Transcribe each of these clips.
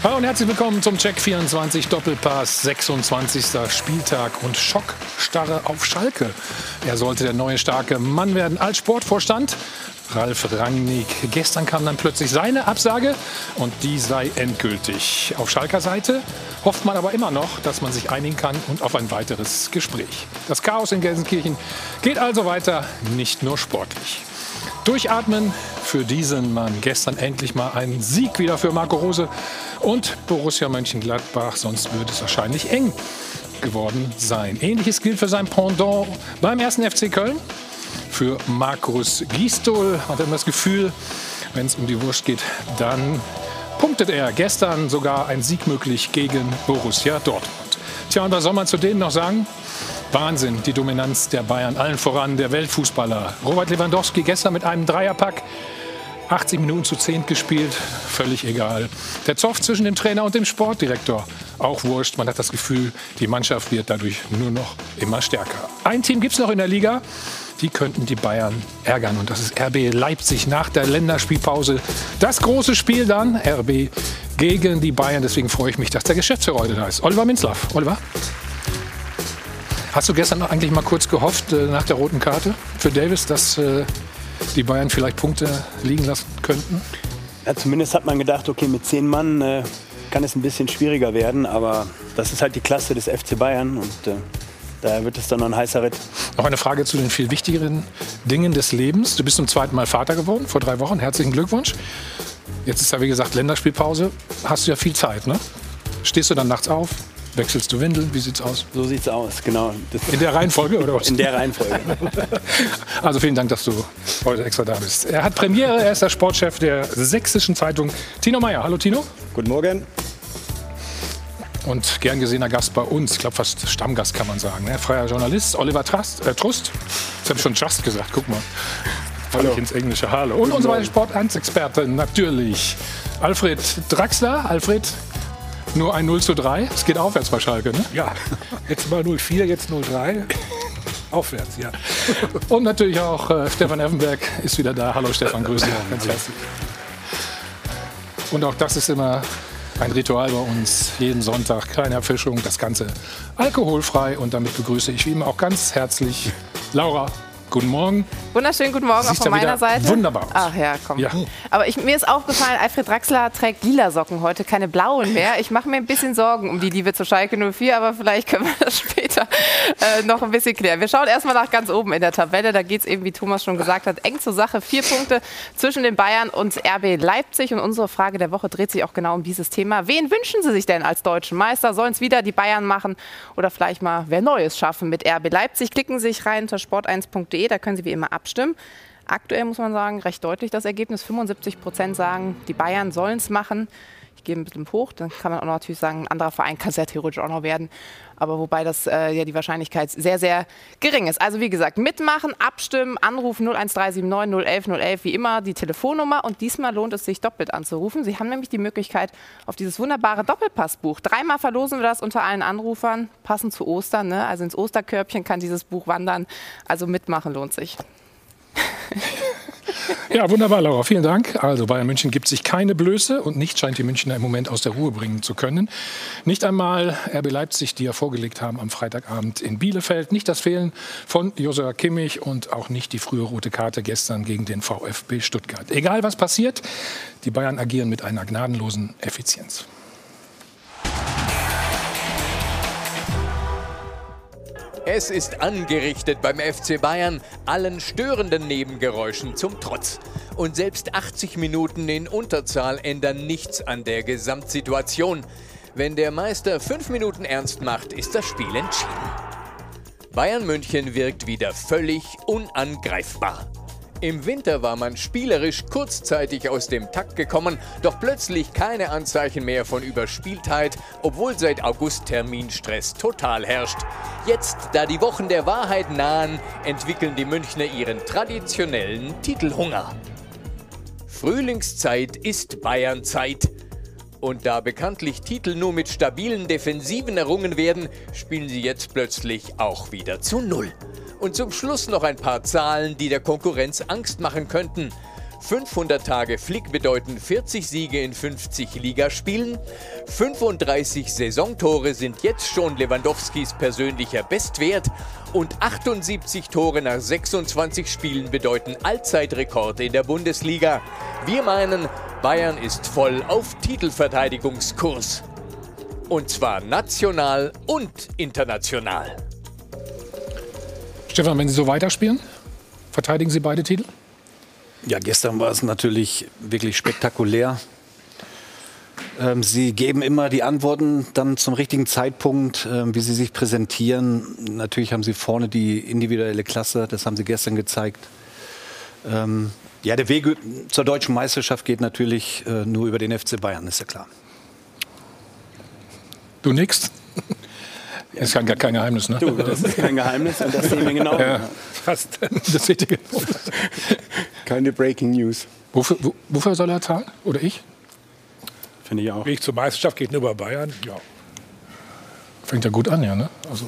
Hallo und herzlich willkommen zum Check 24 Doppelpass, 26. Spieltag und Schockstarre auf Schalke. Er sollte der neue starke Mann werden als Sportvorstand. Ralf Rangnick. Gestern kam dann plötzlich seine Absage und die sei endgültig. Auf Schalker Seite hofft man aber immer noch, dass man sich einigen kann und auf ein weiteres Gespräch. Das Chaos in Gelsenkirchen geht also weiter, nicht nur sportlich. Durchatmen für diesen Mann. Gestern endlich mal ein Sieg wieder für Marco Rose und Borussia Mönchengladbach. Sonst würde es wahrscheinlich eng geworden sein. Ähnliches gilt für sein Pendant beim 1. FC Köln. Für Markus Gisdol hat er immer das Gefühl, wenn es um die Wurst geht, dann punktet er. Gestern sogar ein Sieg möglich gegen Borussia Dortmund. Tja, und was soll man zu denen noch sagen? Wahnsinn, die Dominanz der Bayern, allen voran der Weltfußballer. Robert Lewandowski gestern mit einem Dreierpack, 80 Minuten zu 10 gespielt, völlig egal. Der Zoff zwischen dem Trainer und dem Sportdirektor, auch wurscht. Man hat das Gefühl, die Mannschaft wird dadurch nur noch immer stärker. Ein Team gibt es noch in der Liga, die könnten die Bayern ärgern. Und das ist RB Leipzig nach der Länderspielpause. Das große Spiel dann, RB gegen die Bayern. Deswegen freue ich mich, dass der Geschäftsführer heute da ist. Oliver Minzlaff. Oliver? Hast du gestern noch eigentlich mal kurz gehofft, nach der roten Karte für Davis, dass die Bayern vielleicht Punkte liegen lassen könnten? Ja, zumindest hat man gedacht, okay, mit 10 Mann kann es ein bisschen schwieriger werden. Aber das ist halt die Klasse des FC Bayern und daher wird es dann noch ein heißer Ritt. Noch eine Frage zu den viel wichtigeren Dingen des Lebens. Du bist zum zweiten Mal Vater geworden, vor 3 Wochen. Herzlichen Glückwunsch. Jetzt ist ja, wie gesagt, Länderspielpause. Hast du ja viel Zeit, ne? Stehst du dann nachts auf? Wechselst du Windeln? Wie sieht's aus? So sieht's aus, genau. In der Reihenfolge oder was? In der Reihenfolge. Also vielen Dank, dass du heute extra da bist. Er hat Premiere, er ist der Sportchef der Sächsischen Zeitung. Tino Meyer. Hallo Tino. Guten Morgen. Und gern gesehener Gast bei uns, ich glaube fast Stammgast kann man sagen. Ne? Freier Journalist, Oliver Trust. Jetzt habe ich schon Just gesagt, guck mal. Hallo. Ins Englische, hallo. Und unsere Sport-1-Expertin natürlich, Alfred Draxler. Alfred, nur ein 0:3. Es geht aufwärts bei Schalke, ne? Ja, jetzt mal 0:4, jetzt 0:3. Aufwärts, ja. Und natürlich auch Stefan Effenberg ist wieder da. Hallo Stefan, grüße dich ganz herzlich. Und auch das ist immer ein Ritual bei uns. Jeden Sonntag kleine Erfrischung, das Ganze alkoholfrei. Und damit begrüße ich wie immer auch ganz herzlich Laura. Guten Morgen. Wunderschönen guten Morgen auch von meiner Seite. Wunderbar aus. Ach ja, komm. Ja. Aber mir ist aufgefallen, Alfred Draxler trägt lila Socken heute, keine blauen mehr. Ich mache mir ein bisschen Sorgen um die Liebe zu Schalke 04, aber vielleicht können wir das später noch ein bisschen klären. Wir schauen erstmal nach ganz oben in der Tabelle. Da geht es eben, wie Thomas schon gesagt hat, eng zur Sache. 4 Punkte zwischen den Bayern und RB Leipzig. Und unsere Frage der Woche dreht sich auch genau um dieses Thema. Wen wünschen Sie sich denn als deutschen Meister? Sollen es wieder die Bayern machen oder vielleicht mal wer Neues schaffen mit RB Leipzig? Klicken Sie sich rein unter sport1.de, da können Sie wie immer abstimmen. Aktuell muss man sagen, recht deutlich das Ergebnis. 75% sagen, die Bayern sollen es machen. Ich gehe ein bisschen hoch, dann kann man auch noch natürlich sagen, ein anderer Verein kann es ja theoretisch auch noch werden. Aber wobei das ja die Wahrscheinlichkeit sehr, sehr gering ist. Also wie gesagt, mitmachen, abstimmen, anrufen 01379 011 011, wie immer die Telefonnummer. Und diesmal lohnt es sich doppelt anzurufen. Sie haben nämlich die Möglichkeit auf dieses wunderbare Doppelpassbuch. 3-mal verlosen wir das unter allen Anrufern, passend zu Ostern. Ne? Also ins Osterkörbchen kann dieses Buch wandern. Also mitmachen lohnt sich. Ja, wunderbar, Laura. Vielen Dank. Also Bayern München gibt sich keine Blöße und nichts scheint die Münchner im Moment aus der Ruhe bringen zu können. Nicht einmal RB Leipzig, die ja vorgelegt haben am Freitagabend in Bielefeld. Nicht das Fehlen von Joshua Kimmich und auch nicht die frühe rote Karte gestern gegen den VfB Stuttgart. Egal was passiert, die Bayern agieren mit einer gnadenlosen Effizienz. Es ist angerichtet beim FC Bayern, allen störenden Nebengeräuschen zum Trotz. Und selbst 80 Minuten in Unterzahl ändern nichts an der Gesamtsituation. Wenn der Meister 5 Minuten ernst macht, ist das Spiel entschieden. Bayern München wirkt wieder völlig unangreifbar. Im Winter war man spielerisch kurzzeitig aus dem Takt gekommen, doch plötzlich keine Anzeichen mehr von Überspieltheit, obwohl seit August Terminstress total herrscht. Jetzt, da die Wochen der Wahrheit nahen, entwickeln die Münchner ihren traditionellen Titelhunger. Frühlingszeit ist Bayernzeit. Und da bekanntlich Titel nur mit stabilen Defensiven errungen werden, spielen sie jetzt plötzlich auch wieder zu Null. Und zum Schluss noch ein paar Zahlen, die der Konkurrenz Angst machen könnten. 500 Tage Flick bedeuten 40 Siege in 50 Ligaspielen. 35 Saisontore sind jetzt schon Lewandowskis persönlicher Bestwert. Und 78 Tore nach 26 Spielen bedeuten Allzeitrekord in der Bundesliga. Wir meinen, Bayern ist voll auf Titelverteidigungskurs. Und zwar national und international. Stefan, wenn Sie so weiterspielen, verteidigen Sie beide Titel? Ja, gestern war es natürlich wirklich spektakulär. Sie geben immer die Antworten dann zum richtigen Zeitpunkt, wie sie sich präsentieren. Natürlich haben sie vorne die individuelle Klasse, das haben sie gestern gezeigt. Ja, der Weg zur deutschen Meisterschaft geht natürlich nur über den FC Bayern, ist ja klar. Du nix? Das ist ja gar kein Geheimnis, ne? Du, das ist kein Geheimnis und das sehen wir genau. Ja, fast. Das seht ihr genau. Keine Breaking News. Wofür soll er zahlen? Oder ich? Finde ich auch. Weg zur Meisterschaft geht nur über Bayern. Ja. Fängt ja gut an, ja, ne? Also.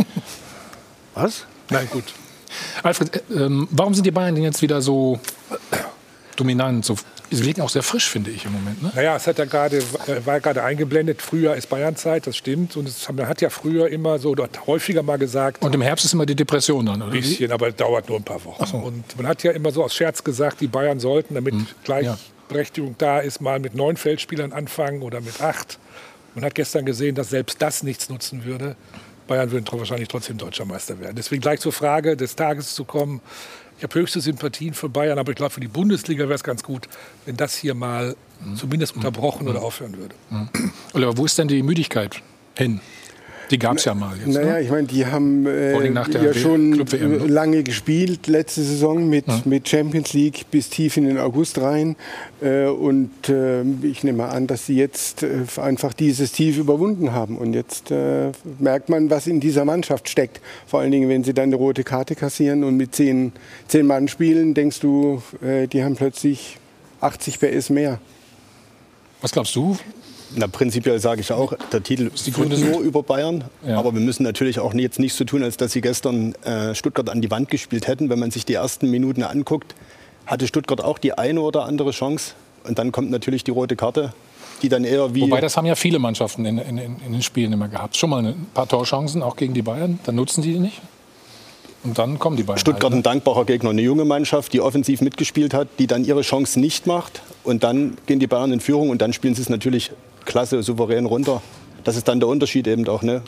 Was? Nein, gut. Alfred, warum sind die Bayern denn jetzt wieder so dominant? Sie wirken auch sehr frisch, finde ich im Moment. Ne? Naja, es hat ja war gerade eingeblendet, früher ist Bayernzeit, das stimmt. Und man hat ja früher immer so, oder häufiger mal gesagt, Und im Herbst ist immer die Depression dann, oder? ein bisschen, aber es dauert nur ein paar Wochen. So. Und man hat ja immer so aus Scherz gesagt, die Bayern sollten, damit Gleichberechtigung da ist, mal mit 9 Feldspielern anfangen oder mit 8. Man hat gestern gesehen, dass selbst das nichts nutzen würde. Bayern würden wahrscheinlich trotzdem Deutscher Meister werden. Deswegen gleich zur Frage des Tages zu kommen. Ich habe höchste Sympathien für Bayern, aber ich glaube, für die Bundesliga wäre es ganz gut, wenn das hier mal zumindest unterbrochen oder aufhören würde. Oliver, wo ist denn die Müdigkeit hin? Die gab es ja mal jetzt. Naja, Ne? ich meine, die haben nach der ja schon Club-WM, ne? lange gespielt, letzte Saison mit Champions League bis tief in den August rein. Und ich nehme an, dass sie jetzt einfach dieses Tief überwunden haben. Und jetzt merkt man, was in dieser Mannschaft steckt. Vor allen Dingen, wenn sie dann eine rote Karte kassieren und mit 10 Mann spielen, denkst du, die haben plötzlich 80 PS mehr. Was glaubst du? Na, prinzipiell sage ich auch, der Titel führt nur über Bayern. Ja. Aber wir müssen natürlich auch jetzt nicht so tun, als dass sie gestern Stuttgart an die Wand gespielt hätten. Wenn man sich die ersten Minuten anguckt, hatte Stuttgart auch die eine oder andere Chance. Und dann kommt natürlich die rote Karte, die dann eher wie... Wobei, das haben ja viele Mannschaften in den Spielen immer gehabt. Schon mal ein paar Torchancen, auch gegen die Bayern. Dann nutzen die nicht. Und dann kommen die Bayern. Stuttgart halt, ein dankbarer Gegner, eine junge Mannschaft, die offensiv mitgespielt hat, die dann ihre Chance nicht macht. Und dann gehen die Bayern in Führung und dann spielen sie es natürlich klasse, souverän runter. Das ist dann der Unterschied eben auch, ne?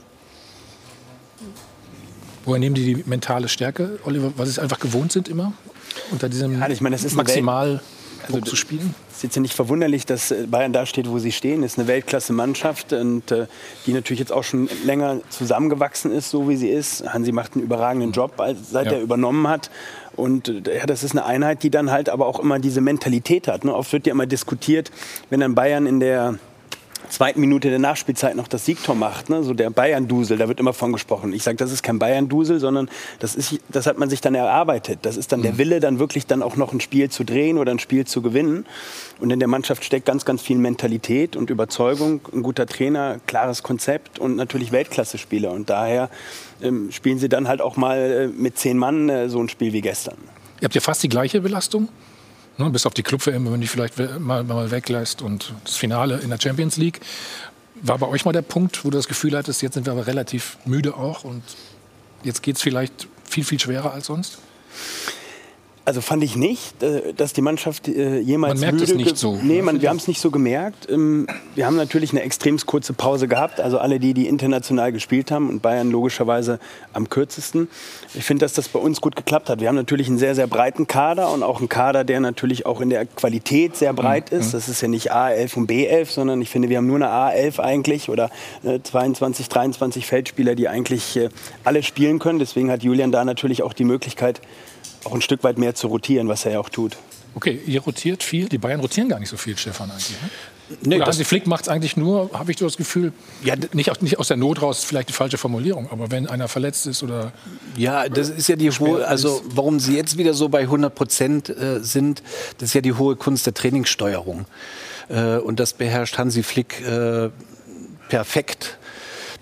Woher nehmen die mentale Stärke, Oliver? Weil sie es einfach gewohnt sind immer, unter diesem Ja, ich meine, das ist maximal zu spielen? Es ist jetzt ja nicht verwunderlich, dass Bayern da steht, wo sie stehen. Es ist eine Weltklasse-Mannschaft, und die natürlich jetzt auch schon länger zusammengewachsen ist, so wie sie ist. Hansi macht einen überragenden Job, seit er übernommen hat. Und ja, das ist eine Einheit, die dann halt aber auch immer diese Mentalität hat. Ne? Oft wird ja immer diskutiert, wenn dann Bayern in der zweiten Minute der Nachspielzeit noch das Siegtor macht, ne? So der Bayern-Dusel, da wird immer von gesprochen. Ich sage, das ist kein Bayern-Dusel, sondern das hat man sich dann erarbeitet. Das ist dann der Wille, dann wirklich dann auch noch ein Spiel zu drehen oder ein Spiel zu gewinnen. Und in der Mannschaft steckt ganz, ganz viel Mentalität und Überzeugung, ein guter Trainer, klares Konzept und natürlich Weltklasse-Spieler. Und daher spielen sie dann halt auch mal mit 10 Mann so ein Spiel wie gestern. Ihr habt ja fast die gleiche Belastung. Ne, bis auf die Club-WM, wenn man die vielleicht mal weglässt, und das Finale in der Champions League. War bei euch mal der Punkt, wo du das Gefühl hattest, jetzt sind wir aber relativ müde auch und jetzt geht es vielleicht viel, viel schwerer als sonst? Also fand ich nicht, dass die Mannschaft jemals Man merkt müde es nicht so. Nee, wir haben es nicht so gemerkt. Wir haben natürlich eine extrem kurze Pause gehabt. Also alle, die international gespielt haben, und Bayern logischerweise am kürzesten. Ich finde, dass das bei uns gut geklappt hat. Wir haben natürlich einen sehr, sehr breiten Kader und auch einen Kader, der natürlich auch in der Qualität sehr breit ist. Das ist ja nicht A11 und B11, sondern ich finde, wir haben nur eine A11 eigentlich oder 22, 23 Feldspieler, die eigentlich alle spielen können. Deswegen hat Julian da natürlich auch die Möglichkeit, auch ein Stück weit mehr zu rotieren, was er ja auch tut. Okay, ihr rotiert viel. Die Bayern rotieren gar nicht so viel, Stefan, eigentlich. Ne? Nee, Oder Hansi Flick macht es eigentlich nur, habe ich so das Gefühl, ja, nicht aus der Not raus, vielleicht die falsche Formulierung, aber wenn einer verletzt ist oder... Ja, das ist ja die hohe, also warum sie jetzt wieder so bei 100% sind, das ist ja die hohe Kunst der Trainingssteuerung. Und das beherrscht Hansi Flick perfekt.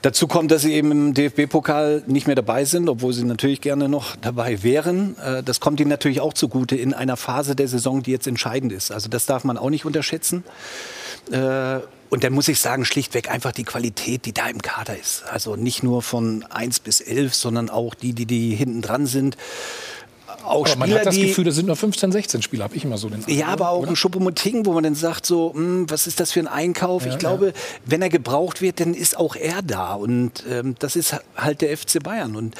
Dazu kommt, dass sie eben im DFB-Pokal nicht mehr dabei sind, obwohl sie natürlich gerne noch dabei wären. Das kommt ihnen natürlich auch zugute in einer Phase der Saison, die jetzt entscheidend ist. Also das darf man auch nicht unterschätzen. Und dann muss ich sagen, schlichtweg einfach die Qualität, die da im Kader ist. Also nicht nur von 1 bis 11, sondern auch die hinten dran sind. Auch aber Spieler, man hat das Gefühl, das sind nur 15, 16 Spieler, habe ich immer so den Eindruck. Ja, aber auch ein Choupo-Moting, wo man dann sagt, so, was ist das für ein Einkauf? Ich glaube, wenn er gebraucht wird, dann ist auch er da. Und das ist halt der FC Bayern. Und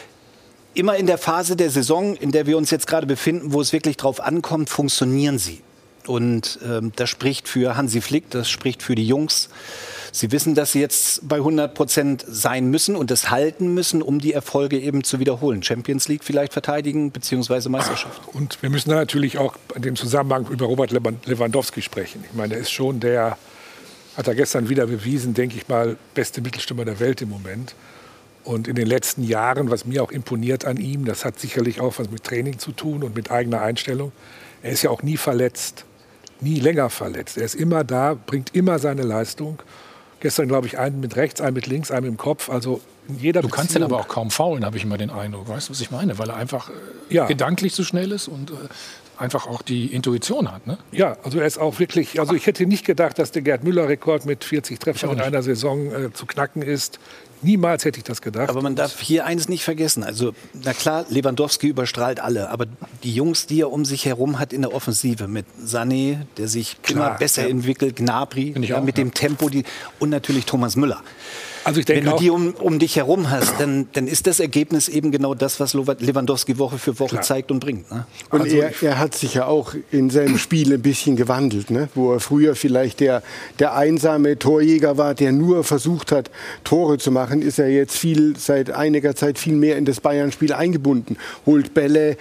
immer in der Phase der Saison, in der wir uns jetzt gerade befinden, wo es wirklich drauf ankommt, funktionieren sie. Und das spricht für Hansi Flick, das spricht für die Jungs. Sie wissen, dass sie jetzt bei 100% sein müssen und das halten müssen, um die Erfolge eben zu wiederholen. Champions League vielleicht verteidigen, beziehungsweise Meisterschaft. Und wir müssen da natürlich auch in dem Zusammenhang über Robert Lewandowski sprechen. Ich meine, er ist schon hat er gestern wieder bewiesen, denke ich mal, beste Mittelstürmer der Welt im Moment. Und in den letzten Jahren, was mir auch imponiert an ihm, das hat sicherlich auch was mit Training zu tun und mit eigener Einstellung. Er ist ja auch nie verletzt, nie länger verletzt. Er ist immer da, bringt immer seine Leistung. Gestern, glaube ich, einen mit rechts, einen mit links, einen im Kopf. Also in jeder Du kannst ihn aber auch kaum faulen, habe ich immer den Eindruck. Weißt du, was ich meine? Weil er einfach gedanklich so schnell ist und einfach auch die Intuition hat. Ne? Ja, also er ist auch wirklich, also ich hätte nicht gedacht, dass der Gerd Müller-Rekord mit 40 Treffern in einer Saison zu knacken ist. Niemals hätte ich das gedacht. Aber man darf hier eins nicht vergessen. Also, na klar, Lewandowski überstrahlt alle. Aber die Jungs, die er um sich herum hat in der Offensive, mit Sané, der sich immer besser entwickelt, Gnabry, mit dem Tempo, und natürlich Thomas Müller. Also ich denke, wenn du die um dich herum hast, dann ist das Ergebnis eben genau das, was Lewandowski Woche für Woche zeigt und bringt. Ne? Und also er hat sich ja auch in seinem Spiel ein bisschen gewandelt, ne? Wo er früher vielleicht der einsame Torjäger war, der nur versucht hat, Tore zu machen, ist er jetzt seit einiger Zeit viel mehr in das Bayern-Spiel eingebunden. Holt Bälle,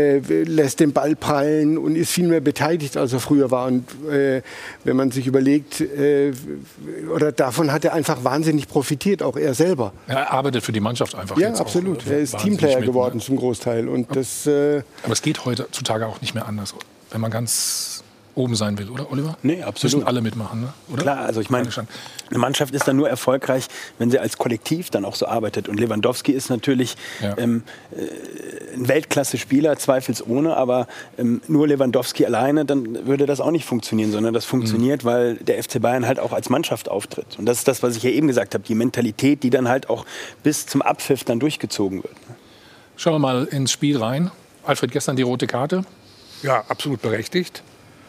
lässt den Ball prallen und ist viel mehr beteiligt, als er früher war. Und wenn man sich überlegt, oder davon hat er einfach wahnsinnig profitiert, auch er selber. Er arbeitet für die Mannschaft einfach. Ja, jetzt absolut. Auch, er ist Teamplayer geworden zum Großteil. Und das, aber es geht heutzutage auch nicht mehr anders, wenn man ganz oben sein will, oder Oliver? Nee, absolut. Müssen alle mitmachen, ne? Oder? Klar, also ich meine, eine Mannschaft ist dann nur erfolgreich, wenn sie als Kollektiv dann auch so arbeitet. Und Lewandowski ist natürlich ein Weltklasse-Spieler, zweifelsohne, aber nur Lewandowski alleine, dann würde das auch nicht funktionieren, sondern das funktioniert, weil der FC Bayern halt auch als Mannschaft auftritt. Und das ist das, was ich ja eben gesagt habe, die Mentalität, die dann halt auch bis zum Abpfiff dann durchgezogen wird. Schauen wir mal ins Spiel rein. Alfred, gestern die rote Karte. Ja, absolut berechtigt.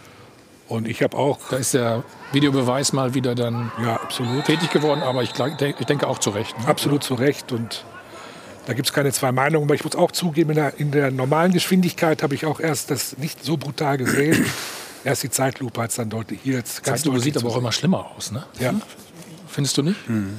Und ich habe auch... Da ist der Videobeweis mal wieder dann absolut tätig geworden, aber ich denke auch zu Recht. Ne? Absolut zu Recht und da gibt es keine zwei Meinungen. Aber ich muss auch zugeben, in der normalen Geschwindigkeit habe ich auch erst das nicht so brutal gesehen. Erst die Zeitlupe hat es dann deutlich... Hier jetzt ganz Zeitlupe sieht aber auch immer schlimmer aus, ne? Ja. Findest du nicht? Mhm.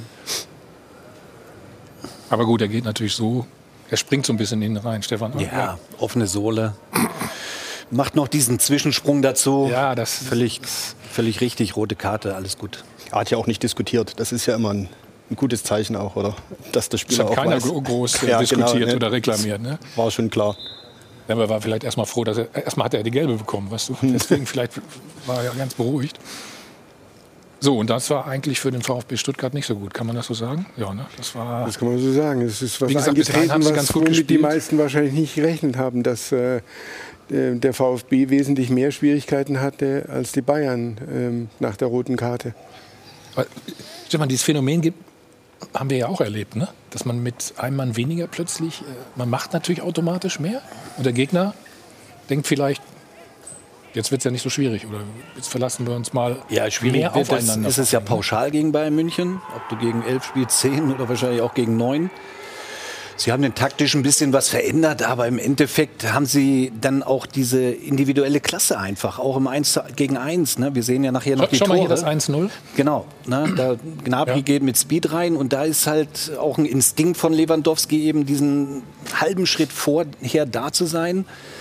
Aber gut, er geht natürlich so... Er springt so ein bisschen in ihn rein, Stefan. Ja, offene Sohle. Macht noch diesen Zwischensprung dazu. Ja, das völlig richtig, rote Karte, alles gut. Er hat ja auch nicht diskutiert. Das ist ja immer ein gutes Zeichen auch, oder? Dass der Spieler das hat keiner groß diskutiert oder reklamiert. Ne? War schon klar. Ja, aber war vielleicht erstmal froh, dass erstmal hat er die gelbe bekommen, weißt du? Deswegen vielleicht war er ganz beruhigt. So, und das war eigentlich für den VfB Stuttgart nicht so gut. Kann man das so sagen? Ja, ne? Das kann man so sagen. Es ist was eingetreten, womit die meisten wahrscheinlich nicht gerechnet haben, dass der VfB wesentlich mehr Schwierigkeiten hatte als die Bayern nach der roten Karte. Stefan, dieses Phänomen haben wir ja auch erlebt, ne? Dass man mit einem Mann weniger plötzlich, man macht natürlich automatisch mehr und der Gegner denkt vielleicht, jetzt wird es ja nicht so schwierig oder jetzt verlassen wir uns mal mehr aufeinander. Ist es ja pauschal gegen Bayern München, ob du gegen 11 spielst, 10 oder wahrscheinlich auch gegen 9. Sie haben den taktisch ein bisschen was verändert, aber im Endeffekt haben sie dann auch diese individuelle Klasse einfach, auch im 1 gegen 1. Ne? Wir sehen ja nachher noch die Tore. Schau mal hier das 1-0. Genau, ne? Da Gnabry geht mit Speed rein und da ist halt auch ein Instinkt von Lewandowski, eben diesen halben Schritt vorher da zu sein.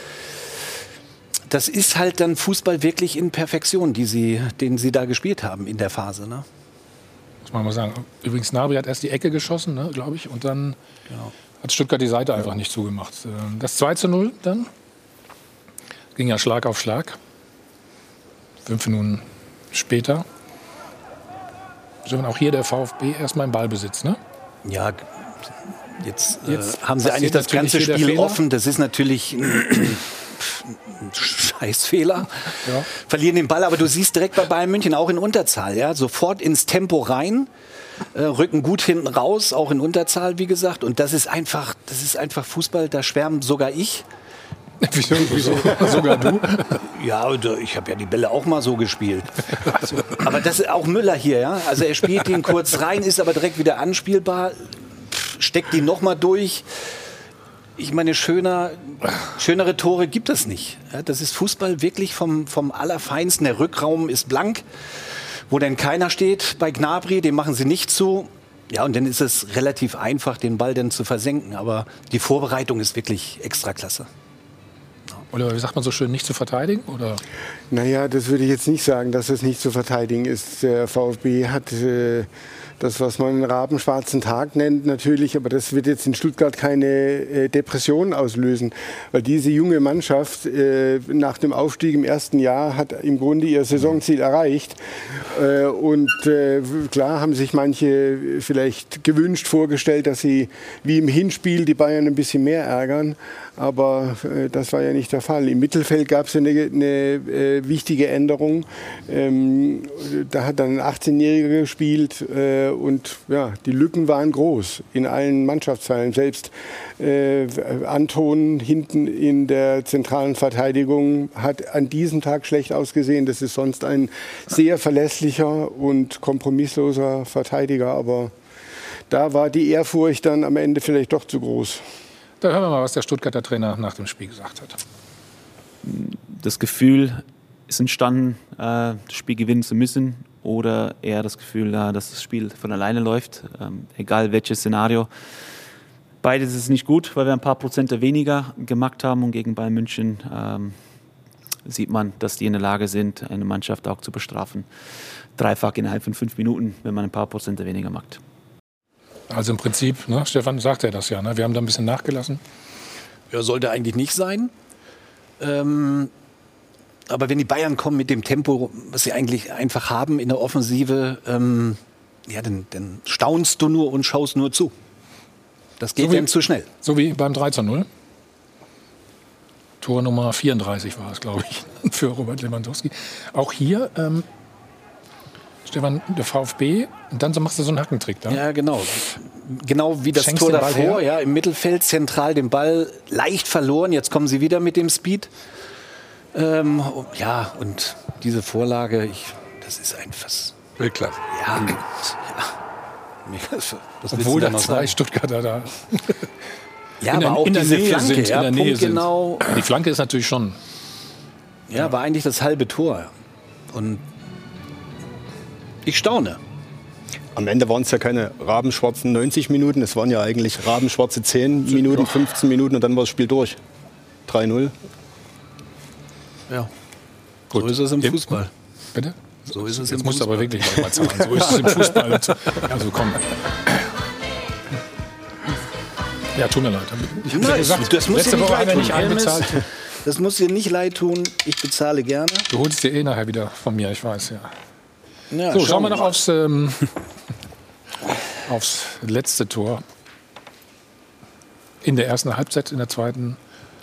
Das ist halt dann Fußball wirklich in Perfektion, den sie da gespielt haben in der Phase. Ne? Muss man mal sagen. Übrigens, Gnabry hat erst die Ecke geschossen, ne, glaube ich, und dann hat Stuttgart die Seite einfach nicht zugemacht. Das 2-0 dann ging ja Schlag auf Schlag. 5 Minuten später. Auch hier der VfB erstmal im Ballbesitz, ne? Ja, jetzt haben sie eigentlich das ganze Spiel offen. Das ist natürlich ein Scheißfehler. Ja. Verlieren den Ball, aber du siehst direkt bei Bayern München auch in Unterzahl. Ja? Sofort ins Tempo rein, rücken gut hinten raus, auch in Unterzahl, wie gesagt. Und das ist einfach Fußball, da schwärmt sogar ich. Wieso? Sogar du? Ja, ich habe ja die Bälle auch mal so gespielt. Aber das ist auch Müller hier, ja. Also er spielt ihn kurz rein, ist aber direkt wieder anspielbar, steckt ihn noch mal durch. Ich meine, schönere Tore gibt es nicht. Ja, das ist Fußball wirklich vom Allerfeinsten. Der Rückraum ist blank, wo denn keiner steht bei Gnabry, dem machen sie nicht zu. Ja, und dann ist es relativ einfach, den Ball dann zu versenken. Aber die Vorbereitung ist wirklich Extraklasse. Oder wie sagt man so schön, nicht zu verteidigen? Oder? Naja, das würde ich jetzt nicht sagen, dass es nicht zu verteidigen ist. Der VfB hat das, was man einen rabenschwarzen Tag nennt, natürlich. Aber das wird jetzt in Stuttgart keine Depression auslösen. Weil diese junge Mannschaft nach dem Aufstieg im ersten Jahr hat im Grunde ihr Saisonziel erreicht. Klar haben sich manche vielleicht gewünscht, vorgestellt, dass sie wie im Hinspiel die Bayern ein bisschen mehr ärgern. Aber das war ja nicht der Fall. Im Mittelfeld gab es eine wichtige Änderung. Da hat dann ein 18-Jähriger gespielt und ja, die Lücken waren groß in allen Mannschaftsteilen. Selbst Anton hinten in der zentralen Verteidigung hat an diesem Tag schlecht ausgesehen. Das ist sonst ein sehr verlässlicher und kompromissloser Verteidiger. Aber da war die Ehrfurcht dann am Ende vielleicht doch zu groß. Da hören wir mal, was der Stuttgarter Trainer nach dem Spiel gesagt hat. Das Gefühl ist entstanden, das Spiel gewinnen zu müssen, oder eher das Gefühl, dass das Spiel von alleine läuft, egal welches Szenario. Beides ist nicht gut, weil wir ein paar Prozente weniger gemacht haben, und gegen Bayern München sieht man, dass die in der Lage sind, eine Mannschaft auch zu bestrafen. Dreifach innerhalb von 5 Minuten, wenn man ein paar Prozente weniger macht. Also im Prinzip, ne, Stefan sagt ja das ja, ne? Wir haben da ein bisschen nachgelassen. Ja, sollte eigentlich nicht sein. Aber wenn die Bayern kommen mit dem Tempo, was sie eigentlich einfach haben in der Offensive, dann staunst du nur und schaust nur zu. Das geht dann zu schnell. So wie beim 3:0. Tor Nummer 34 war es, glaube ich, für Robert Lewandowski. Auch hier, Stefan, der VfB, und dann machst du so einen Hackentrick da. Ja, genau. Genau wie das Tor davor, ja, im Mittelfeld zentral den Ball leicht verloren. Jetzt kommen sie wieder mit dem Speed. Ja, und diese Vorlage, das ist einfach Weltklasse. Ja. Obwohl da 2 Stuttgarter da. Ja, aber auch diese Flanke, in der Nähe sind. Genau. Die Flanke ist natürlich schon. Ja, war eigentlich das halbe Tor. Und ich staune. Am Ende waren es ja keine rabenschwarzen 90 Minuten, es waren ja eigentlich rabenschwarze 10 Minuten, 15 Minuten und dann war das Spiel durch. 3:0. Ja, gut. So ist es im Fußball. Bitte? So ist es im Fußball. Jetzt musst du aber wirklich mal zahlen. So ist es im Fußball. Also komm. Ja, tut mir leid. Ich habe ja gesagt, das muss letzte Woche haben wir nicht einbezahlt. Das muss dir nicht leid tun. Ich bezahle gerne. Du holst dir nachher wieder von mir, ich weiß, ja. Ja, so, schauen wir noch aufs letzte Tor. In der ersten Halbzeit, in der zweiten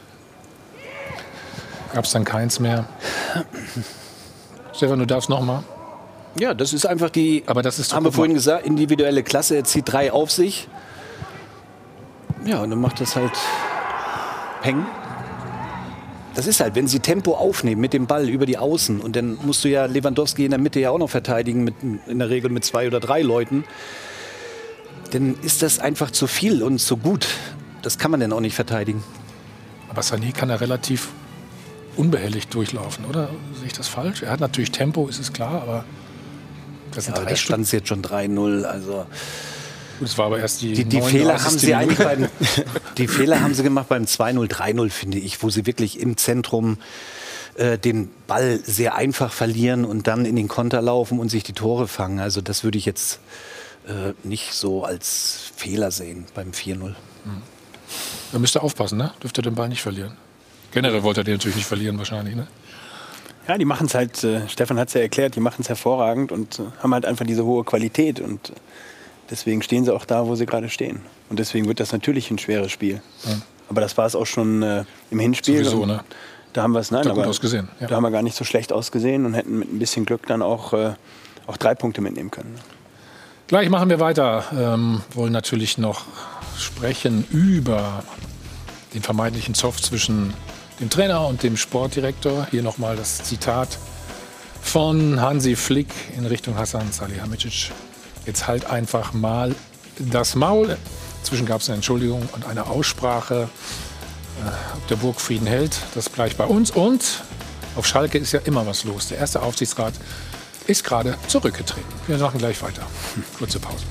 gab es dann keins mehr. Stefan, du darfst noch mal. Ja, das ist einfach die, aber das ist, haben wir vorhin gesagt, individuelle Klasse. Er zieht 3 auf sich. Ja, und dann macht das halt Peng. Das ist halt, wenn sie Tempo aufnehmen mit dem Ball über die Außen, und dann musst du ja Lewandowski in der Mitte ja auch noch verteidigen, in der Regel mit 2 oder 3 Leuten, dann ist das einfach zu viel und zu gut. Das kann man dann auch nicht verteidigen. Aber Sané kann er relativ unbehelligt durchlaufen, oder? Sehe ich das falsch? Er hat natürlich Tempo, ist es klar, aber das sind 3 da stand es jetzt schon 3:0, also... Das war aber erst die Fehler haben sie eigentlich die Fehler haben sie gemacht beim 2:0, 3:0, finde ich, wo sie wirklich im Zentrum den Ball sehr einfach verlieren und dann in den Konter laufen und sich die Tore fangen. Also das würde ich jetzt nicht so als Fehler sehen beim 4:0. Da müsst ihr aufpassen, ne? Dürft ihr den Ball nicht verlieren. Generell wollt ihr den natürlich nicht verlieren wahrscheinlich, ne? Ja, die machen es halt, Stefan hat es ja erklärt, die machen es hervorragend und haben halt einfach diese hohe Qualität. Und deswegen stehen sie auch da, wo sie gerade stehen. Und deswegen wird das natürlich ein schweres Spiel. Ja. Aber das war es auch schon im Hinspiel. Sowieso, ne? Da haben wir es, gut ausgesehen. Ja. Da haben wir gar nicht so schlecht ausgesehen und hätten mit ein bisschen Glück dann auch 3 Punkte mitnehmen können. Gleich machen wir weiter. Wollen natürlich noch sprechen über den vermeintlichen Zoff zwischen dem Trainer und dem Sportdirektor. Hier nochmal das Zitat von Hansi Flick in Richtung Hasan Salihamidzic. Jetzt halt einfach mal das Maul. Inzwischen gab es eine Entschuldigung und eine Aussprache. Ob der Burgfrieden hält, das gleich bei uns. Und auf Schalke ist ja immer was los. Der erste Aufsichtsrat ist gerade zurückgetreten. Wir machen gleich weiter. Kurze Pause.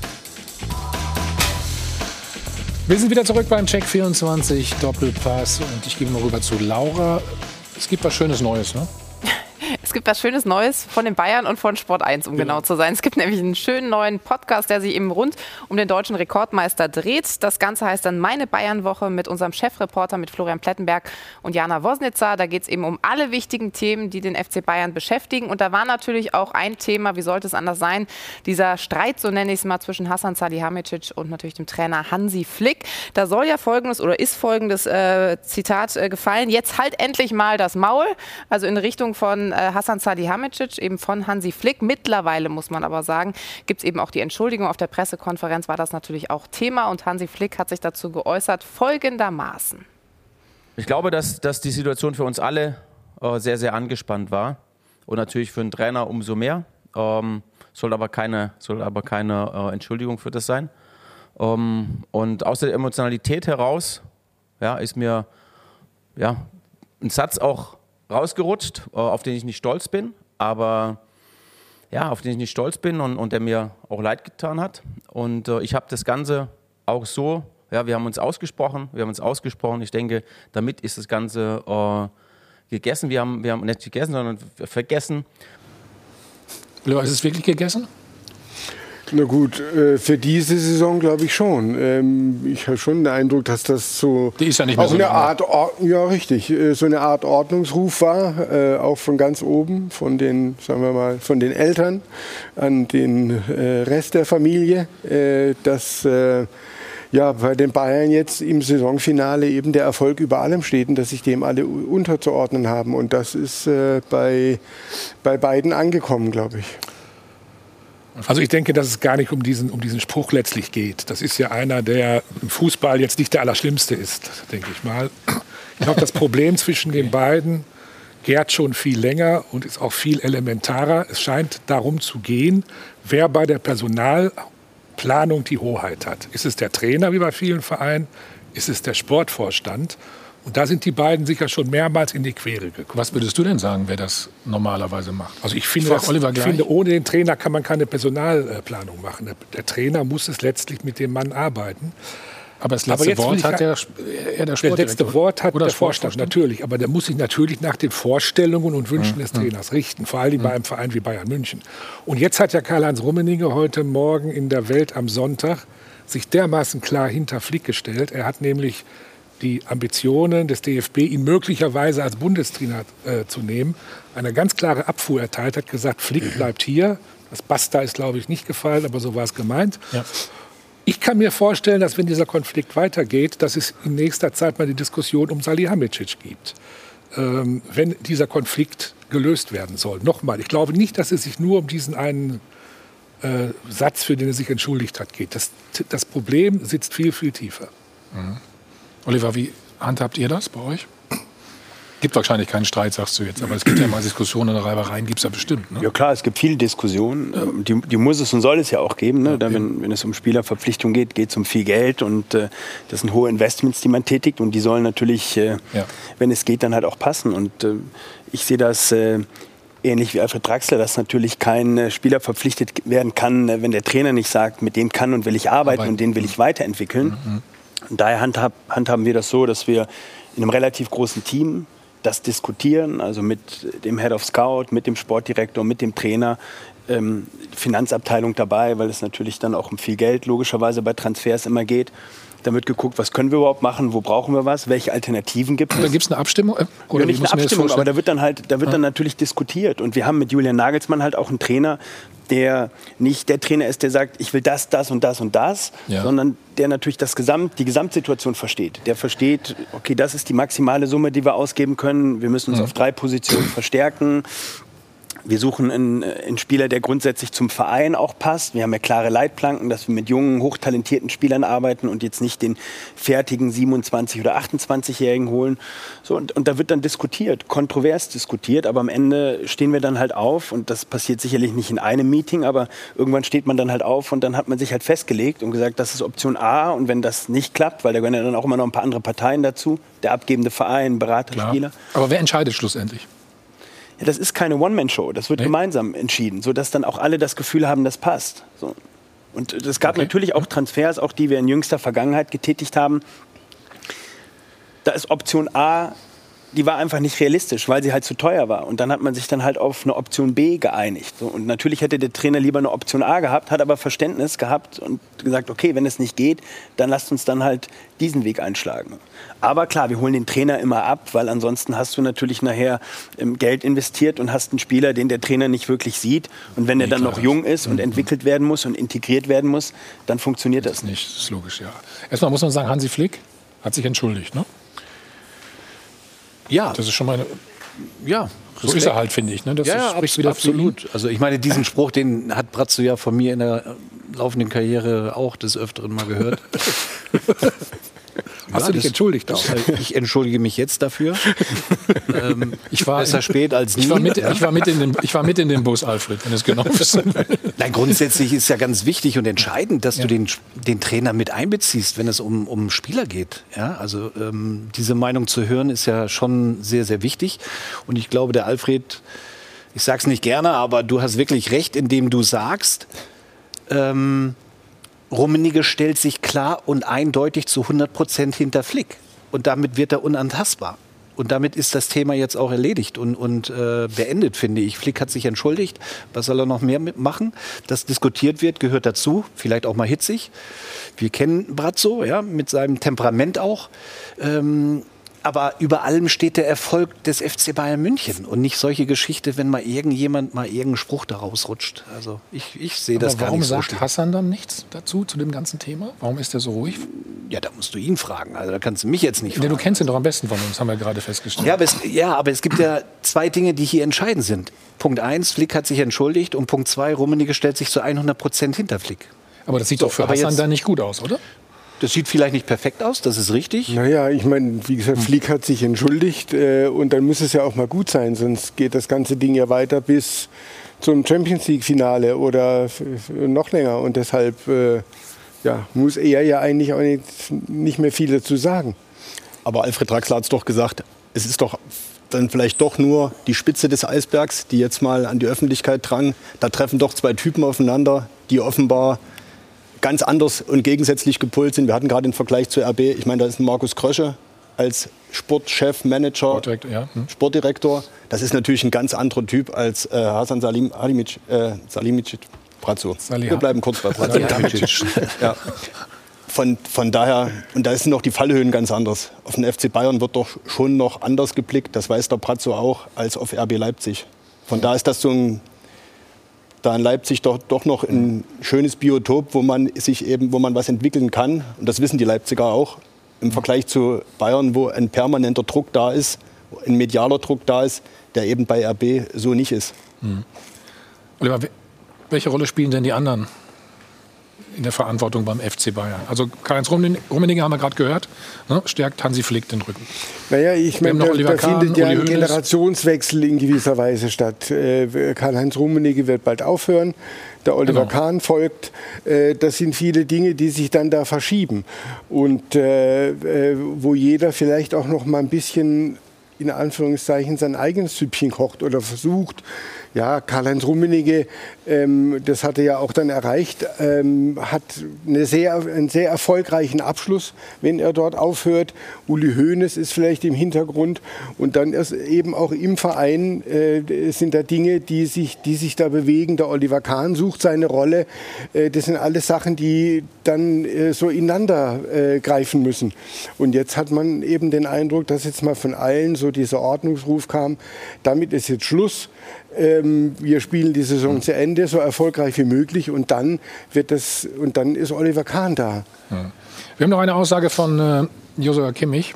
Wir sind wieder zurück beim Check 24 Doppelpass und ich gebe mal rüber zu Laura. Es gibt was Schönes Neues, ne? Es gibt was Schönes Neues von den Bayern und von Sport 1, um genau zu sein. Es gibt nämlich einen schönen neuen Podcast, der sich eben rund um den deutschen Rekordmeister dreht. Das Ganze heißt dann Meine Bayern-Woche mit unserem Chefreporter, mit Florian Plettenberg und Jana Wosnitzer. Da geht es eben um alle wichtigen Themen, die den FC Bayern beschäftigen. Und da war natürlich auch ein Thema, wie sollte es anders sein, dieser Streit, so nenne ich es mal, zwischen Hasan Salihamidzic und natürlich dem Trainer Hansi Flick. Da soll ja folgendes oder ist folgendes Zitat gefallen. Jetzt halt endlich mal das Maul. Also in Richtung von Hasan Salihamidzic, eben von Hansi Flick. Mittlerweile, muss man aber sagen, gibt es eben auch die Entschuldigung. Auf der Pressekonferenz war das natürlich auch Thema und Hansi Flick hat sich dazu geäußert folgendermaßen. Ich glaube, dass die Situation für uns alle sehr, sehr angespannt war und natürlich für einen Trainer umso mehr. Soll aber keine Entschuldigung für das sein. Und aus der Emotionalität heraus ist mir ein Satz auch rausgerutscht, auf den ich nicht stolz bin, aber auf den ich nicht stolz bin und der mir auch leid getan hat. Und ich habe das Ganze auch so, wir haben uns ausgesprochen. Ich denke, damit ist das Ganze gegessen. Wir haben nicht gegessen, sondern vergessen. Ist es wirklich gegessen? Na gut, für diese Saison glaube ich schon. Ich habe schon den Eindruck, dass das so die ist ja nicht mehr auch so eine Art, so eine Art Ordnungsruf war, auch von ganz oben, von den, sagen wir mal, von den Eltern an den Rest der Familie, dass bei den Bayern jetzt im Saisonfinale eben der Erfolg über allem steht und dass sich dem alle unterzuordnen haben. Und das ist bei beiden angekommen, glaube ich. Also ich denke, dass es gar nicht um diesen Spruch letztlich geht. Das ist ja einer, der im Fußball jetzt nicht der Allerschlimmste ist, denke ich mal. Ich glaube, das Problem zwischen den beiden gärt schon viel länger und ist auch viel elementarer. Es scheint darum zu gehen, wer bei der Personalplanung die Hoheit hat. Ist es der Trainer, wie bei vielen Vereinen? Ist es der Sportvorstand? Und da sind die beiden sicher schon mehrmals in die Quere gekommen. Was würdest du denn sagen, wer das normalerweise macht? Also ich finde, ohne den Trainer kann man keine Personalplanung machen. Der Trainer muss es letztlich mit dem Mann arbeiten. Aber das letzte Wort hat der Sportdirektor. Das letzte Wort hat der Vorstand, natürlich. Aber der muss sich natürlich nach den Vorstellungen und Wünschen des Trainers richten. Vor allem bei einem Verein wie Bayern München. Und jetzt hat ja Karl-Heinz Rummenigge heute Morgen in der Welt am Sonntag sich dermaßen klar hinter Flick gestellt. Er hat nämlich die Ambitionen des DFB, ihn möglicherweise als Bundestrainer zu nehmen, eine ganz klare Abfuhr erteilt, hat gesagt, Flick bleibt hier. Das Basta ist, glaube ich, nicht gefallen, aber so war es gemeint. Ja. Ich kann mir vorstellen, dass wenn dieser Konflikt weitergeht, dass es in nächster Zeit mal die Diskussion um Salihamidzic gibt. Wenn dieser Konflikt gelöst werden soll. Nochmal, ich glaube nicht, dass es sich nur um diesen einen Satz, für den er sich entschuldigt hat, geht. Das Problem sitzt viel, viel tiefer. Mhm. Oliver, wie handhabt ihr das bei euch? Gibt wahrscheinlich keinen Streit, sagst du jetzt, aber es gibt ja mal Diskussionen oder Reibereien, gibt es ja bestimmt. Ne? Ja klar, es gibt viele Diskussionen, die muss es und soll es ja auch geben. Ne? Ja, wenn es um Spielerverpflichtung geht, geht es um viel Geld und das sind hohe Investments, die man tätigt und die sollen natürlich, wenn es geht, dann halt auch passen. Und ich sehe das ähnlich wie Alfred Draxler, dass natürlich kein Spieler verpflichtet werden kann, wenn der Trainer nicht sagt, mit dem kann und will ich arbeiten und den will ich weiterentwickeln. Mhm. Und daher handhaben wir das so, dass wir in einem relativ großen Team das diskutieren, also mit dem Head of Scout, mit dem Sportdirektor, mit dem Trainer, Finanzabteilung dabei, weil es natürlich dann auch um viel Geld logischerweise bei Transfers immer geht. Dann wird geguckt, was können wir überhaupt machen, wo brauchen wir was, welche Alternativen gibt es. Da gibt es eine Abstimmung? Oder nicht eine Abstimmung, aber da wird dann natürlich diskutiert. Und wir haben mit Julian Nagelsmann halt auch einen Trainer, der nicht der Trainer ist, der sagt, ich will das und das und das, sondern der natürlich die Gesamtsituation versteht. Der versteht, okay, das ist die maximale Summe, die wir ausgeben können. Wir müssen uns auf 3 Positionen verstärken. Wir suchen einen Spieler, der grundsätzlich zum Verein auch passt. Wir haben ja klare Leitplanken, dass wir mit jungen, hochtalentierten Spielern arbeiten und jetzt nicht den fertigen 27- oder 28-Jährigen holen. So, und da wird dann diskutiert, kontrovers diskutiert, aber am Ende stehen wir dann halt auf und das passiert sicherlich nicht in einem Meeting, aber irgendwann steht man dann halt auf und dann hat man sich halt festgelegt und gesagt, das ist Option A und wenn das nicht klappt, weil da gehören ja dann auch immer noch ein paar andere Parteien dazu, der abgebende Verein, Berater, Spieler. Aber wer entscheidet schlussendlich? Ja, das ist keine One-Man-Show, das wird gemeinsam entschieden, sodass dann auch alle das Gefühl haben, das passt. So. Und es gab natürlich auch Transfers, auch die wir in jüngster Vergangenheit getätigt haben. Da ist Option A, die war einfach nicht realistisch, weil sie halt zu teuer war. Und dann hat man sich dann halt auf eine Option B geeinigt. So, und natürlich hätte der Trainer lieber eine Option A gehabt, hat aber Verständnis gehabt und gesagt, okay, wenn es nicht geht, dann lasst uns dann halt diesen Weg einschlagen. Aber klar, wir holen den Trainer immer ab, weil ansonsten hast du natürlich nachher Geld investiert und hast einen Spieler, den der Trainer nicht wirklich sieht. Und wenn er dann noch jung ist und entwickelt werden muss und integriert werden muss, dann funktioniert das nicht. Das ist logisch, ja. Erstmal muss man sagen, Hansi Flick hat sich entschuldigt, ne? Ja. Das ist schon mal ja. So ist er halt, finde ich. Ne? Das spricht wieder absolut. Also ich meine, diesen Spruch, den hat Brazzo ja von mir in der laufenden Karriere auch des Öfteren mal gehört. Hast du dich entschuldigt auch? Ich entschuldige mich jetzt dafür. Besser spät als nie. Ich war mit in dem Bus, Alfred, wenn es genau wissen will. Nein, grundsätzlich ist ja ganz wichtig und entscheidend, dass du den Trainer mit einbeziehst, wenn es um Spieler geht. Ja, also diese Meinung zu hören, ist ja schon sehr, sehr wichtig. Und ich glaube, der Alfred, ich sage es nicht gerne, aber du hast wirklich recht, indem du sagst, Rummenigge stellt sich klar und eindeutig zu 100% hinter Flick. Und damit wird er unantastbar. Und damit ist das Thema jetzt auch erledigt und beendet, finde ich. Flick hat sich entschuldigt. Was soll er noch mehr mitmachen? Dass diskutiert wird, gehört dazu. Vielleicht auch mal hitzig. Wir kennen Brazzo, ja, mit seinem Temperament auch. Aber über allem steht der Erfolg des FC Bayern München und nicht solche Geschichte, wenn mal irgendjemand mal irgendeinen Spruch da rausrutscht. Also ich sehe das gar nicht so. Warum sagt Hassan dann nichts dazu, zu dem ganzen Thema? Warum ist er so ruhig? Ja, da musst du ihn fragen. Also da kannst du mich jetzt nicht fragen. Du kennst ihn doch am besten von uns, haben wir gerade festgestellt. Ja, aber es gibt ja 2 Dinge, die hier entscheidend sind. Punkt 1, Flick hat sich entschuldigt und Punkt 2, Rummenigge stellt sich zu 100% hinter Flick. Aber das sieht doch für Hassan da nicht gut aus, oder? Das sieht vielleicht nicht perfekt aus, das ist richtig. Naja, ich meine, wie gesagt, Flick hat sich entschuldigt und dann muss es ja auch mal gut sein, sonst geht das ganze Ding ja weiter bis zum Champions-League-Finale oder noch länger. Und deshalb muss er ja eigentlich auch nicht mehr viel dazu sagen. Aber Alfred Draxler hat es doch gesagt, es ist doch dann vielleicht doch nur die Spitze des Eisbergs, die jetzt mal an die Öffentlichkeit drang. Da treffen doch 2 Typen aufeinander, die offenbar ganz anders und gegensätzlich gepolt sind. Wir hatten gerade den Vergleich zur RB. Ich meine, da ist ein Markus Krösche als Sportchef, Manager, Sportdirektor. Das ist natürlich ein ganz anderer Typ als Hasan Salihamidzic. Brazzo. Wir bleiben kurz bei Brazzo. Ja. Von daher, und da sind noch die Fallhöhen ganz anders. Auf den FC Bayern wird doch schon noch anders geblickt, das weiß der Brazzo auch, als auf RB Leipzig. Von daher ist das so ein da in Leipzig doch noch ein schönes Biotop, wo man was entwickeln kann. Und das wissen die Leipziger auch. Im Vergleich zu Bayern, wo ein permanenter Druck da ist, ein medialer Druck da ist, der eben bei RB so nicht ist. Oliver, welche Rolle spielen denn die anderen in der Verantwortung beim FC Bayern? Also Karl-Heinz Rummenigge haben wir gerade gehört, ne, stärkt Hansi Flick den Rücken. Naja, ich meine, da findet ja ein Generationswechsel in gewisser Weise statt. Karl-Heinz Rummenigge wird bald aufhören, der Oliver Kahn folgt. Das sind viele Dinge, die sich dann da verschieben. Und wo jeder vielleicht auch noch mal ein bisschen, in Anführungszeichen, sein eigenes Süppchen kocht oder versucht, Ja, Karl-Heinz Rummenigge, das hat er ja auch dann erreicht, hat einen sehr erfolgreichen Abschluss, wenn er dort aufhört. Uli Hoeneß ist vielleicht im Hintergrund. Und dann ist eben auch im Verein sind da Dinge, die sich da bewegen. Der Oliver Kahn sucht seine Rolle. Das sind alles Sachen, die dann so ineinander greifen müssen. Und jetzt hat man eben den Eindruck, dass jetzt mal von allen so dieser Ordnungsruf kam, damit ist jetzt Schluss. Wir spielen die Saison zu Ende, so erfolgreich wie möglich, und dann ist Oliver Kahn da. Ja. Wir haben noch eine Aussage von Joshua Kimmich.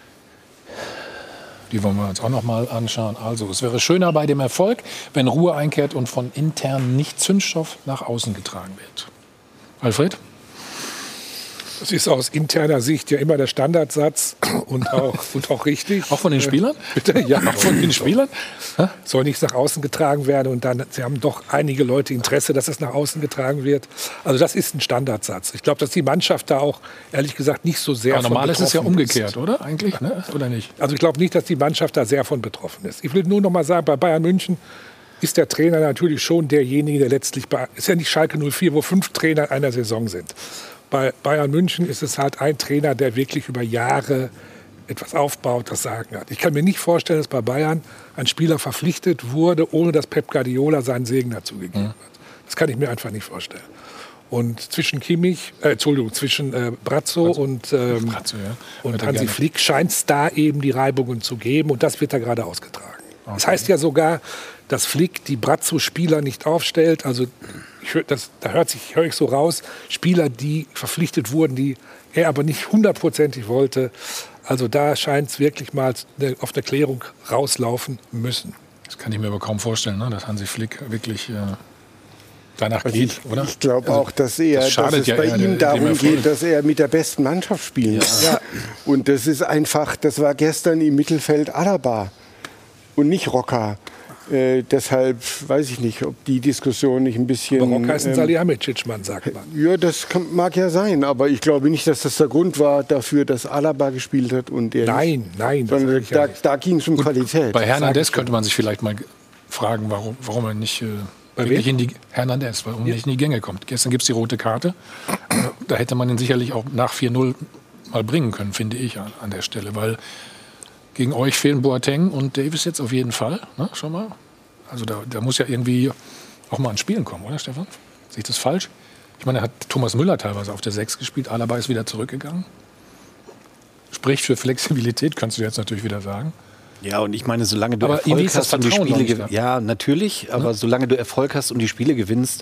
Die wollen wir uns auch noch mal anschauen. Also, es wäre schöner bei dem Erfolg, wenn Ruhe einkehrt und von intern nicht Zündstoff nach außen getragen wird. Alfred? Das ist aus interner Sicht ja immer der Standardsatz und auch richtig. Auch von den Spielern? Bitte? Ja, auch von den Spielern? Soll nichts nach außen getragen werden, und dann sie haben doch einige Leute Interesse, dass es nach außen getragen wird. Also das ist ein Standardsatz. Ich glaube, dass die Mannschaft da auch, ehrlich gesagt, nicht so sehr aber normal ist es ja umgekehrt, oder? Eigentlich, ne? Oder nicht? Also ich glaube nicht, dass die Mannschaft da sehr von betroffen ist. Ich will nur noch mal sagen, bei Bayern München ist der Trainer natürlich schon derjenige, der letztlich ist ja nicht Schalke 04, wo 5 Trainer in einer Saison sind. Bei Bayern München ist es halt ein Trainer, der wirklich über Jahre etwas aufbaut, das Sagen hat. Ich kann mir nicht vorstellen, dass bei Bayern ein Spieler verpflichtet wurde, ohne dass Pep Guardiola seinen Segen dazu gegeben hat. Das kann ich mir einfach nicht vorstellen. Und zwischen Brazzo und Hansi Flick scheint es da eben die Reibungen zu geben, und das wird da gerade ausgetragen. Okay. Das heißt ja sogar, dass Flick die Brazzo-Spieler nicht aufstellt. Also höre ich so raus, Spieler, die verpflichtet wurden, die er aber nicht 100%ig wollte. Also da scheint es wirklich mal auf eine Klärung rauslaufen müssen. Das kann ich mir aber kaum vorstellen, ne? Dass Hansi Flick wirklich danach geht, oder? Ich glaube auch, dass es bei ihm darum geht, dass er mit der besten Mannschaft spielt. Ja. Und das war gestern im Mittelfeld Alaba und nicht Roca. Deshalb weiß ich nicht, ob die Diskussion nicht ein bisschen... Aber Roca ist ein Salihamidzic-Mann, sagt man. Ja, das mag ja sein, aber ich glaube nicht, dass das der Grund war dafür, dass Alaba gespielt hat und er Nein. Sondern da ging es um Qualität. Bei Hernandez könnte man sich vielleicht mal fragen, warum er nicht wirklich nicht in die Gänge kommt. Gestern gibt es die rote Karte. Da hätte man ihn sicherlich auch nach 4-0 mal bringen können, finde ich, an der Stelle, weil... Gegen euch fehlen Boateng und Davis jetzt auf jeden Fall, ne? Schon mal. Also da muss ja irgendwie auch mal ein Spielen kommen, oder Stefan? Sehe ich das falsch? Ich meine, er hat Thomas Müller teilweise auf der 6 gespielt, Alaba ist wieder zurückgegangen. Spricht für Flexibilität, kannst du jetzt natürlich wieder sagen. Ja, und ich meine, solange du Erfolg hast und die Spiele gewinnst. Ja, natürlich, aber solange du Erfolg hast und die Spiele gewinnst,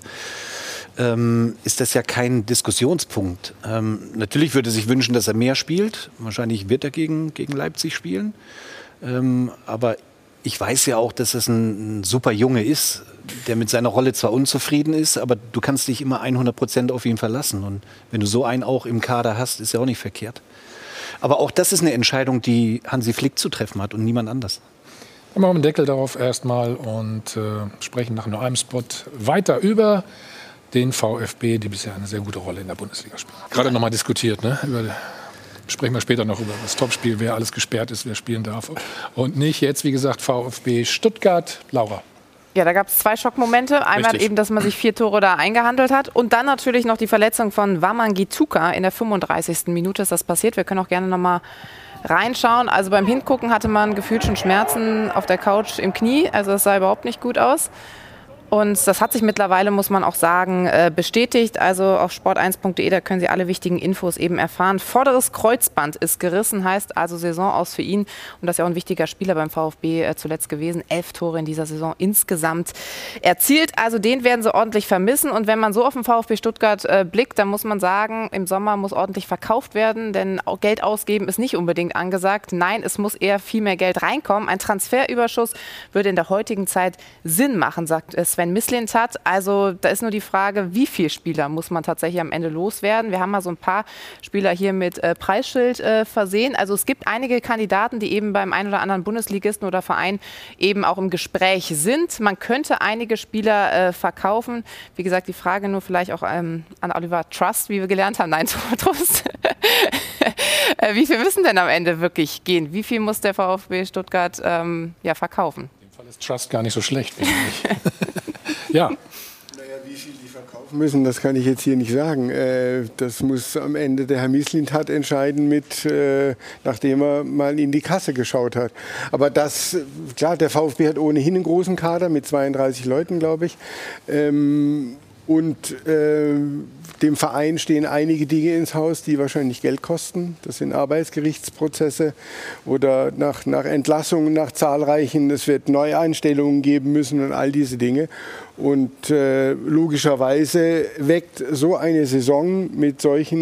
ist das ja kein Diskussionspunkt. Natürlich würde er sich wünschen, dass er mehr spielt. Wahrscheinlich wird er gegen Leipzig spielen. Aber ich weiß ja auch, dass es ein super Junge ist, der mit seiner Rolle zwar unzufrieden ist, aber du kannst dich immer 100% auf ihn verlassen. Und wenn du so einen auch im Kader hast, ist ja auch nicht verkehrt. Aber auch das ist eine Entscheidung, die Hansi Flick zu treffen hat und niemand anders. Wir machen den Deckel darauf erstmal und sprechen nach nur einem Spot weiter über den VfB, die bisher eine sehr gute Rolle in der Bundesliga spielen. Gerade noch mal diskutiert, ne? Sprechen wir später noch über das Topspiel, wer alles gesperrt ist, wer spielen darf und nicht. Jetzt, wie gesagt, VfB Stuttgart. Laura. Ja, da gab es 2 Schockmomente. Einmal eben, dass man sich 4 Tore da eingehandelt hat. Und dann natürlich noch die Verletzung von Wamangituka in der 35. Minute ist das passiert. Wir können auch gerne noch mal reinschauen. Also beim Hingucken hatte man gefühlt schon Schmerzen auf der Couch im Knie. Also das sah überhaupt nicht gut aus. Und das hat sich mittlerweile, muss man auch sagen, bestätigt. Also auf sport1.de, da können Sie alle wichtigen Infos eben erfahren. Vorderes Kreuzband ist gerissen, heißt also Saison aus für ihn. Und das ist ja auch ein wichtiger Spieler beim VfB zuletzt gewesen. 11 Tore in dieser Saison insgesamt erzielt. Also den werden sie ordentlich vermissen. Und wenn man so auf den VfB Stuttgart blickt, dann muss man sagen, im Sommer muss ordentlich verkauft werden. Denn auch Geld ausgeben ist nicht unbedingt angesagt. Nein, es muss eher viel mehr Geld reinkommen. Ein Transferüberschuss würde in der heutigen Zeit Sinn machen, sagt Sven Mislintat. Also da ist nur die Frage, wie viele Spieler muss man tatsächlich am Ende loswerden. Wir haben mal so ein paar Spieler hier mit Preisschild versehen. Also es gibt einige Kandidaten, die eben beim einen oder anderen Bundesligisten oder Verein eben auch im Gespräch sind. Man könnte einige Spieler verkaufen. Wie gesagt, die Frage nur vielleicht auch an Oliver Trust, wie wir gelernt haben. Nein, Trust. Wie viel müssen denn am Ende wirklich gehen? Wie viel muss der VfB Stuttgart verkaufen? Fall ist Trust gar nicht so schlecht, finde ich. Ja. Naja, wie viel die verkaufen müssen, das kann ich jetzt hier nicht sagen. Das muss am Ende der Herr Mislintat entscheiden, nachdem er mal in die Kasse geschaut hat. Aber klar, der VfB hat ohnehin einen großen Kader mit 32 Leuten, glaube ich. Und dem Verein stehen einige Dinge ins Haus, die wahrscheinlich Geld kosten. Das sind Arbeitsgerichtsprozesse oder nach Entlassungen, nach zahlreichen. Es wird Neueinstellungen geben müssen und all diese Dinge. Und logischerweise weckt so eine Saison mit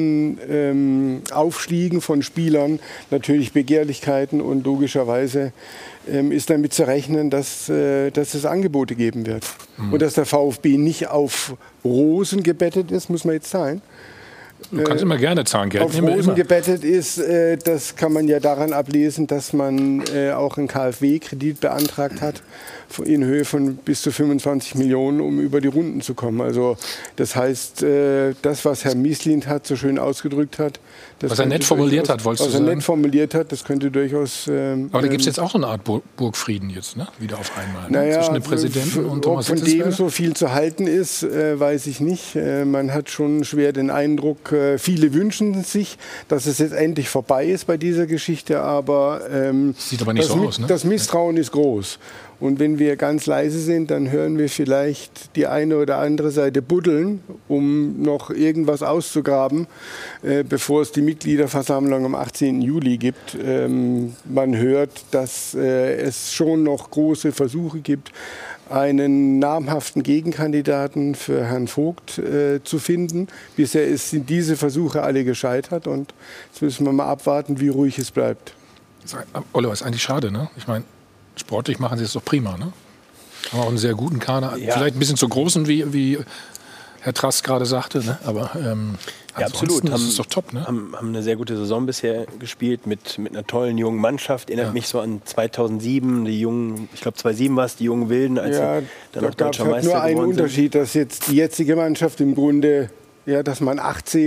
solchen Aufstiegen von Spielern natürlich Begehrlichkeiten und logischerweise ist damit zu rechnen, dass es Angebote geben wird. Und dass der VfB nicht auf Rosen gebettet ist, muss man jetzt zahlen. Du kannst immer gerne zahlen, Geld auf Rosen gebettet ist, das kann man ja daran ablesen, dass man auch einen KfW-Kredit beantragt hat in Höhe von bis zu 25 Millionen, um über die Runden zu kommen. Also das heißt, das, was Herr Mislintat so schön ausgedrückt hat, was er nett formuliert hat, wolltest du sagen? Was er nett formuliert hat, das könnte durchaus... Aber da gibt es jetzt auch so eine Art Burgfrieden jetzt, ne? Wieder auf einmal. Naja, zwischen dem Präsidenten und Thomas Hitzelsberger? Von dem so viel zu halten ist, weiß ich nicht. Man hat schon schwer den Eindruck, viele wünschen sich, dass es jetzt endlich vorbei ist bei dieser Geschichte, aber, sieht aber nicht so aus, ne? Das Misstrauen ist groß. Und wenn wir ganz leise sind, dann hören wir vielleicht die eine oder andere Seite buddeln, um noch irgendwas auszugraben, bevor es die Mitgliederversammlung am 18. Juli gibt. Man hört, dass es schon noch große Versuche gibt, einen namhaften Gegenkandidaten für Herrn Vogt zu finden. Bisher sind diese Versuche alle gescheitert und jetzt müssen wir mal abwarten, wie ruhig es bleibt. Oliver, ist eigentlich schade, ne? Ich meine, sportlich machen sie es doch prima, ne? Haben auch einen sehr guten Kader. Ja. Vielleicht ein bisschen zu großen, wie Herr Trask gerade sagte, ne? Aber ja, absolut. Das ist doch top, ne? Haben eine sehr gute Saison bisher gespielt mit einer tollen jungen Mannschaft. Erinnert mich so an 2007, die jungen, ich glaube 2007 war es, die jungen Wilden, als sie dann auch deutscher Meister geworden sind. Nur einen Unterschied, dass jetzt die jetzige Mannschaft im Grunde, ja, dass man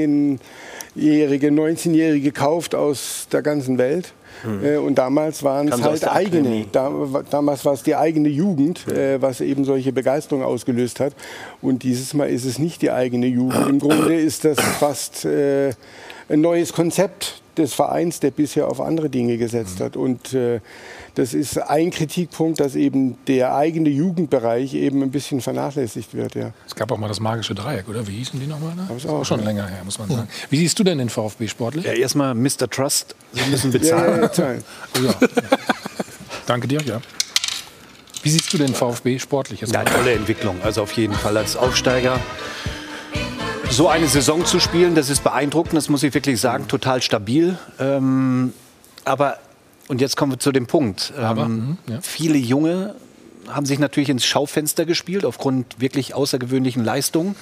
18-Jährige, 19-Jährige kauft aus der ganzen Welt. Und damals waren es halt eigene. Damals war es die eigene Jugend, was eben solche Begeisterung ausgelöst hat. Und dieses Mal ist es nicht die eigene Jugend. Im Grunde ist das fast ein neues Konzept des Vereins, der bisher auf andere Dinge gesetzt hat. Und das ist ein Kritikpunkt, dass eben der eigene Jugendbereich eben ein bisschen vernachlässigt wird. Ja. Es gab auch mal das magische Dreieck, oder? Wie hießen die nochmal? Ne? Das ist auch schon länger her, muss man sagen. Wie siehst du denn den VfB sportlich? Ja, erstmal Mr. Trust. Sie müssen bezahlen. Ja. Danke dir, ja. Wie siehst du den VfB sportlich? Ja, tolle Entwicklung. Also auf jeden Fall als Aufsteiger. So eine Saison zu spielen, das ist beeindruckend, das muss ich wirklich sagen, total stabil. Aber, und jetzt kommen wir zu dem Punkt, viele Junge haben sich natürlich ins Schaufenster gespielt, aufgrund wirklich außergewöhnlichen Leistungen.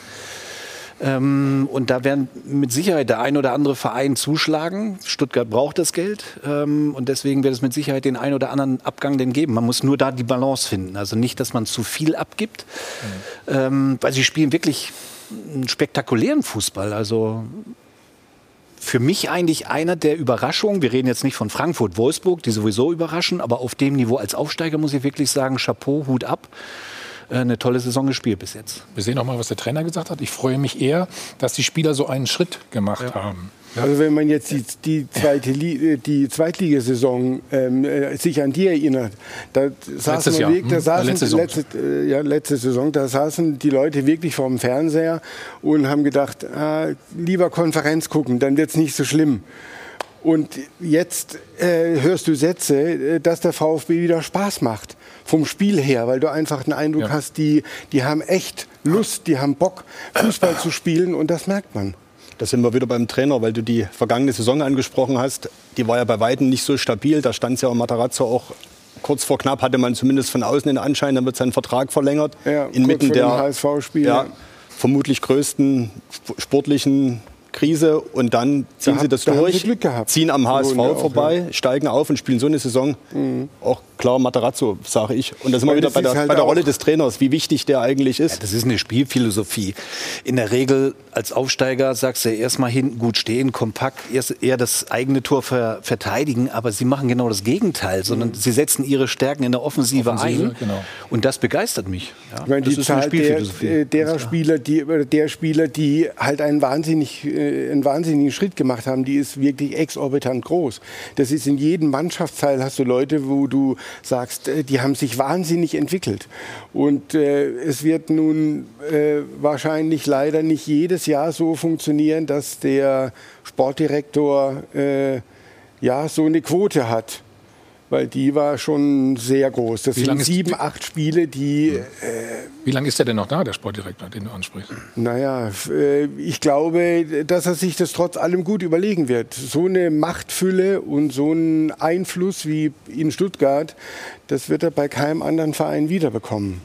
Und da werden mit Sicherheit der ein oder andere Verein zuschlagen. Stuttgart braucht das Geld und deswegen wird es mit Sicherheit den ein oder anderen Abgang denn geben. Man muss nur da die Balance finden. Also nicht, dass man zu viel abgibt, weil sie spielen wirklich einen spektakulären Fußball. Also für mich eigentlich einer der Überraschungen. Wir reden jetzt nicht von Frankfurt, Wolfsburg, die sowieso überraschen, aber auf dem Niveau als Aufsteiger muss ich wirklich sagen, Chapeau, Hut ab. Eine tolle Saison gespielt bis jetzt. Wir sehen auch mal, was der Trainer gesagt hat. Ich freue mich eher, dass die Spieler so einen Schritt gemacht haben. Also wenn man jetzt die Zweitligasaison sich an die erinnert, da letzte Saison, da saßen die Leute wirklich vorm Fernseher und haben gedacht, lieber Konferenz gucken, dann wird es nicht so schlimm. Und jetzt hörst du Sätze, dass der VfB wieder Spaß macht. Vom Spiel her, weil du einfach den Eindruck hast, die haben echt Lust, die haben Bock, Fußball zu spielen und das merkt man. Da sind wir wieder beim Trainer, weil du die vergangene Saison angesprochen hast. Die war ja bei Weitem nicht so stabil. Da stand ja auch Matarazzo auch kurz vor knapp, hatte man zumindest von außen den Anschein, dann wird sein Vertrag verlängert. Ja, inmitten der HSV-Spiel. Vermutlich größten sportlichen Krise und dann ziehen sie das durch, ziehen am HSV vorbei, steigen auf und spielen so eine Saison. Auch klar Materazzo, sage ich. Und da sind wir wieder bei der Rolle des Trainers, wie wichtig der eigentlich ist. Ja, das ist eine Spielphilosophie. In der Regel als Aufsteiger sagst du erstmal hinten gut stehen, kompakt, eher das eigene Tor verteidigen, aber sie machen genau das Gegenteil, sondern sie setzen ihre Stärken in der Offensive ein. Genau. Und das begeistert mich. Ja, ich meine, die Zahl der Spieler, die halt einen wahnsinnigen Schritt gemacht haben, die ist wirklich exorbitant groß. Das ist in jedem Mannschaftsteil hast du Leute, wo du sagst, die haben sich wahnsinnig entwickelt. Und es wird nun wahrscheinlich leider nicht jedes Jahr so funktionieren, dass der Sportdirektor so eine Quote hat. Weil die war schon sehr groß. Das sind 7, 8 Spiele, die... Wie lange ist der denn noch da, der Sportdirektor, den du ansprichst? Naja, ich glaube, dass er sich das trotz allem gut überlegen wird. So eine Machtfülle und so einen Einfluss wie in Stuttgart, das wird er bei keinem anderen Verein wiederbekommen.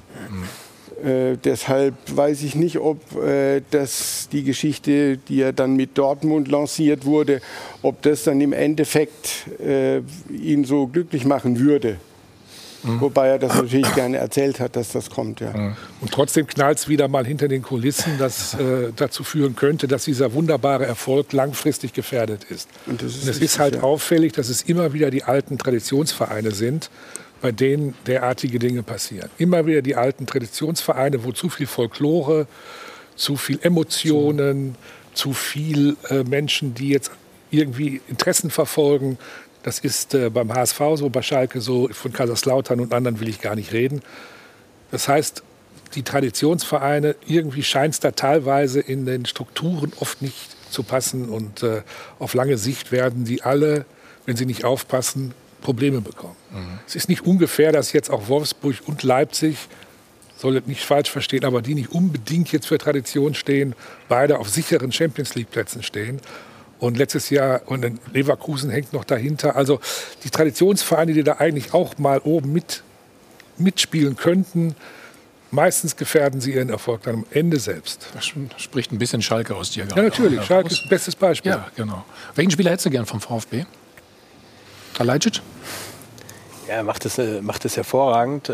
Deshalb weiß ich nicht, ob das die Geschichte, die ja dann mit Dortmund lanciert wurde, ob das dann im Endeffekt ihn so glücklich machen würde. Wobei er das natürlich gerne erzählt hat, dass das kommt. Ja. Und trotzdem knallt es wieder mal hinter den Kulissen, das dazu führen könnte, dass dieser wunderbare Erfolg langfristig gefährdet ist. Und es ist halt auffällig, dass es immer wieder die alten Traditionsvereine sind, bei denen derartige Dinge passieren. Immer wieder die alten Traditionsvereine, wo zu viel Folklore, zu viel Emotionen, zu viel Menschen, die jetzt irgendwie Interessen verfolgen. Das ist beim HSV so, bei Schalke so, von Kaiserslautern und anderen will ich gar nicht reden. Das heißt, die Traditionsvereine, irgendwie scheint es da teilweise in den Strukturen oft nicht zu passen. Und auf lange Sicht werden die alle, wenn sie nicht aufpassen, Probleme bekommen. Es ist nicht ungefähr, dass jetzt auch Wolfsburg und Leipzig, soll es nicht falsch verstehen, aber die nicht unbedingt jetzt für Tradition stehen, beide auf sicheren Champions-League-Plätzen stehen. Und letztes Jahr, und in Leverkusen hängt noch dahinter. Also die Traditionsvereine, die da eigentlich auch mal oben mitspielen könnten, meistens gefährden sie ihren Erfolg dann am Ende selbst. Das spricht ein bisschen Schalke aus dir. Ja, natürlich. Schalke ist ein bestes Beispiel. Ja, genau. Welchen Spieler hättest du gern vom VfB? Kalajdzic? Ja, macht es hervorragend.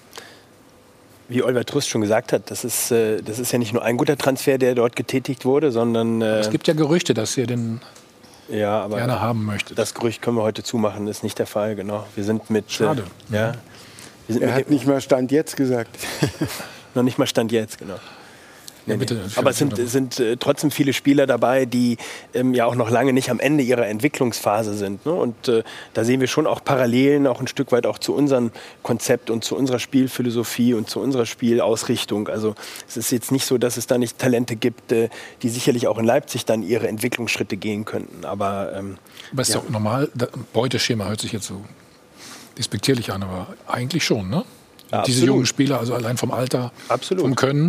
Wie Oliver Trust schon gesagt hat, das ist ja nicht nur ein guter Transfer, der dort getätigt wurde, sondern... es gibt ja Gerüchte, dass ihr den gerne haben möchtet. Das Gerücht können wir heute zumachen, ist nicht der Fall, genau. Wir sind mit... Schade. Er hat nicht mal Stand jetzt gesagt. Noch nicht mal Stand jetzt, genau. Ja, bitte. Aber es sind trotzdem viele Spieler dabei, die ja auch noch lange nicht am Ende ihrer Entwicklungsphase sind. Ne? Und da sehen wir schon auch Parallelen, auch ein Stück weit auch zu unserem Konzept und zu unserer Spielphilosophie und zu unserer Spielausrichtung. Also es ist jetzt nicht so, dass es da nicht Talente gibt, die sicherlich auch in Leipzig dann ihre Entwicklungsschritte gehen könnten. Aber ist doch normal, Beuteschema hört sich jetzt so despektierlich an, aber eigentlich schon, ne? Ja, diese jungen Spieler, also allein vom Alter, vom Können.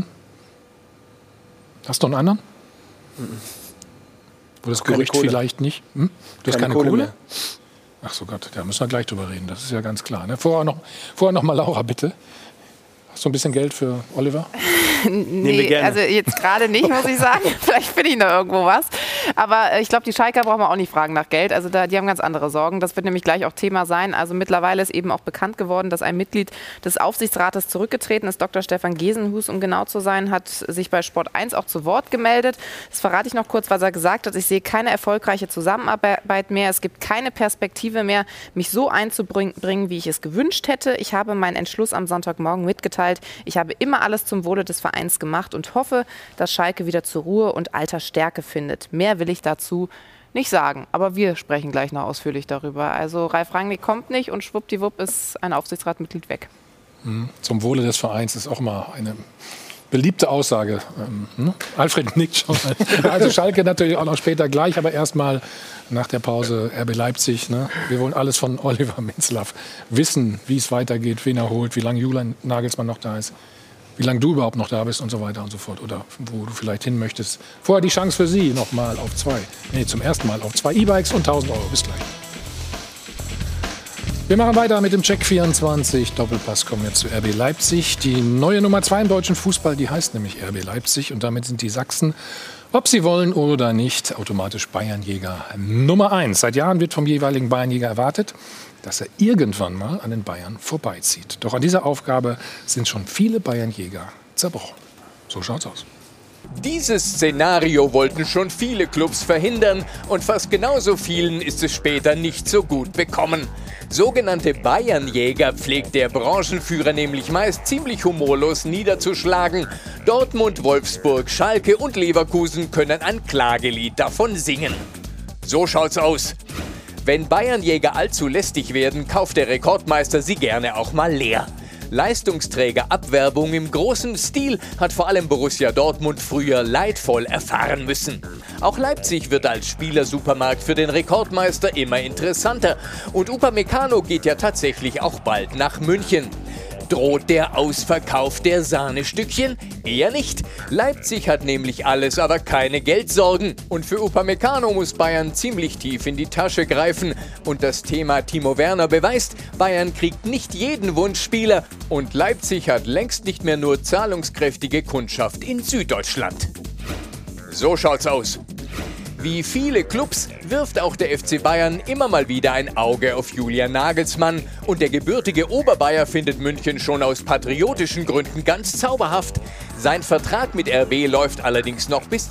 Hast du noch einen anderen? Wo das Gerücht vielleicht nicht... Du hast keine Kohle mehr? Ach so Gott, da müssen wir gleich drüber reden. Das ist ja ganz klar. Ne? Vorher noch mal Laura, bitte. Hast du ein bisschen Geld für Oliver? Nee, also jetzt gerade nicht, muss ich sagen. Vielleicht finde ich noch irgendwo was. Aber ich glaube, die Schalker brauchen wir auch nicht fragen nach Geld. Also die haben ganz andere Sorgen. Das wird nämlich gleich auch Thema sein. Also mittlerweile ist eben auch bekannt geworden, dass ein Mitglied des Aufsichtsrates zurückgetreten ist. Dr. Stefan Gesenhus, um genau zu sein, hat sich bei Sport 1 auch zu Wort gemeldet. Das verrate ich noch kurz, was er gesagt hat. Ich sehe keine erfolgreiche Zusammenarbeit mehr. Es gibt keine Perspektive mehr, mich so einzubringen, wie ich es gewünscht hätte. Ich habe meinen Entschluss am Sonntagmorgen mitgeteilt. Ich habe immer alles zum Wohle des Vereins gemacht und hoffe, dass Schalke wieder zur Ruhe und alter Stärke findet. Mehr will ich dazu nicht sagen, aber wir sprechen gleich noch ausführlich darüber. Also Ralf Rangnick kommt nicht und schwuppdiwupp ist ein Aufsichtsratmitglied weg. Zum Wohle des Vereins ist auch mal eine beliebte Aussage. Alfred nickt schon. Also Schalke natürlich auch noch später gleich, aber erstmal nach der Pause RB Leipzig. Ne? Wir wollen alles von Oliver Minzlaff wissen, wie es weitergeht, wen er holt, wie lange Julian Nagelsmann noch da ist, wie lange du überhaupt noch da bist und so weiter und so fort. Oder wo du vielleicht hin möchtest. Vorher die Chance für Sie nochmal auf zum ersten Mal auf 2 E-Bikes und 1.000 Euro. Bis gleich. Wir machen weiter mit dem Check 24 Doppelpass. Kommen wir zu RB Leipzig. Die neue Nummer 2 im deutschen Fußball, die heißt nämlich RB Leipzig. Und damit sind die Sachsen Ob sie wollen oder nicht, automatisch Bayernjäger Nummer 1. Seit Jahren wird vom jeweiligen Bayernjäger erwartet, dass er irgendwann mal an den Bayern vorbeizieht. Doch an dieser Aufgabe sind schon viele Bayernjäger zerbrochen. So schaut's aus. Dieses Szenario wollten schon viele Clubs verhindern und fast genauso vielen ist es später nicht so gut bekommen. Sogenannte Bayernjäger pflegt der Branchenführer nämlich meist ziemlich humorlos niederzuschlagen. Dortmund, Wolfsburg, Schalke und Leverkusen können ein Klagelied davon singen. So schaut's aus. Wenn Bayernjäger allzu lästig werden, kauft der Rekordmeister sie gerne auch mal leer. Leistungsträgerabwerbung im großen Stil hat vor allem Borussia Dortmund früher leidvoll erfahren müssen. Auch Leipzig wird als Spielersupermarkt für den Rekordmeister immer interessanter. Und Upamecano geht ja tatsächlich auch bald nach München. Droht der Ausverkauf der Sahnestückchen? Eher nicht. Leipzig hat nämlich alles, aber keine Geldsorgen. Und für Upamecano muss Bayern ziemlich tief in die Tasche greifen. Und das Thema Timo Werner beweist, Bayern kriegt nicht jeden Wunschspieler. Und Leipzig hat längst nicht mehr nur zahlungskräftige Kundschaft in Süddeutschland. So schaut's aus. Wie viele Clubs wirft auch der FC Bayern immer mal wieder ein Auge auf Julian Nagelsmann. Und der gebürtige Oberbayer findet München schon aus patriotischen Gründen ganz zauberhaft. Sein Vertrag mit RB läuft allerdings noch bis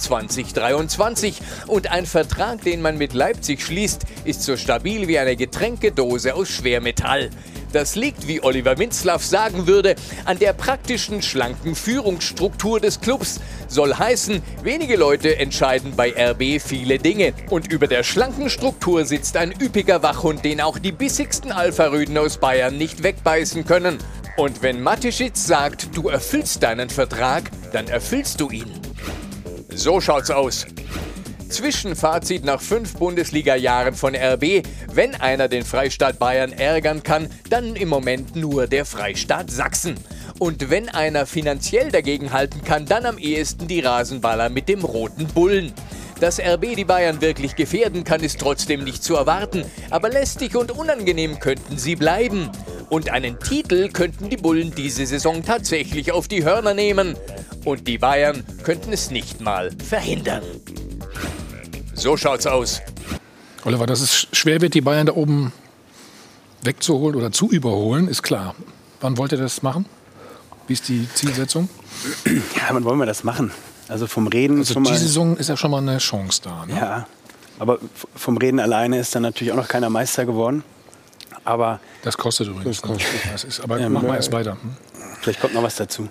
2023. Und ein Vertrag, den man mit Leipzig schließt, ist so stabil wie eine Getränkedose aus Schwermetall. Das liegt, wie Oliver Minzlaff sagen würde, an der praktischen, schlanken Führungsstruktur des Clubs. Soll heißen, wenige Leute entscheiden bei RB viele Dinge. Und über der schlanken Struktur sitzt ein üppiger Wachhund, den auch die bissigsten Alpha-Rüden aus Bayern nicht wegbeißen können. Und wenn Mateschitz sagt, du erfüllst deinen Vertrag, dann erfüllst du ihn. So schaut's aus. Zwischenfazit nach 5 Bundesliga-Jahren von RB: Wenn einer den Freistaat Bayern ärgern kann, dann im Moment nur der Freistaat Sachsen. Und wenn einer finanziell dagegenhalten kann, dann am ehesten die Rasenballer mit dem roten Bullen. Dass RB die Bayern wirklich gefährden kann, ist trotzdem nicht zu erwarten. Aber lästig und unangenehm könnten sie bleiben. Und einen Titel könnten die Bullen diese Saison tatsächlich auf die Hörner nehmen. Und die Bayern könnten es nicht mal verhindern. So schaut's aus. Oliver, dass es schwer wird, die Bayern da oben wegzuholen oder zu überholen, ist klar. Wann wollt ihr das machen? Wie ist die Zielsetzung? Ja, wann wollen wir das machen? Also vom Reden... Also die Saison ist ja schon mal eine Chance da. Ne? Ja, aber vom Reden alleine ist dann natürlich auch noch keiner Meister geworden. Aber das kostet übrigens. Aber machen wir erst weiter. Vielleicht kommt noch was dazu.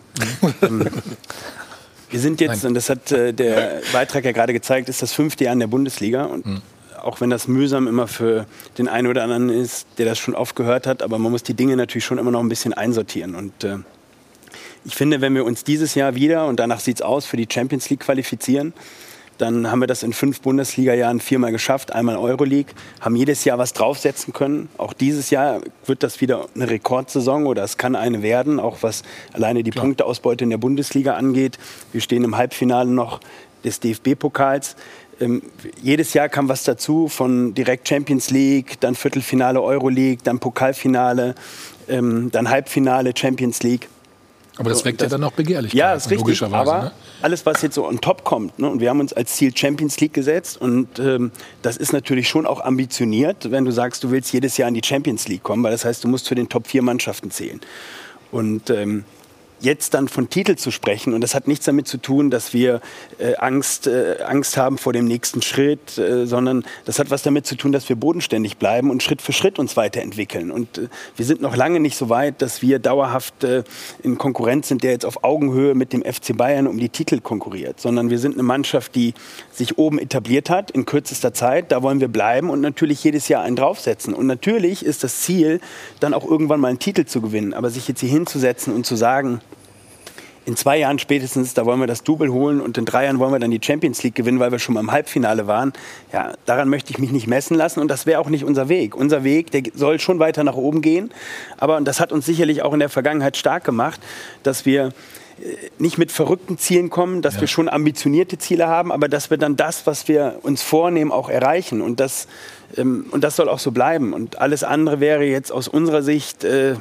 Wir sind jetzt, und das hat der Beitrag ja gerade gezeigt, ist das 5. Jahr in der Bundesliga. Und auch wenn das mühsam immer für den einen oder anderen ist, der das schon oft gehört hat, aber man muss die Dinge natürlich schon immer noch ein bisschen einsortieren. Und ich finde, wenn wir uns dieses Jahr wieder, und danach sieht es aus, für die Champions League qualifizieren, dann haben wir das in 5 Bundesliga-Jahren 4-mal geschafft, einmal Euroleague, haben jedes Jahr was draufsetzen können. Auch dieses Jahr wird das wieder eine Rekordsaison oder es kann eine werden, auch was alleine die Punkteausbeute in der Bundesliga angeht. Wir stehen im Halbfinale noch des DFB-Pokals. Jedes Jahr kam was dazu, von direkt Champions League, dann Viertelfinale Euroleague, dann Pokalfinale, dann Halbfinale Champions League. Aber das weckt ja dann auch Begehrlichkeit. Ja, das ist richtig, logischerweise. aber alles, was jetzt so on top kommt, ne, und wir haben uns als Ziel Champions League gesetzt und das ist natürlich schon auch ambitioniert, wenn du sagst, du willst jedes Jahr in die Champions League kommen, weil das heißt, du musst zu den Top 4 Mannschaften zählen. Und jetzt dann von Titel zu sprechen, und das hat nichts damit zu tun, dass wir Angst haben vor dem nächsten Schritt, sondern das hat was damit zu tun, dass wir bodenständig bleiben und Schritt für Schritt uns weiterentwickeln. Und wir sind noch lange nicht so weit, dass wir dauerhaft in Konkurrenz sind, der jetzt auf Augenhöhe mit dem FC Bayern um die Titel konkurriert, sondern wir sind eine Mannschaft, die sich oben etabliert hat in kürzester Zeit. Da wollen wir bleiben und natürlich jedes Jahr einen draufsetzen. Und natürlich ist das Ziel, dann auch irgendwann mal einen Titel zu gewinnen. Aber sich jetzt hier hinzusetzen und zu sagen, in 2 Jahren spätestens, da wollen wir das Double holen und in 3 Jahren wollen wir dann die Champions League gewinnen, weil wir schon mal im Halbfinale waren. Ja, daran möchte ich mich nicht messen lassen und das wäre auch nicht unser Weg. Unser Weg, der soll schon weiter nach oben gehen, aber und das hat uns sicherlich auch in der Vergangenheit stark gemacht, dass wir nicht mit verrückten Zielen kommen, dass wir schon ambitionierte Ziele haben, aber dass wir dann das, was wir uns vornehmen, auch erreichen und das soll auch so bleiben. Und alles andere wäre jetzt aus unserer Sicht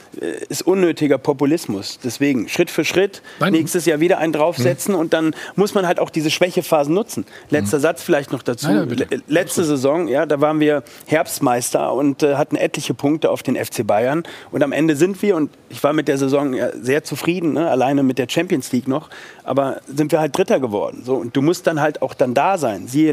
ist unnötiger Populismus. Deswegen Schritt für Schritt, nächstes Jahr wieder einen draufsetzen und dann muss man halt auch diese Schwächephasen nutzen. Letzter Satz vielleicht noch dazu. Letzte Saison, ja, da waren wir Herbstmeister und hatten etliche Punkte auf den FC Bayern und am Ende sind wir, und ich war mit der Saison sehr zufrieden, ne, alleine mit der Champions League noch, aber sind wir halt Dritter geworden. So, und du musst dann halt auch dann da sein. Siehe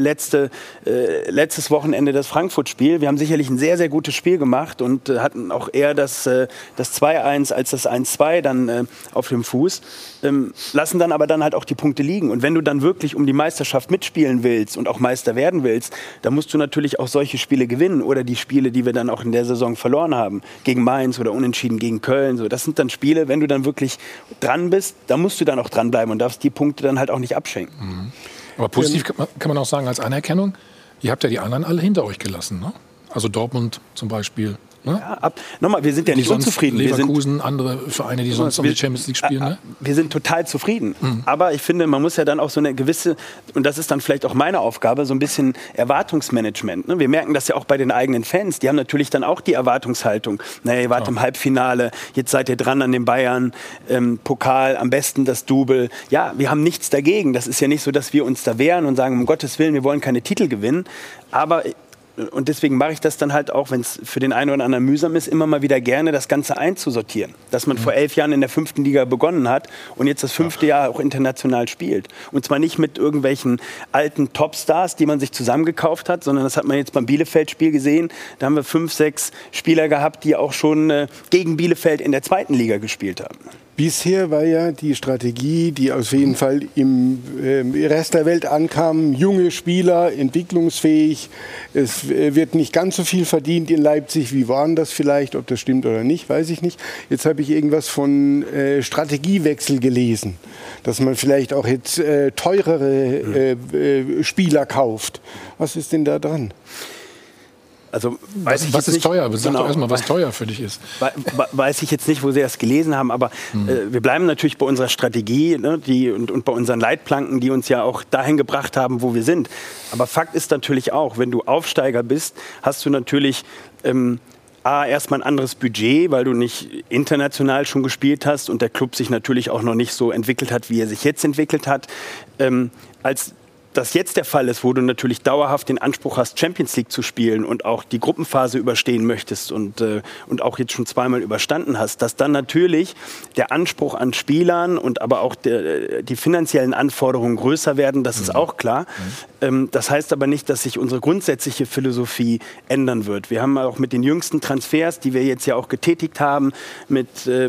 letztes Wochenende das Frankfurt-Spiel. Wir haben sicherlich ein sehr, sehr gutes Spiel gemacht und hatten auch eher das 2-1 als das 1-2 dann auf dem Fuß. Lassen dann aber dann halt auch die Punkte liegen. Und wenn du dann wirklich um die Meisterschaft mitspielen willst und auch Meister werden willst, dann musst du natürlich auch solche Spiele gewinnen oder die Spiele, die wir dann auch in der Saison verloren haben, gegen Mainz oder unentschieden gegen Köln. So, das sind dann Spiele, wenn du dann wirklich dran bist, da musst du dann auch dranbleiben und darfst die Punkte dann halt auch nicht abschenken. Mhm. Aber positiv kann man auch sagen als Anerkennung, ihr habt ja die anderen alle hinter euch gelassen, ne? Also Dortmund zum Beispiel. Ne? Ja, nochmal, wir sind ja nicht unzufrieden. Leverkusen, andere Vereine, die sonst um die Champions League spielen. Ne? Wir sind total zufrieden. Aber ich finde, man muss ja dann auch so eine gewisse, und das ist dann vielleicht auch meine Aufgabe, so ein bisschen Erwartungsmanagement. Ne? Wir merken das ja auch bei den eigenen Fans. Die haben natürlich dann auch die Erwartungshaltung. Naja, ihr wart im Halbfinale, jetzt seid ihr dran an den Bayern, Pokal, am besten das Double. Ja, wir haben nichts dagegen. Das ist ja nicht so, dass wir uns da wehren und sagen, um Gottes Willen, wir wollen keine Titel gewinnen. Aber und deswegen mache ich das dann halt auch, wenn es für den einen oder anderen mühsam ist, immer mal wieder gerne, das Ganze einzusortieren. Dass man vor 11 Jahren in der 5. Liga begonnen hat und jetzt das 5. Jahr auch international spielt. Und zwar nicht mit irgendwelchen alten Topstars, die man sich zusammengekauft hat, sondern das hat man jetzt beim Bielefeld-Spiel gesehen. Da haben wir 5, 6 Spieler gehabt, die auch schon gegen Bielefeld in der 2. Liga gespielt haben. Bisher war ja die Strategie, die auf jeden Fall im Rest der Welt ankam, junge Spieler, entwicklungsfähig. Es wird nicht ganz so viel verdient in Leipzig wie woanders vielleicht. Ob das stimmt oder nicht, weiß ich nicht. Jetzt habe ich irgendwas von Strategiewechsel gelesen, dass man vielleicht auch jetzt teurere Spieler kauft. Was ist denn da dran? Also, was ist teuer? Sag doch erstmal, was teuer für dich ist. Weiß ich jetzt nicht, wo Sie das gelesen haben, aber wir bleiben natürlich bei unserer Strategie, ne, und bei unseren Leitplanken, die uns ja auch dahin gebracht haben, wo wir sind. Aber Fakt ist natürlich auch, wenn du Aufsteiger bist, hast du natürlich erstmal ein anderes Budget, weil du nicht international schon gespielt hast und der Club sich natürlich auch noch nicht so entwickelt hat, wie er sich jetzt entwickelt hat. Als das jetzt der Fall ist, wo du natürlich dauerhaft den Anspruch hast, Champions League zu spielen und auch die Gruppenphase überstehen möchtest und auch jetzt schon zweimal überstanden hast, dass dann natürlich der Anspruch an Spielern und aber auch die finanziellen Anforderungen größer werden, das ist auch klar. Das heißt aber nicht, dass sich unsere grundsätzliche Philosophie ändern wird. Wir haben auch mit den jüngsten Transfers, die wir jetzt ja auch getätigt haben, mit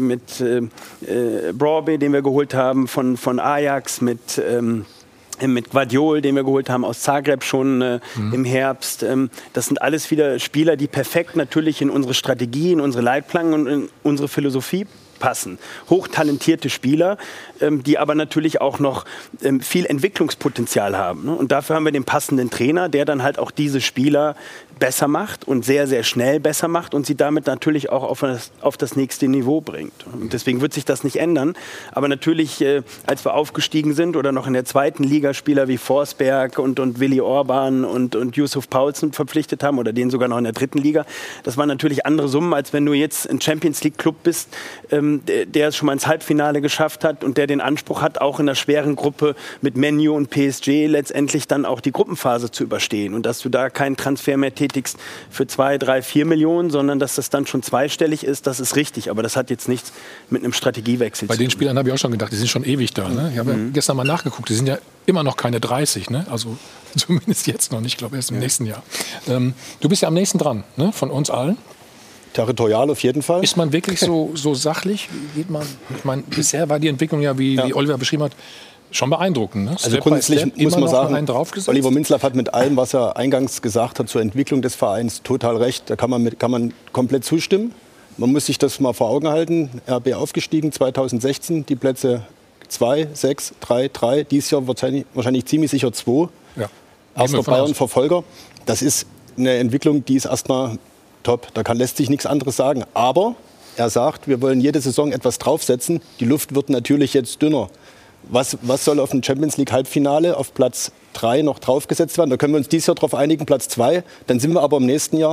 Brobbey, den wir geholt haben von Ajax, mit Guardiol, den wir geholt haben aus Zagreb schon im Herbst. Das sind alles wieder Spieler, die perfekt natürlich in unsere Strategie, in unsere Leitplanken und in unsere Philosophie passen. Hochtalentierte Spieler, die aber natürlich auch noch viel Entwicklungspotenzial haben. Ne? Und dafür haben wir den passenden Trainer, der dann halt auch diese Spieler besser macht und sehr, sehr schnell besser macht und sie damit natürlich auch auf das nächste Niveau bringt. Und deswegen wird sich das nicht ändern. Aber natürlich, als wir aufgestiegen sind oder noch in der 2. Liga Spieler wie Forsberg und Willi Orban und Yusuf Paulsen verpflichtet haben oder den sogar noch in der 3. Liga, das waren natürlich andere Summen, als wenn du jetzt ein Champions League Club bist, der es schon mal ins Halbfinale geschafft hat und der den Anspruch hat, auch in der schweren Gruppe mit Man U und PSG letztendlich dann auch die Gruppenphase zu überstehen und dass du da keinen Transfer mehr tätigst für 2, 3, 4 Millionen, sondern dass das dann schon zweistellig ist, das ist richtig. Aber das hat jetzt nichts mit einem Strategiewechsel zu tun. Bei den Spielern habe ich auch schon gedacht, die sind schon ewig da. Ne? Ich habe ja gestern mal nachgeguckt, die sind ja immer noch keine 30, ne? Also zumindest jetzt noch nicht, ich glaube erst im nächsten Jahr. Du bist ja am nächsten dran, ne? Von uns allen. Territorial auf jeden Fall. Ist man wirklich so sachlich? Geht man? Ich meine, bisher war die Entwicklung ja, wie Oliver beschrieben hat, schon beeindruckend. Ne? Also grundsätzlich muss man sagen, Oliver Minzlaff hat mit allem, was er eingangs gesagt hat zur Entwicklung des Vereins, total recht. Da kann man komplett zustimmen. Man muss sich das mal vor Augen halten. RB aufgestiegen 2016, die Plätze 2, 6, 3, 3. Dieses Jahr wahrscheinlich ziemlich sicher 2. Ja. Erster Bayern-Verfolger. Das ist eine Entwicklung, die ist erstmal top. Da lässt sich nichts anderes sagen. Aber er sagt, wir wollen jede Saison etwas draufsetzen. Die Luft wird natürlich jetzt dünner. Was soll auf dem Champions League Halbfinale auf Platz 3 noch draufgesetzt werden? Da können wir uns dieses Jahr darauf einigen, Platz 2. Dann sind wir aber im nächsten Jahr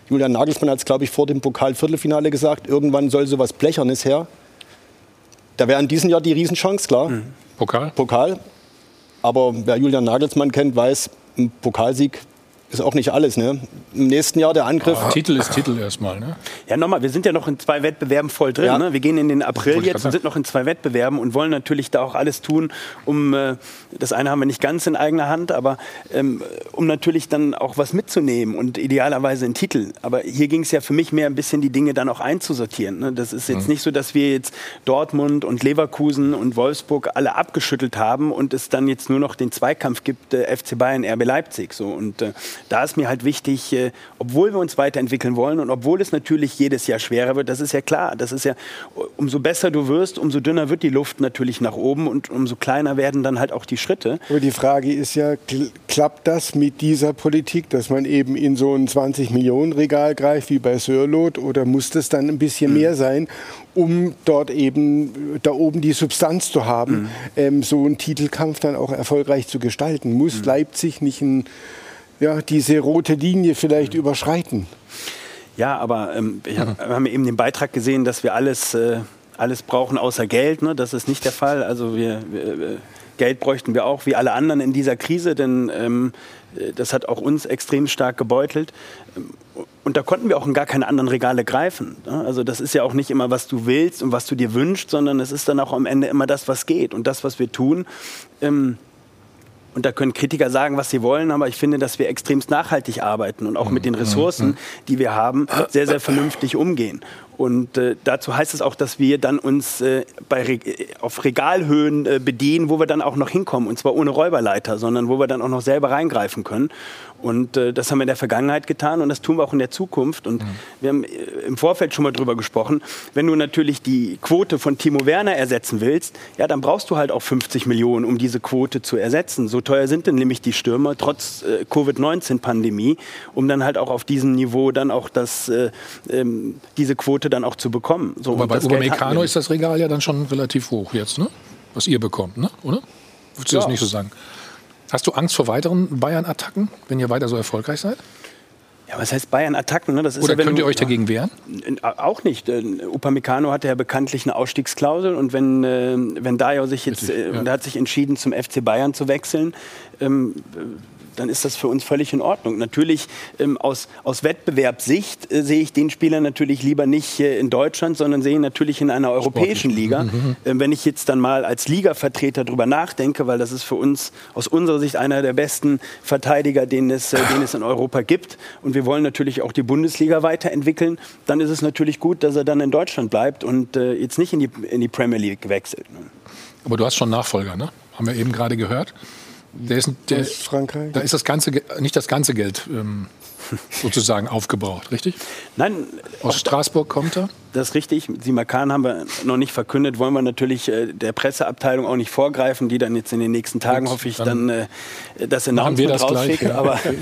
Julian Nagelsmann hat es, glaube ich, vor dem Pokal-Viertelfinale gesagt, irgendwann soll sowas Blechernes her. Da wäre in diesem Jahr die Riesenchance, klar. Pokal. Aber wer Julian Nagelsmann kennt, weiß, ein Pokalsieg ist auch nicht alles. Ne? Im nächsten Jahr der Angriff. Titel ist Titel erstmal. Ne? Ja, nochmal, wir sind ja noch in 2 Wettbewerben voll drin. Ja. Ne? Wir gehen in den April jetzt und sind noch in 2 Wettbewerben und wollen natürlich da auch alles tun, um, das eine haben wir nicht ganz in eigener Hand, aber um natürlich dann auch was mitzunehmen und idealerweise einen Titel. Aber hier ging es ja für mich mehr ein bisschen, die Dinge dann auch einzusortieren. Ne? Das ist jetzt nicht so, dass wir jetzt Dortmund und Leverkusen und Wolfsburg alle abgeschüttelt haben und es dann jetzt nur noch den Zweikampf gibt, FC Bayern, RB Leipzig. So. Und da ist mir halt wichtig, obwohl wir uns weiterentwickeln wollen und obwohl es natürlich jedes Jahr schwerer wird, das ist ja klar, das ist ja, umso besser du wirst, umso dünner wird die Luft natürlich nach oben und umso kleiner werden dann halt auch die Schritte. Aber die Frage ist ja, klappt das mit dieser Politik, dass man eben in so ein 20-Millionen-Regal greift wie bei Sörloth, oder muss das dann ein bisschen mehr sein, um dort eben da oben die Substanz zu haben, so einen Titelkampf dann auch erfolgreich zu gestalten? Muss Leipzig nicht diese rote Linie vielleicht überschreiten? Ja, aber wir haben eben den Beitrag gesehen, dass wir alles brauchen außer Geld. Ne? Das ist nicht der Fall. Also Geld bräuchten wir auch, wie alle anderen in dieser Krise, denn das hat auch uns extrem stark gebeutelt. Und da konnten wir auch in gar keine anderen Regale greifen. Ne? Also das ist ja auch nicht immer, was du willst und was du dir wünschst, sondern es ist dann auch am Ende immer das, was geht. Und das, was wir tun, und da können Kritiker sagen, was sie wollen, aber ich finde, dass wir extremst nachhaltig arbeiten und auch mit den Ressourcen, die wir haben, sehr, sehr vernünftig umgehen. Und dazu heißt es auch, dass wir dann uns auf Regalhöhen bedienen, wo wir dann auch noch hinkommen. Und zwar ohne Räuberleiter, sondern wo wir dann auch noch selber reingreifen können. Und das haben wir in der Vergangenheit getan und das tun wir auch in der Zukunft. Und wir haben im Vorfeld schon mal drüber gesprochen, wenn du natürlich die Quote von Timo Werner ersetzen willst, ja, dann brauchst du halt auch 50 Millionen, um diese Quote zu ersetzen. So teuer sind denn nämlich die Stürmer, trotz Covid-19-Pandemie, um dann halt auch auf diesem Niveau dann auch diese Quote dann auch zu bekommen. So, aber bei Upamecano ist das Regal ja dann schon relativ hoch jetzt, ne? Was ihr bekommt, ne? Oder? Würdest du das nicht so sagen? Hast du Angst vor weiteren Bayern-Attacken, wenn ihr weiter so erfolgreich seid? Ja, was heißt Bayern-Attacken? Ne? Das ist Oder ja, könnt ihr euch dagegen wehren? Auch nicht. Upamecano hatte ja bekanntlich eine Ausstiegsklausel und wenn Dayo sich jetzt, der hat sich entschieden, zum FC Bayern zu wechseln, dann ist das für uns völlig in Ordnung. Natürlich aus Wettbewerbssicht sehe ich den Spieler natürlich lieber nicht in Deutschland, sondern sehe ihn natürlich in einer europäischen Liga. Wenn ich jetzt dann mal als Ligavertreter drüber nachdenke, weil das ist für uns aus unserer Sicht einer der besten Verteidiger, den es in Europa gibt. Und wir wollen natürlich auch die Bundesliga weiterentwickeln. Dann ist es natürlich gut, dass er dann in Deutschland bleibt und jetzt nicht in die Premier League wechselt. Aber du hast schon Nachfolger, ne? Haben wir eben gerade gehört. Frankreich. Da ist nicht das ganze Geld sozusagen aufgebraucht, richtig? Nein. Aus Straßburg kommt er? Das ist richtig. Simakan haben wir noch nicht verkündet. Wollen wir natürlich der Presseabteilung auch nicht vorgreifen, die dann jetzt in den nächsten Tagen, hoffe ich, dann das Announcement rausschickt. Ja.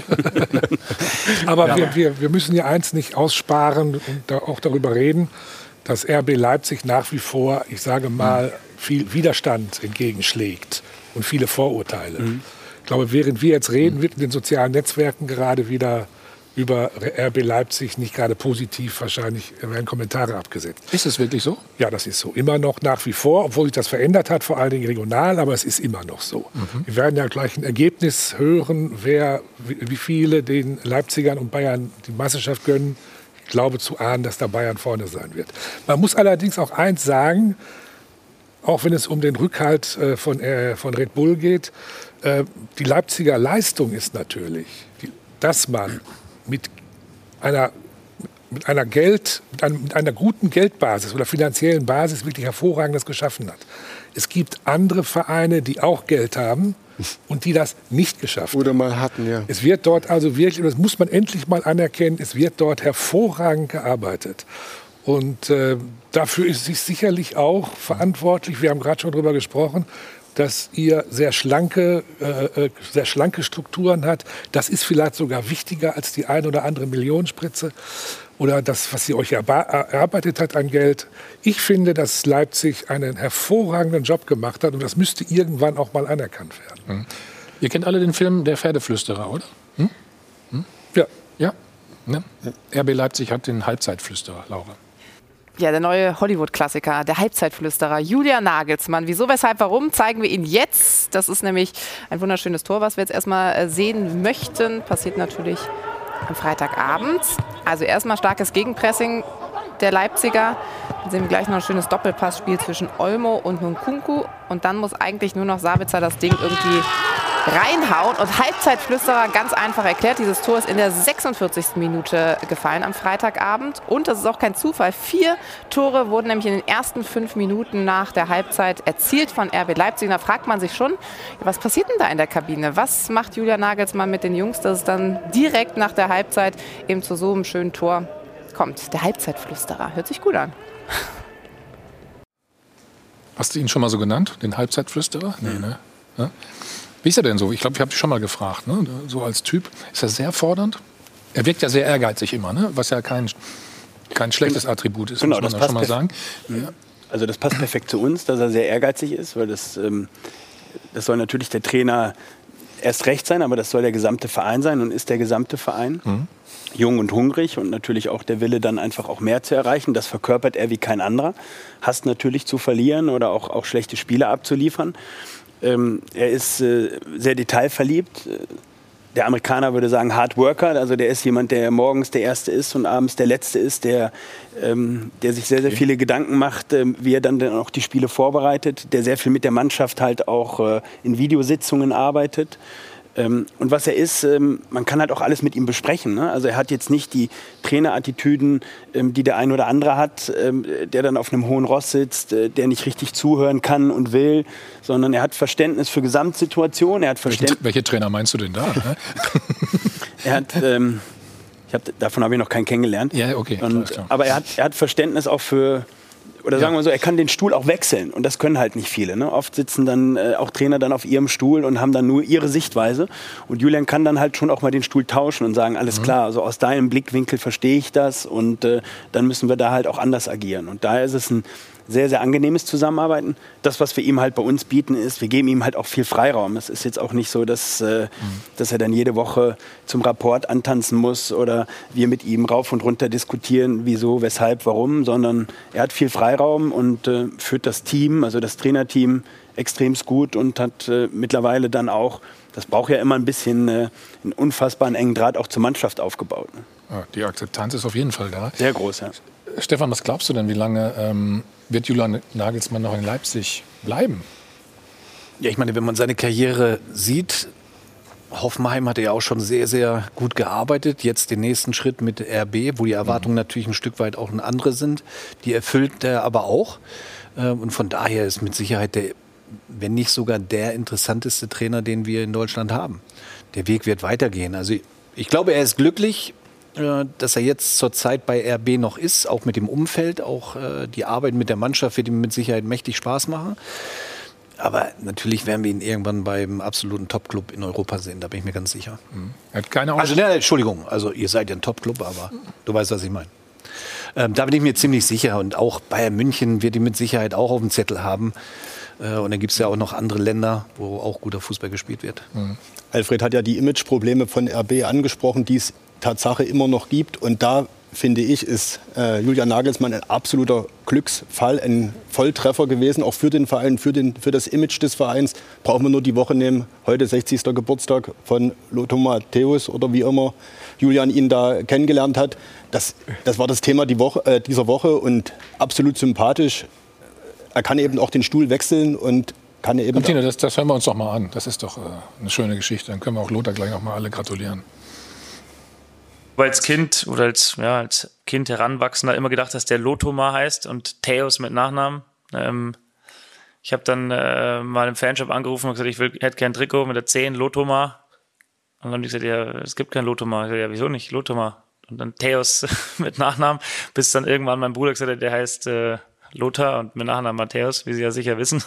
Aber wir müssen ja eins nicht aussparen und auch darüber reden, dass RB Leipzig nach wie vor, ich sage mal, viel Widerstand entgegenschlägt. Und viele Vorurteile. Ich glaube, während wir jetzt reden, wird in den sozialen Netzwerken gerade wieder über RB Leipzig nicht gerade positiv wahrscheinlich werden Kommentare abgesetzt. Ist es wirklich so? Ja, das ist so. Immer noch nach wie vor, obwohl sich das verändert hat, vor allen Dingen regional, aber es ist immer noch so. Wir werden ja gleich ein Ergebnis hören, wie viele den Leipzigern und Bayern die Meisterschaft gönnen. Ich glaube zu ahnen, dass da Bayern vorne sein wird. Man muss allerdings auch eins sagen, auch wenn es um den Rückhalt von Red Bull geht, die Leipziger Leistung ist natürlich, dass man mit einer guten Geldbasis oder finanziellen Basis wirklich Hervorragendes geschaffen hat. Es gibt andere Vereine, die auch Geld haben und die das nicht geschafft haben. Oder mal hatten, ja. Es wird dort also wirklich, und das muss man endlich mal anerkennen, es wird dort hervorragend gearbeitet. Und dafür ist sie sicherlich auch verantwortlich. Wir haben gerade schon darüber gesprochen, dass ihr sehr schlanke Strukturen hat. Das ist vielleicht sogar wichtiger als die ein oder andere Millionenspritze oder das, was sie euch erarbeitet hat an Geld. Ich finde, dass Leipzig einen hervorragenden Job gemacht hat und das müsste irgendwann auch mal anerkannt werden. Ihr kennt alle den Film Der Pferdeflüsterer, oder? Ja. Ja? Ne? RB Leipzig hat den Halbzeitflüsterer, Laura. Ja, der neue Hollywood-Klassiker, der Halbzeitflüsterer, Julian Nagelsmann. Wieso, weshalb, warum, zeigen wir Ihnen jetzt. Das ist nämlich ein wunderschönes Tor, was wir jetzt erstmal sehen möchten. Passiert natürlich am Freitagabend. Also erstmal starkes Gegenpressing der Leipziger. Dann sehen wir gleich noch ein schönes Doppelpassspiel zwischen Olmo und Nkunku. Und dann muss eigentlich nur noch Sabitzer das Ding irgendwie reinhauen. Und Halbzeitflüsterer, ganz einfach erklärt, dieses Tor ist in der 46. Minute gefallen am Freitagabend. Und das ist auch kein Zufall. 4 Tore wurden nämlich in den ersten 5 Minuten nach der Halbzeit erzielt von RB Leipzig. Und da fragt man sich schon, was passiert denn da in der Kabine? Was macht Julian Nagelsmann mit den Jungs, dass es dann direkt nach der Halbzeit eben zu so einem schönen Tor kommt? Der Halbzeitflüsterer. Hört sich gut an. Hast du ihn schon mal so genannt, den Halbzeitflüsterer? Nee, ne? Ja? Wie ist er denn so? Ich glaube, ich habe dich schon mal gefragt. Ne? So als Typ. Ist er sehr fordernd? Er wirkt ja sehr ehrgeizig immer, ne? Was ja kein schlechtes Attribut ist, genau, muss man schon mal sagen. Ja. Also das passt perfekt zu uns, dass er sehr ehrgeizig ist, weil das soll natürlich der Trainer erst recht sein, aber das soll der gesamte Verein sein und ist der gesamte Verein. Mhm. Jung und hungrig und natürlich auch der Wille, dann einfach auch mehr zu erreichen. Das verkörpert er wie kein anderer. Hasst natürlich zu verlieren oder auch schlechte Spiele abzuliefern. Er ist sehr detailverliebt. Der Amerikaner würde sagen Hard Worker. Also der ist jemand, der morgens der Erste ist und abends der Letzte ist, der sich sehr, sehr viele Gedanken macht, wie er dann auch die Spiele vorbereitet, der sehr viel mit der Mannschaft halt auch in Videositzungen arbeitet. Und was er ist, man kann halt auch alles mit ihm besprechen. Ne? Also er hat jetzt nicht die Trainerattitüden, die der ein oder andere hat, der dann auf einem hohen Ross sitzt, der nicht richtig zuhören kann und will, sondern er hat Verständnis für Gesamtsituationen. Welche Trainer meinst du denn da? Er hat, davon habe ich noch keinen kennengelernt. Ja, okay. Klar. Aber er hat Verständnis auch für... Oder sagen wir so, er kann den Stuhl auch wechseln und das können halt nicht viele. Ne? Oft sitzen dann auch Trainer dann auf ihrem Stuhl und haben dann nur ihre Sichtweise. Und Julian kann dann halt schon auch mal den Stuhl tauschen und sagen, alles klar, also aus deinem Blickwinkel verstehe ich das und dann müssen wir da halt auch anders agieren. Und daher ist es ein sehr, sehr angenehmes Zusammenarbeiten. Das, was wir ihm halt bei uns bieten, ist, wir geben ihm halt auch viel Freiraum. Es ist jetzt auch nicht so, dass er dann jede Woche zum Rapport antanzen muss oder wir mit ihm rauf und runter diskutieren, wieso, weshalb, warum, sondern er hat viel Freiraum und führt das Team, also das Trainerteam, extremst gut und hat mittlerweile dann auch, das braucht ja immer ein bisschen, einen unfassbaren engen Draht auch zur Mannschaft aufgebaut. Ne? Ja, die Akzeptanz ist auf jeden Fall da. Sehr groß, ja. Stefan, was glaubst du denn, wie lange wird Julian Nagelsmann noch in Leipzig bleiben? Ja, ich meine, wenn man seine Karriere sieht, Hoffenheim hat er ja auch schon sehr, sehr gut gearbeitet. Jetzt den nächsten Schritt mit RB, wo die Erwartungen natürlich ein Stück weit auch andere sind. Die erfüllt er aber auch. Und von daher ist mit Sicherheit der, wenn nicht sogar der interessanteste Trainer, den wir in Deutschland haben. Der Weg wird weitergehen. Also ich glaube, er ist glücklich, dass er jetzt zur Zeit bei RB noch ist, auch mit dem Umfeld, auch die Arbeit mit der Mannschaft wird ihm mit Sicherheit mächtig Spaß machen. Aber natürlich werden wir ihn irgendwann beim absoluten Top-Club in Europa sehen, da bin ich mir ganz sicher. Er hat keine Entschuldigung, also ihr seid ja ein Top-Club, aber du weißt, was ich meine. Da bin ich mir ziemlich sicher und auch Bayern München wird ihn mit Sicherheit auch auf dem Zettel haben. Und dann gibt es ja auch noch andere Länder, wo auch guter Fußball gespielt wird. Alfred hat ja die Imageprobleme von RB angesprochen, die es Tatsache immer noch gibt. Und da, finde ich, ist Julian Nagelsmann ein absoluter Glücksfall, ein Volltreffer gewesen, auch für den Verein, für das Image des Vereins. Brauchen wir nur die Woche nehmen, heute 60. Geburtstag von Lothar Matthäus oder wie immer Julian ihn da kennengelernt hat. Das war das Thema dieser Woche und absolut sympathisch. Er kann eben auch den Stuhl wechseln und kann eben... Martina, das hören wir uns doch mal an. Das ist doch eine schöne Geschichte. Dann können wir auch Lothar gleich noch mal alle gratulieren. Als Kind oder als Kind Heranwachsender immer gedacht, dass der Lothar heißt und Theos mit Nachnamen. Ich habe dann mal im Fanshop angerufen und gesagt, ich hätte gern ein Trikot mit der 10 Lothar. Und dann haben die gesagt, ja, es gibt kein Lothar. Ich gesagt, ja, wieso nicht? Lothar. Und dann Theos mit Nachnamen, bis dann irgendwann mein Bruder gesagt hat, der heißt Lothar und mit Nachnamen Matthäus, wie Sie ja sicher wissen.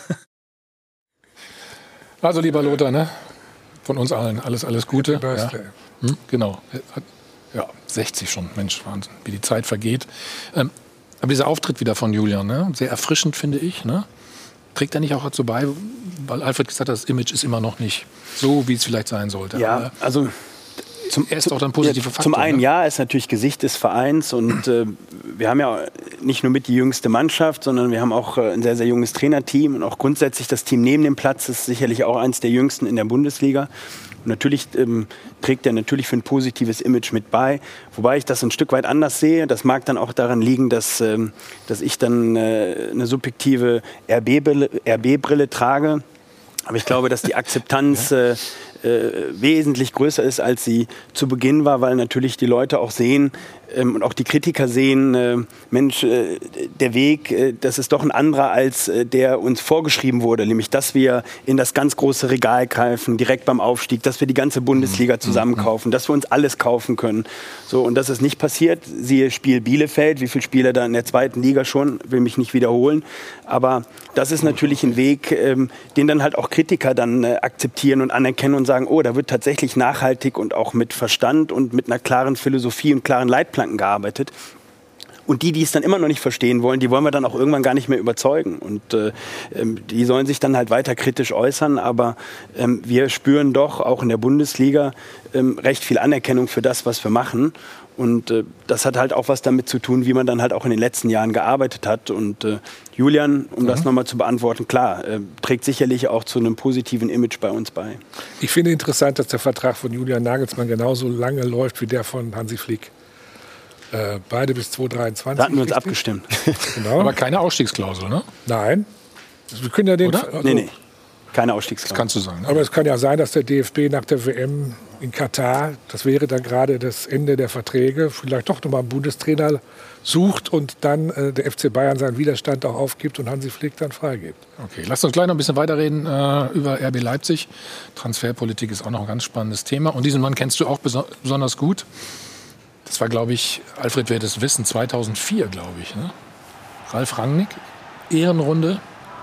Also lieber Lothar, ne? Von uns allen alles Gute. Ja. Genau. Ja, 60 schon, Mensch, Wahnsinn, wie die Zeit vergeht. Aber dieser Auftritt wieder von Julian, ne? Sehr erfrischend, finde ich. Ne? Trägt er nicht auch dazu bei, weil Alfred gesagt hat, das Image ist immer noch nicht so, wie es vielleicht sein sollte. Ja, also er ist doch dann positiver Faktor. Zum einen, ja, er ist natürlich Gesicht des Vereins und wir haben ja nicht nur mit die jüngste Mannschaft, sondern wir haben auch ein sehr, sehr junges Trainerteam und auch grundsätzlich das Team neben dem Platz ist sicherlich auch eins der jüngsten in der Bundesliga. Und natürlich trägt er natürlich für ein positives Image mit bei, wobei ich das ein Stück weit anders sehe. Das mag dann auch daran liegen, dass ich dann eine subjektive RB-Brille trage. Aber ich glaube, dass die Akzeptanz wesentlich größer ist, als sie zu Beginn war, weil natürlich die Leute auch sehen und auch die Kritiker sehen, Mensch, der Weg, das ist doch ein anderer, als der uns vorgeschrieben wurde. Nämlich, dass wir in das ganz große Regal greifen, direkt beim Aufstieg, dass wir die ganze Bundesliga zusammenkaufen, dass wir uns alles kaufen können. So, und das ist nicht passiert. Siehe Spiel Bielefeld, wie viele Spieler da in der 2. Liga schon, will mich nicht wiederholen. Aber das ist natürlich ein Weg, den dann halt auch Kritiker dann akzeptieren und anerkennen und sagen, oh, da wird tatsächlich nachhaltig und auch mit Verstand und mit einer klaren Philosophie und klaren Leitplanken gearbeitet. Und die es dann immer noch nicht verstehen wollen, die wollen wir dann auch irgendwann gar nicht mehr überzeugen. Und die sollen sich dann halt weiter kritisch äußern. Aber wir spüren doch auch in der Bundesliga recht viel Anerkennung für das, was wir machen. Und das hat halt auch was damit zu tun, wie man dann halt auch in den letzten Jahren gearbeitet hat. Und Julian, um das nochmal zu beantworten, klar, trägt sicherlich auch zu einem positiven Image bei uns bei. Ich finde interessant, dass der Vertrag von Julian Nagelsmann genauso lange läuft wie der von Hansi Flick. Beide bis 2023. Da hatten wir uns abgestimmt. Genau. Aber keine Ausstiegsklausel, ne? Nein. Wir können ja den. Oder? Nee. Keine Ausstiegsklausel. Das kannst du sagen. Ne? Aber es kann ja sein, dass der DFB nach der WM in Katar, das wäre dann gerade das Ende der Verträge, vielleicht doch nochmal einen Bundestrainer sucht und dann der FC Bayern seinen Widerstand auch aufgibt und Hansi Flick dann freigibt. Okay, lasst uns gleich noch ein bisschen weiterreden über RB Leipzig. Transferpolitik ist auch noch ein ganz spannendes Thema. Und diesen Mann kennst du auch besonders gut. Das war, glaube ich, Alfred wird es wissen, 2004, glaube ich. Ne? Ralf Rangnick, Ehrenrunde.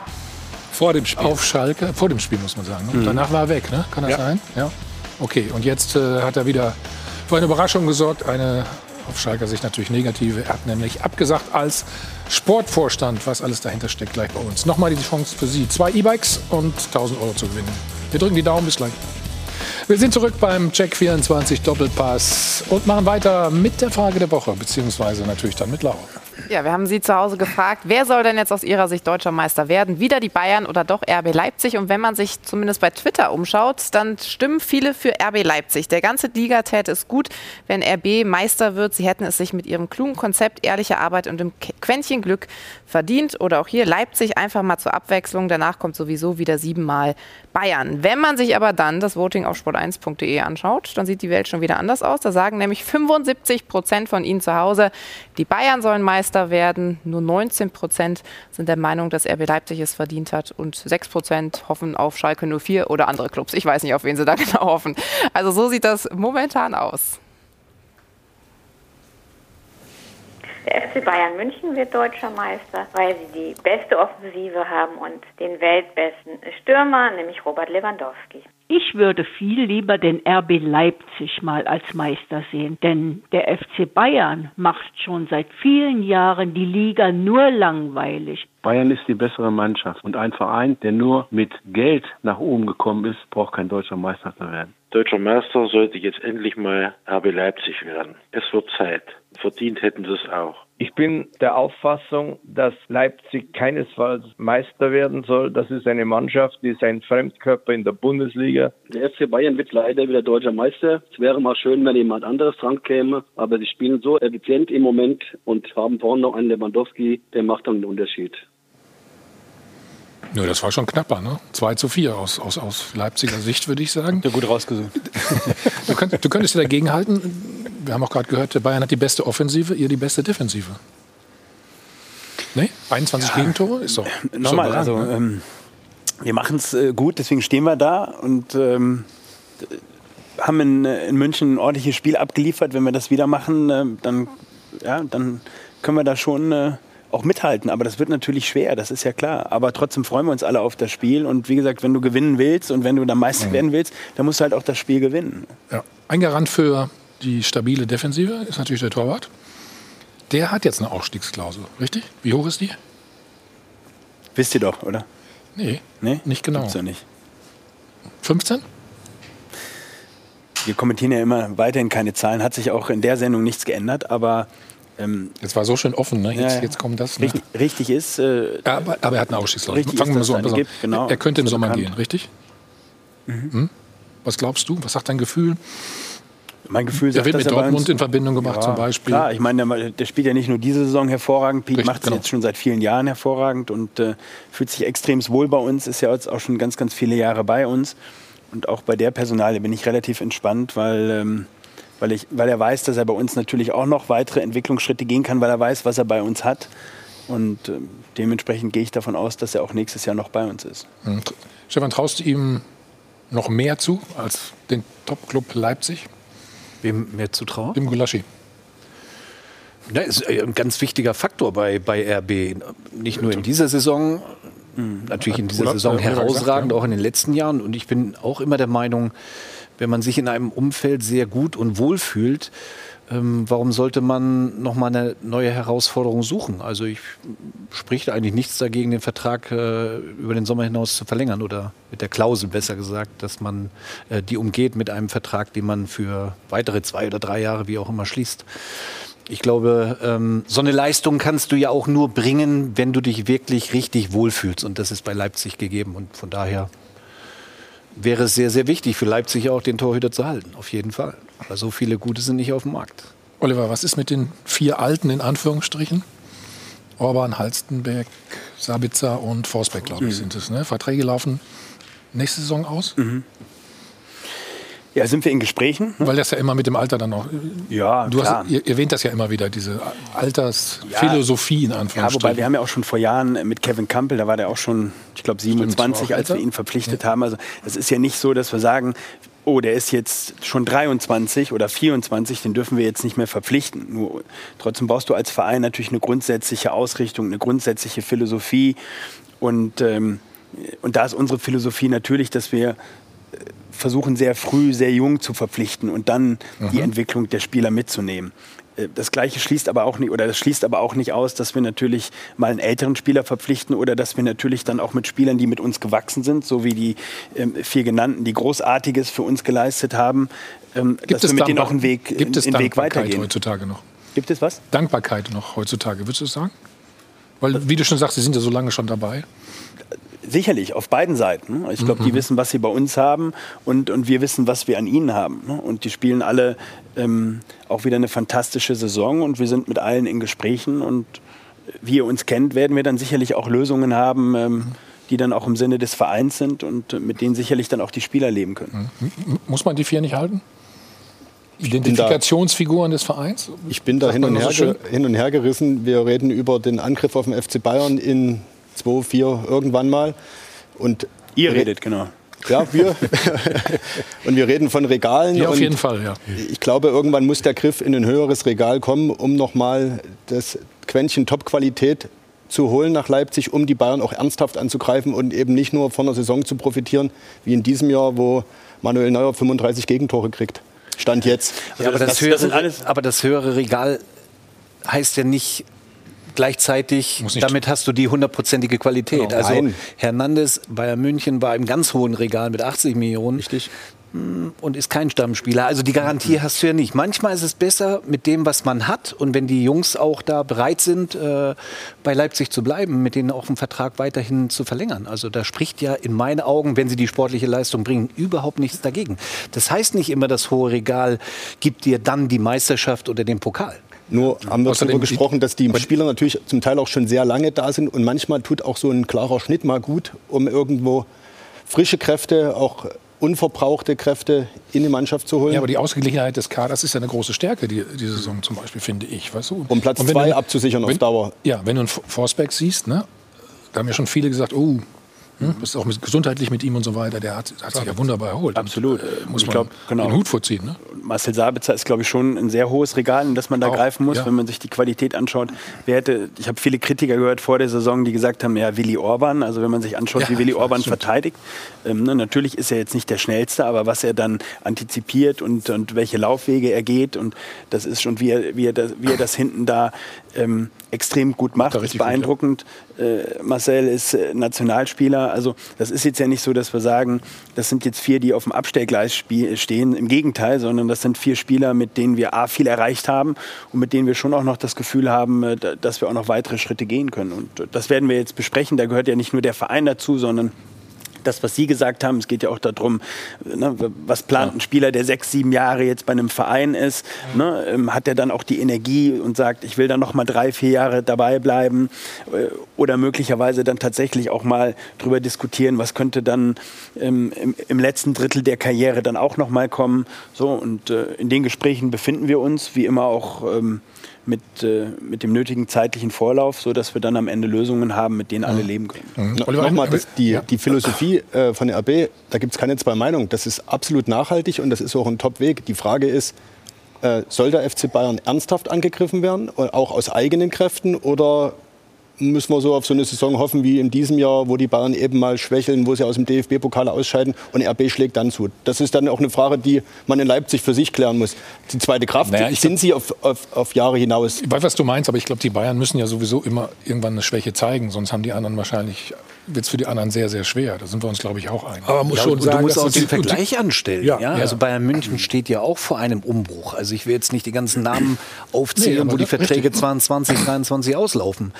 Vor dem Spiel. Auf Schalke, vor dem Spiel muss man sagen. Ne? Und danach war er weg, ne? Kann das sein? Ja. Okay, und jetzt hat er wieder für eine Überraschung gesorgt. Eine auf Schalker Sicht natürlich negative. Er hat nämlich abgesagt als Sportvorstand, was alles dahinter steckt, gleich bei uns. Nochmal die Chance für Sie, 2 E-Bikes und 1.000 € zu gewinnen. Wir drücken die Daumen, bis gleich. Wir sind zurück beim Check 24 Doppelpass und machen weiter mit der Frage der Woche, beziehungsweise natürlich dann mit Laura. Ja, wir haben Sie zu Hause gefragt, wer soll denn jetzt aus Ihrer Sicht deutscher Meister werden? Wieder die Bayern oder doch RB Leipzig? Und wenn man sich zumindest bei Twitter umschaut, dann stimmen viele für RB Leipzig. Der ganze Liga täte es gut, wenn RB Meister wird. Sie hätten es sich mit ihrem klugen Konzept, ehrlicher Arbeit und dem Quäntchen Glück verdient. Oder auch hier Leipzig einfach mal zur Abwechslung. Danach kommt sowieso wieder 7-mal Bayern. Wenn man sich aber dann das Voting auf sport1.de anschaut, dann sieht die Welt schon wieder anders aus. Da sagen nämlich 75% von Ihnen zu Hause, die Bayern sollen Meister werden. Nur 19% sind der Meinung, dass RB Leipzig es verdient hat. Und 6% hoffen auf Schalke 04 oder andere Clubs. Ich weiß nicht, auf wen sie da genau hoffen. Also so sieht das momentan aus. Der FC Bayern München wird deutscher Meister, weil sie die beste Offensive haben und den weltbesten Stürmer, nämlich Robert Lewandowski. Ich würde viel lieber den RB Leipzig mal als Meister sehen, denn der FC Bayern macht schon seit vielen Jahren die Liga nur langweilig. Bayern ist die bessere Mannschaft und ein Verein, der nur mit Geld nach oben gekommen ist, braucht kein deutscher Meister zu werden. Deutscher Meister sollte jetzt endlich mal RB Leipzig werden. Es wird Zeit. Verdient hätten sie es auch. Ich bin der Auffassung, dass Leipzig keinesfalls Meister werden soll. Das ist eine Mannschaft, die ist ein Fremdkörper in der Bundesliga. Der FC Bayern wird leider wieder deutscher Meister. Es wäre mal schön, wenn jemand anderes dran käme. Aber sie spielen so effizient im Moment und haben vorne noch einen Lewandowski, der macht dann den Unterschied. Ja, das war schon knapper, ne? 2:4 aus Leipziger Sicht, würde ich sagen. Ja, gut rausgesucht. Du könntest ja dagegen halten. Wir haben auch gerade gehört, der Bayern hat die beste Offensive, ihr die beste Defensive. Ne? 21 Gegentore ist doch. Nochmal, also wir machen es gut, deswegen stehen wir da und haben in München ein ordentliches Spiel abgeliefert. Wenn wir das wieder machen, dann können wir da schon auch mithalten. Aber das wird natürlich schwer, das ist ja klar. Aber trotzdem freuen wir uns alle auf das Spiel. Und wie gesagt, wenn du gewinnen willst und wenn du dann Meister werden willst, dann musst du halt auch das Spiel gewinnen. Ja. Ein Garant für die stabile Defensive ist natürlich der Torwart. Der hat jetzt eine Ausstiegsklausel, richtig? Wie hoch ist die? Wisst ihr doch, oder? Nee, nicht genau. Gibt's ja nicht. 15? wir kommentieren ja immer weiterhin keine Zahlen, hat sich auch in der Sendung nichts geändert, aber jetzt war so schön offen, ne? Jetzt kommt das. Ne? Richtig ist. Aber er hat einen Ausschießlauf. Fangen wir mal so an. Genau, er könnte im Sommer gehen, richtig? Was glaubst du? Was sagt dein Gefühl? Mein Gefühl sagt, der wird mit Dortmund in Verbindung gebracht zum Beispiel. Klar, ich meine, der spielt ja nicht nur diese Saison hervorragend, Piet macht es jetzt schon seit vielen Jahren hervorragend und fühlt sich extrem wohl bei uns, ist ja jetzt auch schon ganz, ganz viele Jahre bei uns. Und auch bei der Personalie bin ich relativ entspannt, weil er weiß, dass er bei uns natürlich auch noch weitere Entwicklungsschritte gehen kann, weil er weiß, was er bei uns hat. Und dementsprechend gehe ich davon aus, dass er auch nächstes Jahr noch bei uns ist. Stefan, traust du ihm noch mehr zu als den Top-Club Leipzig? Wem mehr zutrauen? Dem Gulaschi. Ja, ist ein ganz wichtiger Faktor bei RB. Nicht nur in dieser Saison, natürlich in dieser Saison herausragend, auch in den letzten Jahren. Und ich bin auch immer der Meinung, wenn man sich in einem Umfeld sehr gut und wohl fühlt, warum sollte man noch mal eine neue Herausforderung suchen? Also ich spricht eigentlich nichts dagegen, den Vertrag über den Sommer hinaus zu verlängern oder mit der Klausel besser gesagt, dass man die umgeht mit einem Vertrag, den man für weitere 2 oder 3 Jahre wie auch immer schließt. Ich glaube, so eine Leistung kannst du ja auch nur bringen, wenn du dich wirklich richtig wohlfühlst. Und das ist bei Leipzig gegeben. Und von daher wäre es sehr, sehr wichtig für Leipzig auch, den Torhüter zu halten. Auf jeden Fall. Aber so viele Gute sind nicht auf dem Markt. Oliver, was ist mit den 4 Alten in Anführungsstrichen? Orban, Halstenberg, Sabitzer und Forsberg, glaube ich, sind es. Ne? Verträge laufen nächste Saison aus? Ja, sind wir in Gesprächen. Weil das ja immer mit dem Alter dann noch... Ja, klar. Ihr erwähnt das ja immer wieder, diese Altersphilosophie in Anführungsstrichen. Ja, wobei wir haben ja auch schon vor Jahren mit Kevin Campbell, da war der auch schon, ich glaube, 27, als wir ihn verpflichtet haben. Also es ist ja nicht so, dass wir sagen, oh, der ist jetzt schon 23 oder 24, den dürfen wir jetzt nicht mehr verpflichten. Nur, trotzdem brauchst du als Verein natürlich eine grundsätzliche Ausrichtung, eine grundsätzliche Philosophie. Und da ist unsere Philosophie natürlich, dass wir versuchen, sehr früh, sehr jung zu verpflichten und dann die Entwicklung der Spieler mitzunehmen. Das Gleiche schließt aber auch nicht, oder das schließt aber auch nicht aus, dass wir natürlich mal einen älteren Spieler verpflichten oder dass wir natürlich dann auch mit Spielern, die mit uns gewachsen sind, so wie die 4 genannten, die Großartiges für uns geleistet haben, dass wir mit denen auch einen Weg weitergehen. Heutzutage noch? Gibt es was? Dankbarkeit noch heutzutage, würdest du sagen? Weil, wie du schon sagst, sie sind ja so lange schon dabei. Sicherlich, auf beiden Seiten. Ich glaube, die wissen, was sie bei uns haben und wir wissen, was wir an ihnen haben. Und die spielen alle auch wieder eine fantastische Saison und wir sind mit allen in Gesprächen. Und wie ihr uns kennt, werden wir dann sicherlich auch Lösungen haben, die dann auch im Sinne des Vereins sind und mit denen sicherlich dann auch die Spieler leben können. Muss man die 4 nicht halten? Identifikationsfiguren des Vereins? Ich bin da hin und her gerissen. Wir reden über den Angriff auf den FC Bayern in 2, 4 irgendwann mal. Und ihr redet, genau. Ja, wir. Und wir reden von Regalen. Ja, auf jeden Fall, ja. Ich glaube, irgendwann muss der Griff in ein höheres Regal kommen, um nochmal das Quäntchen Top-Qualität zu holen nach Leipzig, um die Bayern auch ernsthaft anzugreifen und eben nicht nur von der Saison zu profitieren, wie in diesem Jahr, wo Manuel Neuer 35 Gegentore kriegt. Stand jetzt. Ja, aber das höhere Regal heißt ja nicht gleichzeitig, damit hast du die 100%ige Qualität. Genau. Also Hernandez, Bayern München, war im ganz hohen Regal mit 80 Millionen. Richtig. Und ist kein Stammspieler. Also die Garantie hast du ja nicht. Manchmal ist es besser mit dem, was man hat. Und wenn die Jungs auch da bereit sind, bei Leipzig zu bleiben, mit denen auch einen Vertrag weiterhin zu verlängern. Also da spricht ja in meinen Augen, wenn sie die sportliche Leistung bringen, überhaupt nichts dagegen. Das heißt nicht immer, das hohe Regal gibt dir dann die Meisterschaft oder den Pokal. Nur haben wir darüber gesprochen, dass die Spieler natürlich zum Teil auch schon sehr lange da sind und manchmal tut auch so ein klarer Schnitt mal gut, um irgendwo frische Kräfte, auch unverbrauchte Kräfte in die Mannschaft zu holen. Ja, aber die Ausgeglichenheit des Kaders ist ja eine große Stärke, die Saison zum Beispiel, finde ich. Weißt du? Um Platz 2 abzusichern auf Dauer. Ja, wenn du einen Forsberg siehst, ne, da haben ja schon viele gesagt, bist auch gesundheitlich mit ihm und so weiter, der hat sich ja wunderbar erholt. Absolut. Muss man den Hut vorziehen. Ne? Marcel Sabitzer ist, glaube ich, schon ein sehr hohes Regal, in das man da greifen muss, wenn man sich die Qualität anschaut. Ich habe viele Kritiker gehört vor der Saison, die gesagt haben, ja, Willi Orban, also wenn man sich anschaut, wie Willi Orban verteidigt. Natürlich ist er jetzt nicht der Schnellste, aber was er dann antizipiert und welche Laufwege er geht und das ist schon, wie er das hinten da extrem gut macht. Das ist beeindruckend. Marcel ist Nationalspieler. Also das ist jetzt ja nicht so, dass wir sagen, das sind jetzt 4, die auf dem Abstellgleis stehen. Im Gegenteil, sondern das sind 4 Spieler, mit denen wir viel erreicht haben und mit denen wir schon auch noch das Gefühl haben, dass wir auch noch weitere Schritte gehen können. Und das werden wir jetzt besprechen. Da gehört ja nicht nur der Verein dazu, sondern das, was Sie gesagt haben, es geht ja auch darum, ne, was plant ein Spieler, der 6, 7 Jahre jetzt bei einem Verein ist, ne, hat er dann auch die Energie und sagt, ich will dann noch mal 3, 4 Jahre dabei bleiben oder möglicherweise dann tatsächlich auch mal drüber diskutieren, was könnte dann im letzten Drittel der Karriere dann auch noch mal kommen. So, und in den Gesprächen befinden wir uns, wie immer auch mit dem nötigen zeitlichen Vorlauf, sodass wir dann am Ende Lösungen haben, mit denen alle leben können. Nochmal, die Philosophie von der RB, da gibt es keine zwei Meinungen. Das ist absolut nachhaltig und das ist auch ein Top-Weg. Die Frage ist, soll der FC Bayern ernsthaft angegriffen werden, auch aus eigenen Kräften, oder müssen wir so auf so eine Saison hoffen wie in diesem Jahr, wo die Bayern eben mal schwächeln, wo sie aus dem DFB-Pokal ausscheiden und RB schlägt dann zu. Das ist dann auch eine Frage, die man in Leipzig für sich klären muss. Die zweite Kraft, sind sie auf Jahre hinaus? Ich weiß, was du meinst, aber ich glaube, die Bayern müssen ja sowieso immer irgendwann eine Schwäche zeigen, sonst haben die anderen wahrscheinlich, wird es für die anderen sehr, sehr schwer. Da sind wir uns, glaube ich, auch einig. Aber man muss schon sagen, du musst auch den Vergleich anstellen. Ja. Also Bayern München steht ja auch vor einem Umbruch. Also ich will jetzt nicht die ganzen Namen aufzählen, wo die Verträge 22, 23 auslaufen.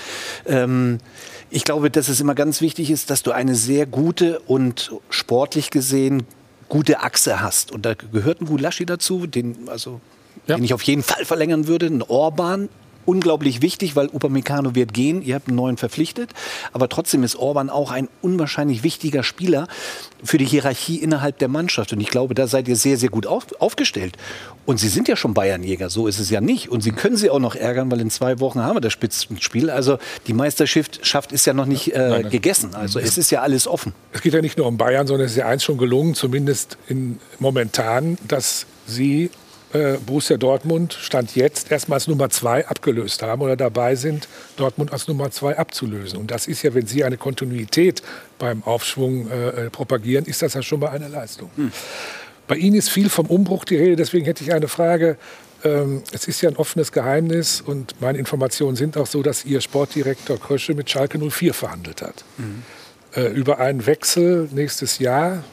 Ich glaube, dass es immer ganz wichtig ist, dass du eine sehr gute und sportlich gesehen gute Achse hast. Und da gehört ein Gulaschi dazu, den ich auf jeden Fall verlängern würde, ein Orban. Unglaublich wichtig, weil Upamecano wird gehen. Ihr habt einen neuen verpflichtet. Aber trotzdem ist Orban auch ein unwahrscheinlich wichtiger Spieler für die Hierarchie innerhalb der Mannschaft. Und ich glaube, da seid ihr sehr, sehr gut aufgestellt. Und Sie sind ja schon Bayernjäger, so ist es ja nicht. Und Sie können sie auch noch ärgern, weil in 2 Wochen haben wir das Spitzenspiel. Also die Meisterschaft ist ja noch nicht gegessen. Also es ist ja alles offen. Es geht ja nicht nur um Bayern, sondern es ist ja eins schon gelungen, zumindest momentan, dass Sie Borussia Dortmund Stand jetzt erstmals Nummer 2 abgelöst haben oder dabei sind, Dortmund als Nummer 2 abzulösen. Und das ist ja, wenn Sie eine Kontinuität beim Aufschwung propagieren, ist das ja schon mal eine Leistung. Bei Ihnen ist viel vom Umbruch die Rede, deswegen hätte ich eine Frage. Es ist ja ein offenes Geheimnis und meine Informationen sind auch so, dass Ihr Sportdirektor Krösche mit Schalke 04 verhandelt hat. Über einen Wechsel nächstes Jahr,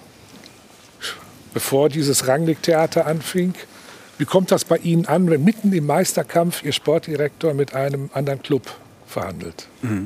bevor dieses Rangnick-Theater anfing. Wie kommt das bei Ihnen an, wenn mitten im Meisterkampf Ihr Sportdirektor mit einem anderen Club verhandelt?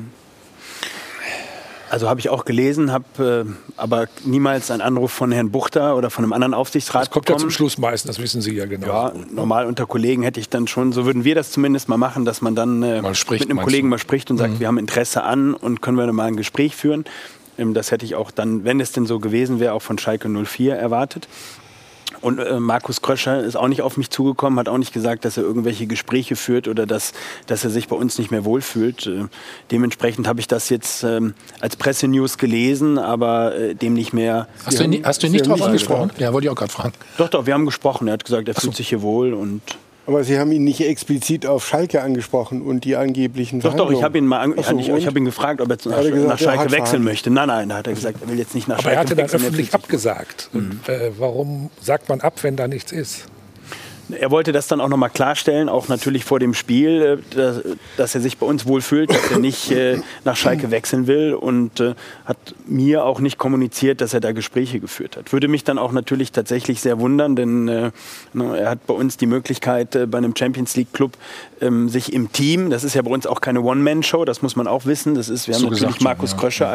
Also habe ich auch gelesen, habe aber niemals einen Anruf von Herrn Buchter oder von einem anderen Aufsichtsrat bekommen. Das kommt ja zum Schluss meistens, das wissen Sie ja genau. Ja, normal unter Kollegen hätte ich dann schon, so würden wir das zumindest mal machen, dass man dann mit einem Kollegen mal spricht und sagt, wir haben Interesse an und können wir mal ein Gespräch führen. Das hätte ich auch dann, wenn es denn so gewesen wäre, auch von Schalke 04 erwartet. Und Markus Krösche ist auch nicht auf mich zugekommen, hat auch nicht gesagt, dass er irgendwelche Gespräche führt oder dass er sich bei uns nicht mehr wohlfühlt. Dementsprechend habe ich das jetzt als Pressenews gelesen, aber dem nicht mehr. Hast du ihn nicht drauf angesprochen? Ja, wollte ich auch gerade fragen. Doch, wir haben gesprochen. Er hat gesagt, er fühlt sich hier wohl und. Aber Sie haben ihn nicht explizit auf Schalke angesprochen und die angeblichen Doch, ich habe ihn ich habe ihn gefragt, ob er nach Schalke wechseln möchte. Nein, da hat er gesagt, er will jetzt nicht nach Schalke wechseln. Aber er hatte dann öffentlich abgesagt. Und, warum sagt man ab, wenn da nichts ist? Er wollte das dann auch nochmal klarstellen, auch natürlich vor dem Spiel, dass er sich bei uns wohlfühlt, dass er nicht nach Schalke wechseln will und hat mir auch nicht kommuniziert, dass er da Gespräche geführt hat. Würde mich dann auch natürlich tatsächlich sehr wundern, denn er hat bei uns die Möglichkeit, bei einem Champions-League-Club sich im Team, das ist ja bei uns auch keine One-Man-Show, das muss man auch wissen, wir haben natürlich Markus Krösche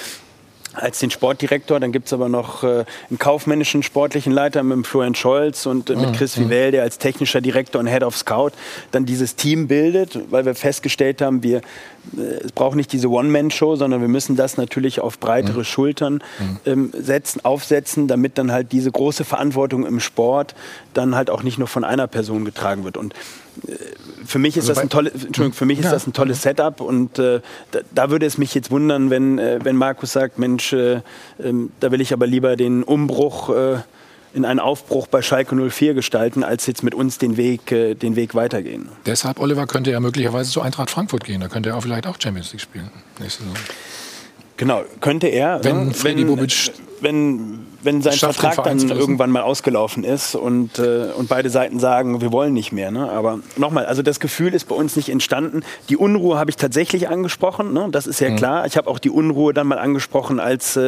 als den Sportdirektor, dann gibt es aber noch einen kaufmännischen sportlichen Leiter mit Florian Scholz und mit Chris Vivell, der als technischer Direktor und Head of Scout dann dieses Team bildet, weil wir festgestellt haben, es braucht nicht diese One-Man-Show, sondern wir müssen das natürlich auf breitere Schultern aufsetzen, damit dann halt diese große Verantwortung im Sport dann halt auch nicht nur von einer Person getragen wird. Und für mich ist das ein tolles Setup und da würde es mich jetzt wundern, wenn Markus sagt, Mensch, da will ich aber lieber den Umbruch in einen Aufbruch bei Schalke 04 gestalten, als jetzt mit uns den Weg weitergehen. Deshalb, Oliver, könnte er möglicherweise zu Eintracht Frankfurt gehen. Da könnte er auch vielleicht auch Champions League spielen nächste Saison. Genau, könnte er. Wenn Freddy Bobic wenn sein Vertrag dann irgendwann mal ausgelaufen ist und beide Seiten sagen, wir wollen nicht mehr. Ne? Aber nochmal, also das Gefühl ist bei uns nicht entstanden. Die Unruhe habe ich tatsächlich angesprochen, ne? Das ist ja klar. Ich habe auch die Unruhe dann mal angesprochen, als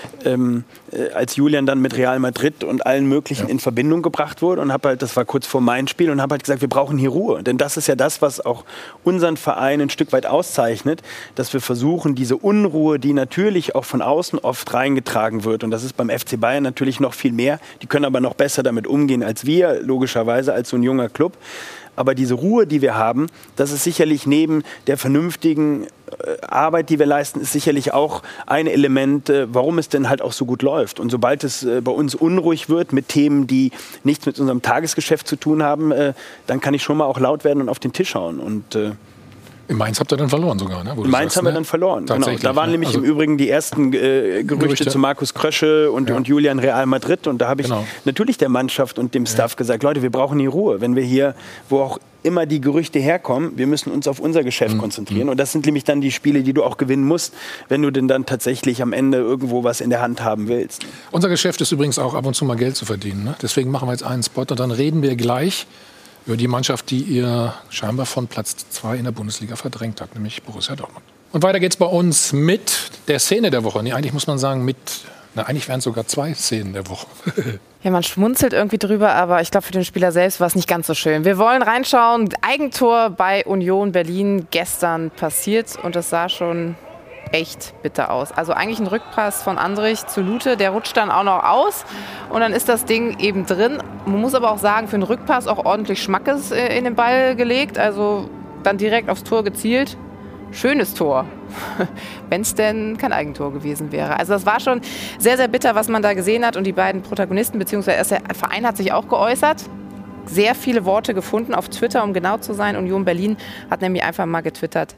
Julian dann mit Real Madrid und allen möglichen in Verbindung gebracht wurde und habe halt, das war kurz vor meinem Spiel, und habe halt gesagt, wir brauchen hier Ruhe. Denn das ist ja das, was auch unseren Verein ein Stück weit auszeichnet, dass wir versuchen, diese Unruhe, die natürlich auch von außen oft reingetragen wird, und das ist beim FC Bayern natürlich noch viel mehr, die können aber noch besser damit umgehen als wir, logischerweise, als so ein junger Club. Aber diese Ruhe, die wir haben, das ist sicherlich neben der vernünftigen Arbeit, die wir leisten, ist sicherlich auch ein Element, warum es denn halt auch so gut läuft. Und sobald es bei uns unruhig wird mit Themen, die nichts mit unserem Tagesgeschäft zu tun haben, dann kann ich schon mal auch laut werden und auf den Tisch hauen. Und in Mainz habt ihr dann verloren sogar, ne? In Mainz haben wir dann verloren, genau. Da waren nämlich im Übrigen die ersten Gerüchte zu Markus Krösche und Julian Real Madrid. Und da habe ich natürlich der Mannschaft und dem Staff gesagt, Leute, wir brauchen hier Ruhe. Wenn wir hier, wo auch immer die Gerüchte herkommen, wir müssen uns auf unser Geschäft konzentrieren. Und das sind nämlich dann die Spiele, die du auch gewinnen musst, wenn du denn dann tatsächlich am Ende irgendwo was in der Hand haben willst. Unser Geschäft ist übrigens auch ab und zu mal Geld zu verdienen. Ne? Deswegen machen wir jetzt einen Spot und dann reden wir gleich über die Mannschaft, die ihr scheinbar von Platz 2 in der Bundesliga verdrängt hat, nämlich Borussia Dortmund. Und weiter geht's bei uns mit der Szene der Woche. Nee, eigentlich muss man sagen eigentlich wären es sogar 2 Szenen der Woche. Ja, man schmunzelt irgendwie drüber, aber ich glaube, für den Spieler selbst war es nicht ganz so schön. Wir wollen reinschauen. Eigentor bei Union Berlin gestern passiert und das sah schon echt bitter aus. Also eigentlich ein Rückpass von Andrich zu Lute, der rutscht dann auch noch aus und dann ist das Ding eben drin. Man muss aber auch sagen, für einen Rückpass auch ordentlich Schmackes in den Ball gelegt, also dann direkt aufs Tor gezielt. Schönes Tor, wenn es denn kein Eigentor gewesen wäre. Also das war schon sehr, sehr bitter, was man da gesehen hat und die beiden Protagonisten, beziehungsweise der Verein hat sich auch geäußert. Sehr viele Worte gefunden auf Twitter, um genau zu sein. Union Berlin hat nämlich einfach mal getwittert,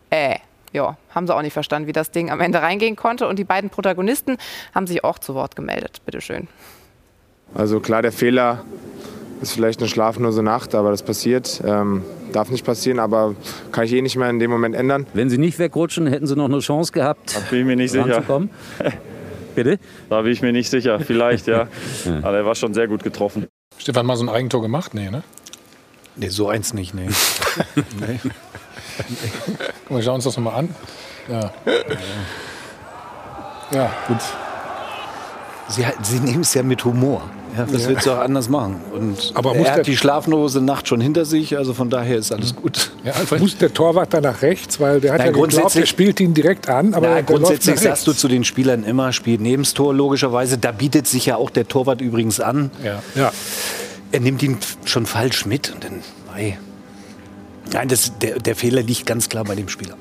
ja, haben sie auch nicht verstanden, wie das Ding am Ende reingehen konnte. Und die beiden Protagonisten haben sich auch zu Wort gemeldet. Bitteschön. Also klar, der Fehler ist vielleicht eine schlaflose Nacht, aber das passiert. Darf nicht passieren, aber kann ich nicht mehr in dem Moment ändern. Wenn sie nicht wegrutschen, hätten sie noch eine Chance gehabt, da bin ich mir nicht sicher. Bitte? Da bin ich mir nicht sicher. Vielleicht, ja. Aber er war schon sehr gut getroffen. Stefan, mal so ein Eigentor gemacht? Nee, ne? Nee, so eins nicht, nee. Nee. Guck mal, schauen uns das nochmal an. Ja, gut. Sie nehmen es ja mit Humor. Ja, das willst du auch anders machen. Und aber er hat die schlaflose Nacht schon hinter sich, also von daher ist alles gut. Ja, muss der Torwart da nach rechts, weil der hat geglaubt, der spielt ihn direkt an. Aber grundsätzlich sagst du zu den Spielern immer, spielt neben das Tor logischerweise. Da bietet sich ja auch der Torwart übrigens an. Ja. Er nimmt ihn schon falsch mit und dann, nein, der Fehler liegt ganz klar bei dem Spieler.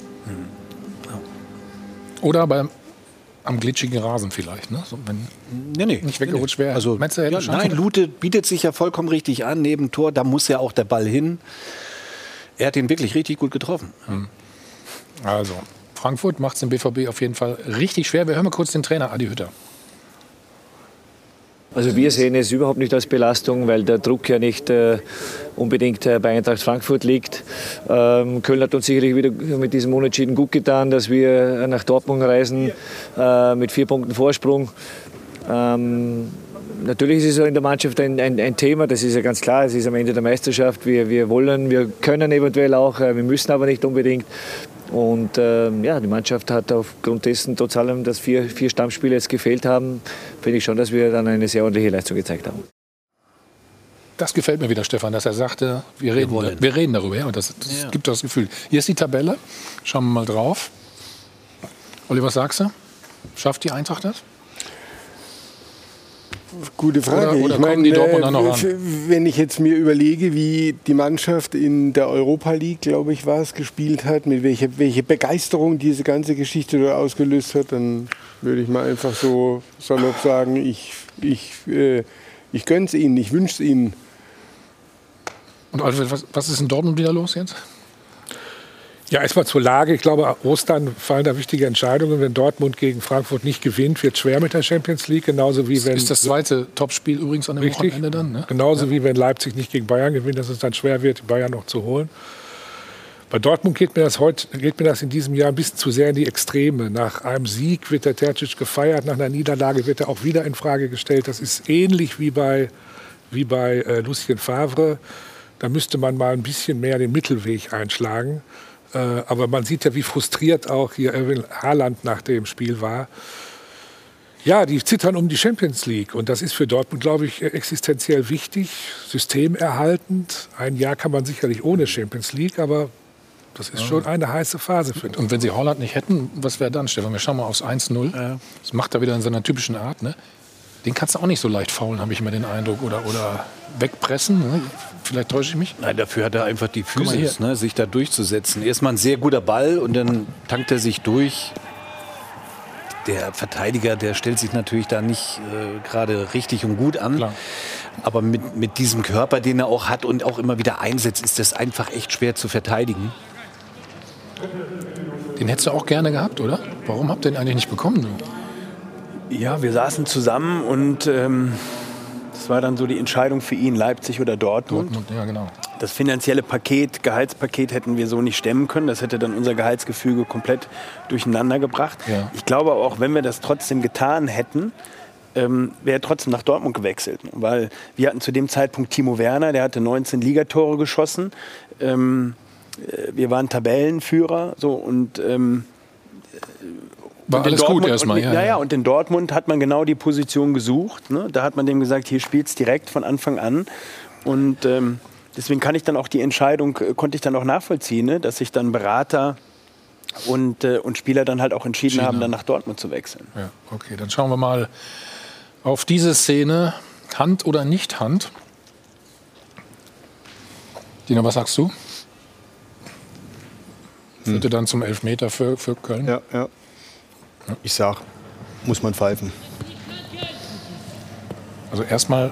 Oder am glitschigen Rasen vielleicht, ne? So, wenn nicht weggerutscht wäre. Also, nein, Lute bietet sich ja vollkommen richtig an, neben Tor, da muss ja auch der Ball hin. Er hat ihn wirklich richtig gut getroffen. Also, Frankfurt macht es dem BVB auf jeden Fall richtig schwer. Wir hören mal kurz den Trainer Adi Hütter. Also wir sehen es überhaupt nicht als Belastung, weil der Druck ja nicht unbedingt bei Eintracht Frankfurt liegt. Köln hat uns sicherlich wieder mit diesem Unentschieden gut getan, dass wir nach Dortmund reisen mit 4 Punkten Vorsprung. Natürlich ist es in der Mannschaft ein Thema, das ist ja ganz klar, es ist am Ende der Meisterschaft. Wir wollen, wir können eventuell auch, wir müssen aber nicht unbedingt. Und die Mannschaft hat aufgrund dessen, trotz allem, dass 4 Stammspiele jetzt gefehlt haben, finde ich schon, dass wir dann eine sehr ordentliche Leistung gezeigt haben. Das gefällt mir wieder, Stefan, dass er sagte, wir reden darüber. Ja, und das gibt das Gefühl. Hier ist die Tabelle, schauen wir mal drauf. Olli, was sagst du? Schafft die Eintracht das? Gute Frage. Oder kommen die Dortmunder noch ran? Wenn ich jetzt mir überlege, wie die Mannschaft in der Europa League, glaube ich, gespielt hat, mit welche Begeisterung diese ganze Geschichte da ausgelöst hat, dann würde ich mal einfach so salopp sagen, ich gönne es ihnen, ich wünsche es ihnen. Und Alfred, was ist in Dortmund wieder los jetzt? Ja, erstmal zur Lage. Ich glaube, Ostern fallen da wichtige Entscheidungen. Wenn Dortmund gegen Frankfurt nicht gewinnt, wird es schwer mit der Champions League. Genauso wie wenn ist das zweite Topspiel übrigens an dem Wochenende dann. Ne? Genauso wie wenn Leipzig nicht gegen Bayern gewinnt, dass es dann schwer wird, die Bayern noch zu holen. Bei Dortmund geht mir das in diesem Jahr ein bisschen zu sehr in die Extreme. Nach einem Sieg wird der Terzic gefeiert, nach einer Niederlage wird er auch wieder in Frage gestellt. Das ist ähnlich wie bei Lucien Favre. Da müsste man mal ein bisschen mehr den Mittelweg einschlagen. Aber man sieht ja, wie frustriert auch hier Erwin Haaland nach dem Spiel war. Ja, die zittern um die Champions League. Und das ist für Dortmund, glaube ich, existenziell wichtig, systemerhaltend. Ein Jahr kann man sicherlich ohne Champions League, aber das ist schon eine heiße Phase für Dortmund. Und wenn sie Haaland nicht hätten, was wäre dann, Stefan? Wir schauen mal aufs 1-0. Ja. Das macht er wieder in seiner typischen Art. Ne? Den kannst du auch nicht so leicht faulen, habe ich immer den Eindruck. Oder wegpressen. Ne? Vielleicht täusche ich mich. Nein, dafür hat er einfach die Physis, ne, sich da durchzusetzen. Erstmal ein sehr guter Ball und dann tankt er sich durch. Der Verteidiger, der stellt sich natürlich da nicht gerade richtig und gut an. Klar. Aber mit diesem Körper, den er auch hat und auch immer wieder einsetzt, ist das einfach echt schwer zu verteidigen. Den hättest du auch gerne gehabt, oder? Warum habt ihr den eigentlich nicht bekommen? Ja, wir saßen zusammen und das war dann so die Entscheidung für ihn, Leipzig oder Dortmund. Ja, genau. Das finanzielle Gehaltspaket hätten wir so nicht stemmen können. Das hätte dann unser Gehaltsgefüge komplett durcheinander gebracht. Ja. Ich glaube auch, wenn wir das trotzdem getan hätten, wäre er trotzdem nach Dortmund gewechselt. Weil wir hatten zu dem Zeitpunkt Timo Werner, der hatte 19 Ligatore geschossen. Wir waren Tabellenführer. So, und war alles gut erstmal. Und in Dortmund hat man genau die Position gesucht. Ne? Da hat man dem gesagt, hier spielt's direkt von Anfang an. Und deswegen konnte ich dann auch nachvollziehen, ne? Dass sich dann Berater und Spieler dann halt auch entschieden haben, dann nach Dortmund zu wechseln. Ja, okay, dann schauen wir mal auf diese Szene. Hand oder nicht Hand? Dino, was sagst du? Führte dann zum Elfmeter für Köln? Ja. Ich sag, muss man pfeifen. Also erstmal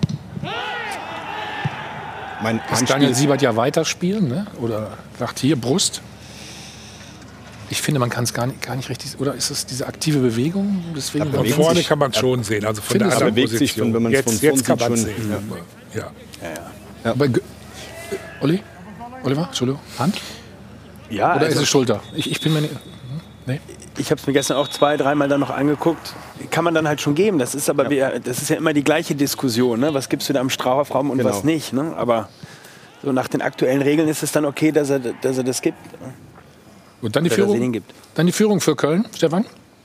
muss Daniel Siebert ja weiterspielen, ne? Oder sagt hier Brust. Ich finde, man kann es gar nicht richtig. Oder ist es diese aktive Bewegung? Deswegen von vorne kann man es schon sehen. Also von der anderen bewegt sich schon, wenn man es von vorne kann man sieht. sehen. Ja. Aber Oliver, Entschuldigung, Hand? Ja. Oder ist es Schulter? Ich bin mir nicht. Nee. Ich habe es mir gestern auch 2-3 Mal dann noch angeguckt. Kann man dann halt schon geben. Das ist aber das ist ja immer die gleiche Diskussion. Ne? Was gibst du da im Strafraum und was nicht? Ne? Aber so nach den aktuellen Regeln ist es dann okay, dass er das gibt. Und dann die Führung für Köln, Stefan?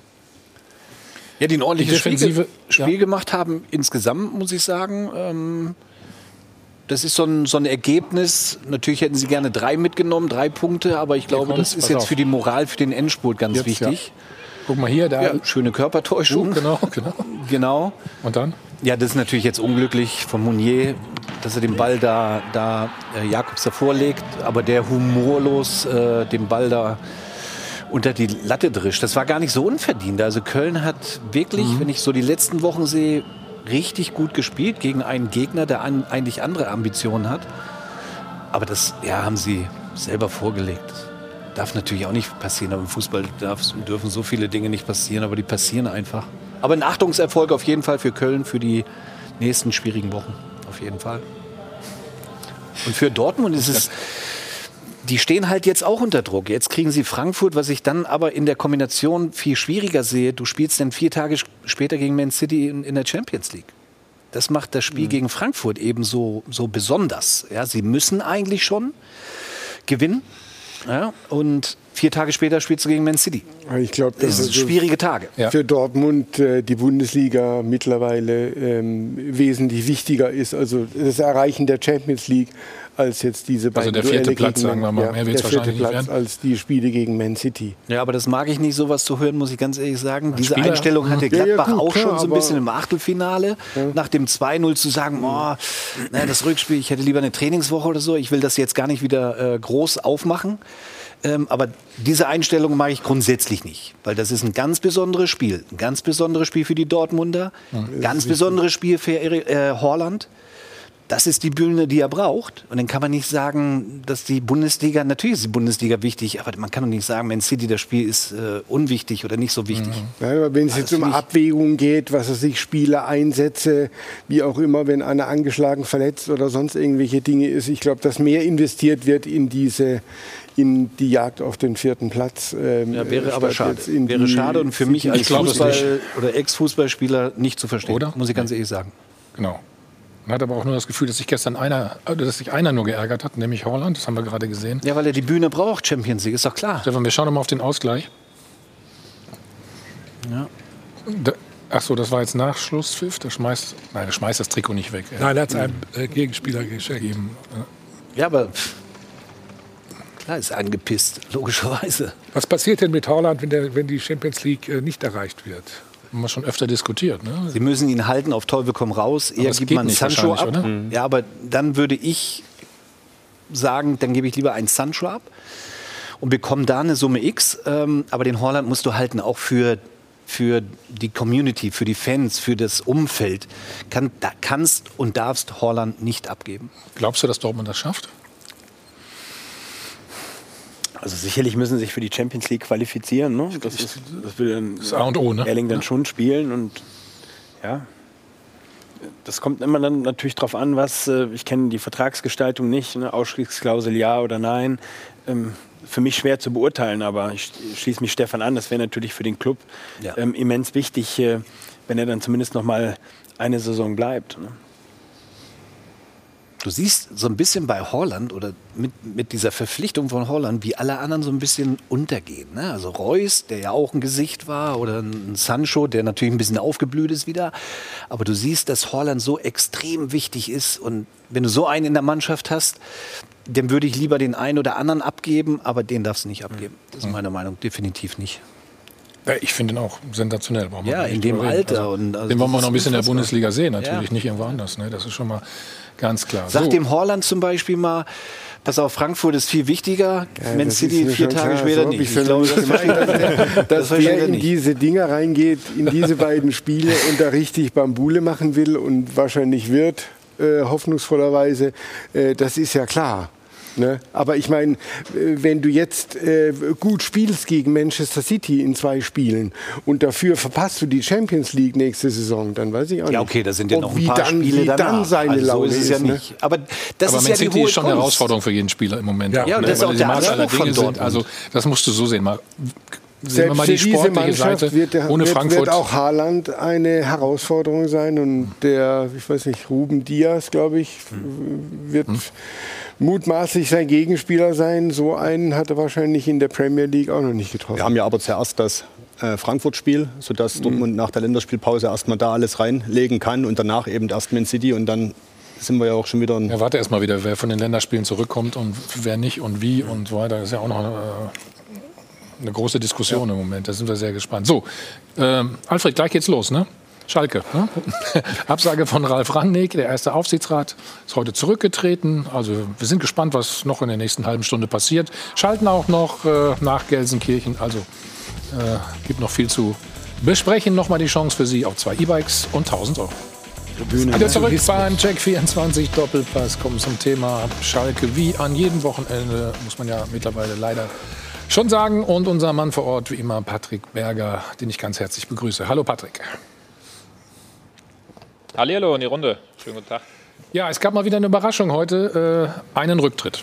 Ja, die ein ordentliches Spiel gemacht haben insgesamt, muss ich sagen. Das ist so ein Ergebnis. Natürlich hätten sie gerne 3 mitgenommen, 3 Punkte. Aber ich glaube, das ist jetzt für die Moral, für den Endspurt ganz wichtig. Ja. Guck mal hier, da schöne Körpertäuschung. Genau. Und dann? Ja, das ist natürlich jetzt unglücklich von Meunier, dass er den Ball da Jakobs davor legt, aber der humorlos den Ball da unter die Latte drischt. Das war gar nicht so unverdient. Also Köln hat wirklich, wenn ich so die letzten Wochen sehe, richtig gut gespielt gegen einen Gegner, der eigentlich andere Ambitionen hat. Aber das haben sie selber vorgelegt. Das darf natürlich auch nicht passieren. Aber im Fußball dürfen so viele Dinge nicht passieren, aber die passieren einfach. Aber ein Achtungserfolg auf jeden Fall für Köln für die nächsten schwierigen Wochen. Auf jeden Fall. Und für Dortmund ist es... Die stehen halt jetzt auch unter Druck. Jetzt kriegen sie Frankfurt, was ich dann aber in der Kombination viel schwieriger sehe. Du spielst dann 4 Tage später gegen Man City in der Champions League. Das macht das Spiel gegen Frankfurt eben so besonders. Ja, sie müssen eigentlich schon gewinnen. Ja, und 4 Tage später spielst du gegen Man City. Ich glaube, das sind schwierige Tage. Für Dortmund die Bundesliga mittlerweile wesentlich wichtiger ist. Also das Erreichen der Champions League als jetzt diese beiden Duelle. Also der 4. Platz, sagen wir mal. Mehr wird es wahrscheinlich nicht werden. Als die Spiele gegen Man City. Ja, aber das mag ich nicht, sowas zu hören, muss ich ganz ehrlich sagen. Diese Einstellung hatte Gladbach auch schon so ein bisschen im Achtelfinale. Nach dem 2-0 zu sagen, das Rückspiel, ich hätte lieber eine Trainingswoche oder so. Ich will das jetzt gar nicht wieder groß aufmachen. Aber diese Einstellung mag ich grundsätzlich nicht. Weil das ist ein ganz besonderes Spiel. Ein ganz besonderes Spiel für die Dortmunder. Ganz besonderes Spiel für Haaland. das ist die Bühne, die er braucht. Und dann kann man nicht sagen, dass die Bundesliga, natürlich ist die Bundesliga wichtig, aber man kann doch nicht sagen, Man City, das Spiel ist unwichtig oder nicht so wichtig. Ja, wenn es jetzt um Abwägungen geht, was er sich Spieler einsetze, wie auch immer, wenn einer angeschlagen, verletzt oder sonst irgendwelche Dinge ist, ich glaube, dass mehr investiert wird in die Jagd auf den 4. Platz. Wäre aber schade. Wäre schade und für mich als Fußball- oder Ex-Fußballspieler nicht zu verstehen, oder? Muss ich ganz ehrlich sagen. Genau. Man hat aber auch nur das Gefühl, dass sich gestern einer nur geärgert hat, nämlich Haaland. Das haben wir gerade gesehen. Ja, weil er die Bühne braucht, Champions League, ist doch klar. Stefan, wir schauen mal auf den Ausgleich. Ja. Achso, das war jetzt Nachschlusspfiff. Der schmeißt das Trikot nicht weg. Nein, er hat es einem Gegenspieler geschenkt. Ja, aber klar ist angepisst, logischerweise. Was passiert denn mit Haaland, wenn die Champions League nicht erreicht wird? Haben wir schon öfter diskutiert. Ne? Sie müssen ihn halten, auf Teufel komm raus. Er gibt man Sancho ab. Oder? Ja, aber dann würde ich sagen, dann gebe ich lieber einen Sancho ab und bekomme da eine Summe X. Aber den Haaland musst du halten, auch für die Community, für die Fans, für das Umfeld. Kannst und darfst Haaland nicht abgeben. Glaubst du, dass Dortmund das schafft? Also sicherlich müssen sie sich für die Champions League qualifizieren. Ne? Das will dann das A und O, ne? Erling dann schon spielen. Und ja, das kommt immer dann natürlich drauf an, ich kenne die Vertragsgestaltung nicht, ne? Ausstiegsklausel ja oder nein. Für mich schwer zu beurteilen, aber ich schließe mich Stefan an. Das wäre natürlich für den Club immens wichtig, wenn er dann zumindest noch mal eine Saison bleibt. Ne? Du siehst so ein bisschen bei Haaland oder mit dieser Verpflichtung von Haaland, wie alle anderen so ein bisschen untergehen. Ne? Also Reus, der ja auch ein Gesicht war, oder ein Sancho, der natürlich ein bisschen aufgeblüht ist wieder. Aber du siehst, dass Haaland so extrem wichtig ist. Und wenn du so einen in der Mannschaft hast, dann würde ich lieber den einen oder anderen abgeben, aber den darfst du nicht abgeben. Das ist meine Meinung, definitiv nicht. Ja, ich finde ihn auch sensationell. Ja, in dem Alter. Also, den wollen wir noch ein bisschen in der Bundesliga sehen, natürlich, nicht irgendwo anders. Ne? Das ist schon mal ganz klar. Sag dem Haaland zum Beispiel mal, pass auf, Frankfurt ist viel wichtiger, Man City 4 Tage später nicht. Ich glaube, dass wer in diese Dinger reingeht, in diese beiden Spiele und da richtig Bambule machen will und wahrscheinlich wird, hoffnungsvollerweise, das ist ja klar. Ne? Aber ich meine, wenn du jetzt gut spielst gegen Manchester City in 2 Spielen und dafür verpasst du die Champions League nächste Saison, dann weiß ich auch nicht. Ja, okay, da sind ja noch ein paar Spiele danach. Dann seine also Laune so ist es ja nicht. Ne? Aber das ist Man ja City ist schon eine Herausforderung für jeden Spieler im Moment. Ja, und das ist auch der Anspruch von Dortmund. Also das musst du so sehen. Sehen wir mal Selbst die für diese sportliche Seite. Wird auch Haaland eine Herausforderung sein. Und ich weiß nicht, Ruben Dias, glaube ich, wird mutmaßlich sein Gegenspieler sein. So einen hat er wahrscheinlich in der Premier League auch noch nicht getroffen. Wir haben ja aber zuerst das Frankfurt-Spiel, sodass Dortmund nach der Länderspielpause erstmal da alles reinlegen kann und danach eben erst Man City und dann sind wir ja auch schon wieder... Ja, warte erst mal wieder, wer von den Länderspielen zurückkommt und wer nicht und wie und so weiter. Das ist ja auch noch eine große Diskussion im Moment. Da sind wir sehr gespannt. So, Alfred, gleich geht's los, ne? Schalke. Ne? Absage von Ralf Rangnick, der erste Aufsichtsrat, ist heute zurückgetreten. Also wir sind gespannt, was noch in der nächsten halben Stunde passiert. Schalten auch noch nach Gelsenkirchen. Also gibt noch viel zu besprechen. Nochmal die Chance für Sie auf 2 E-Bikes und 1.000 €. Wieder zurück beim Check 24 Doppelpass. Kommen zum Thema Schalke. Wie an jedem Wochenende, muss man ja mittlerweile leider schon sagen. Und unser Mann vor Ort, wie immer, Patrick Berger, den ich ganz herzlich begrüße. Hallo Patrick. Hallihallo in die Runde. Schönen guten Tag. Ja, es gab mal wieder eine Überraschung heute, einen Rücktritt.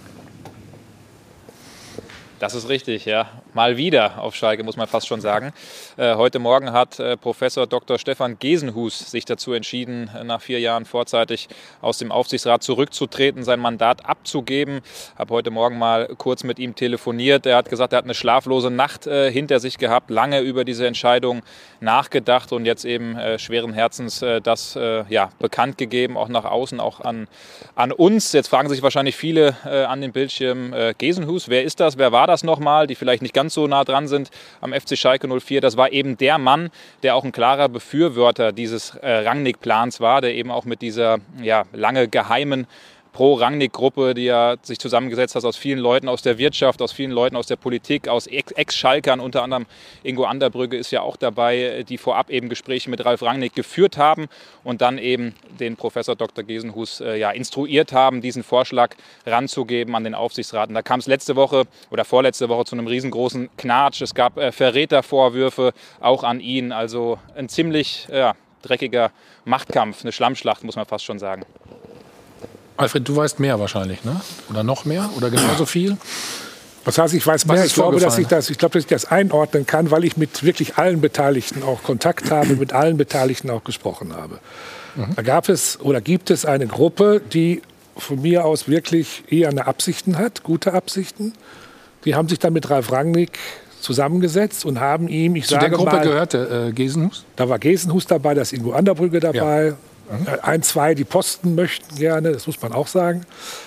Das ist richtig, ja. Mal wieder auf Schalke, muss man fast schon sagen. Heute Morgen hat Professor Dr. Stefan Gesenhus sich dazu entschieden, nach 4 Jahren vorzeitig aus dem Aufsichtsrat zurückzutreten, sein Mandat abzugeben. Habe heute Morgen mal kurz mit ihm telefoniert. Er hat gesagt, er hat eine schlaflose Nacht hinter sich gehabt, lange über diese Entscheidung nachgedacht und jetzt eben schweren Herzens das bekannt gegeben, auch nach außen, auch an uns. Jetzt fragen sich wahrscheinlich viele an den Bildschirm, Gesenhus, wer ist das, wer war das nochmal, die vielleicht nicht ganz so nah dran sind am FC Schalke 04. Das war eben der Mann, der auch ein klarer Befürworter dieses Rangnick-Plans war, der eben auch mit dieser lange geheimen Pro-Rangnick-Gruppe, die ja sich zusammengesetzt hat aus vielen Leuten aus der Wirtschaft, aus vielen Leuten aus der Politik, aus Ex-Schalkern, unter anderem Ingo Anderbrügge ist ja auch dabei, die vorab eben Gespräche mit Ralf Rangnick geführt haben und dann eben den Professor Dr. Gesenhus instruiert haben, diesen Vorschlag ranzugeben an den Aufsichtsrat. Und da kam es letzte Woche oder vorletzte Woche zu einem riesengroßen Knatsch. Es gab Verrätervorwürfe auch an ihn, also ein ziemlich dreckiger Machtkampf, eine Schlammschlacht, muss man fast schon sagen. Alfred, du weißt mehr wahrscheinlich, ne? Oder noch mehr? Oder genauso viel? Was heißt, ich weiß mehr? Ich glaube, dass ich das einordnen kann, weil ich mit wirklich allen Beteiligten auch Kontakt habe, mit allen Beteiligten auch gesprochen habe. Da gibt es eine Gruppe, die von mir aus wirklich eher eine Absichten hat, gute Absichten. Die haben sich dann mit Ralf Rangnick zusammengesetzt und haben ihm, Zu der Gruppe gehörte Gesenhus? Da war Gesenhus dabei, da ist Ingo Anderbrügge dabei. Ja. Ein, zwei, die Posten möchten gerne, das muss man auch sagen.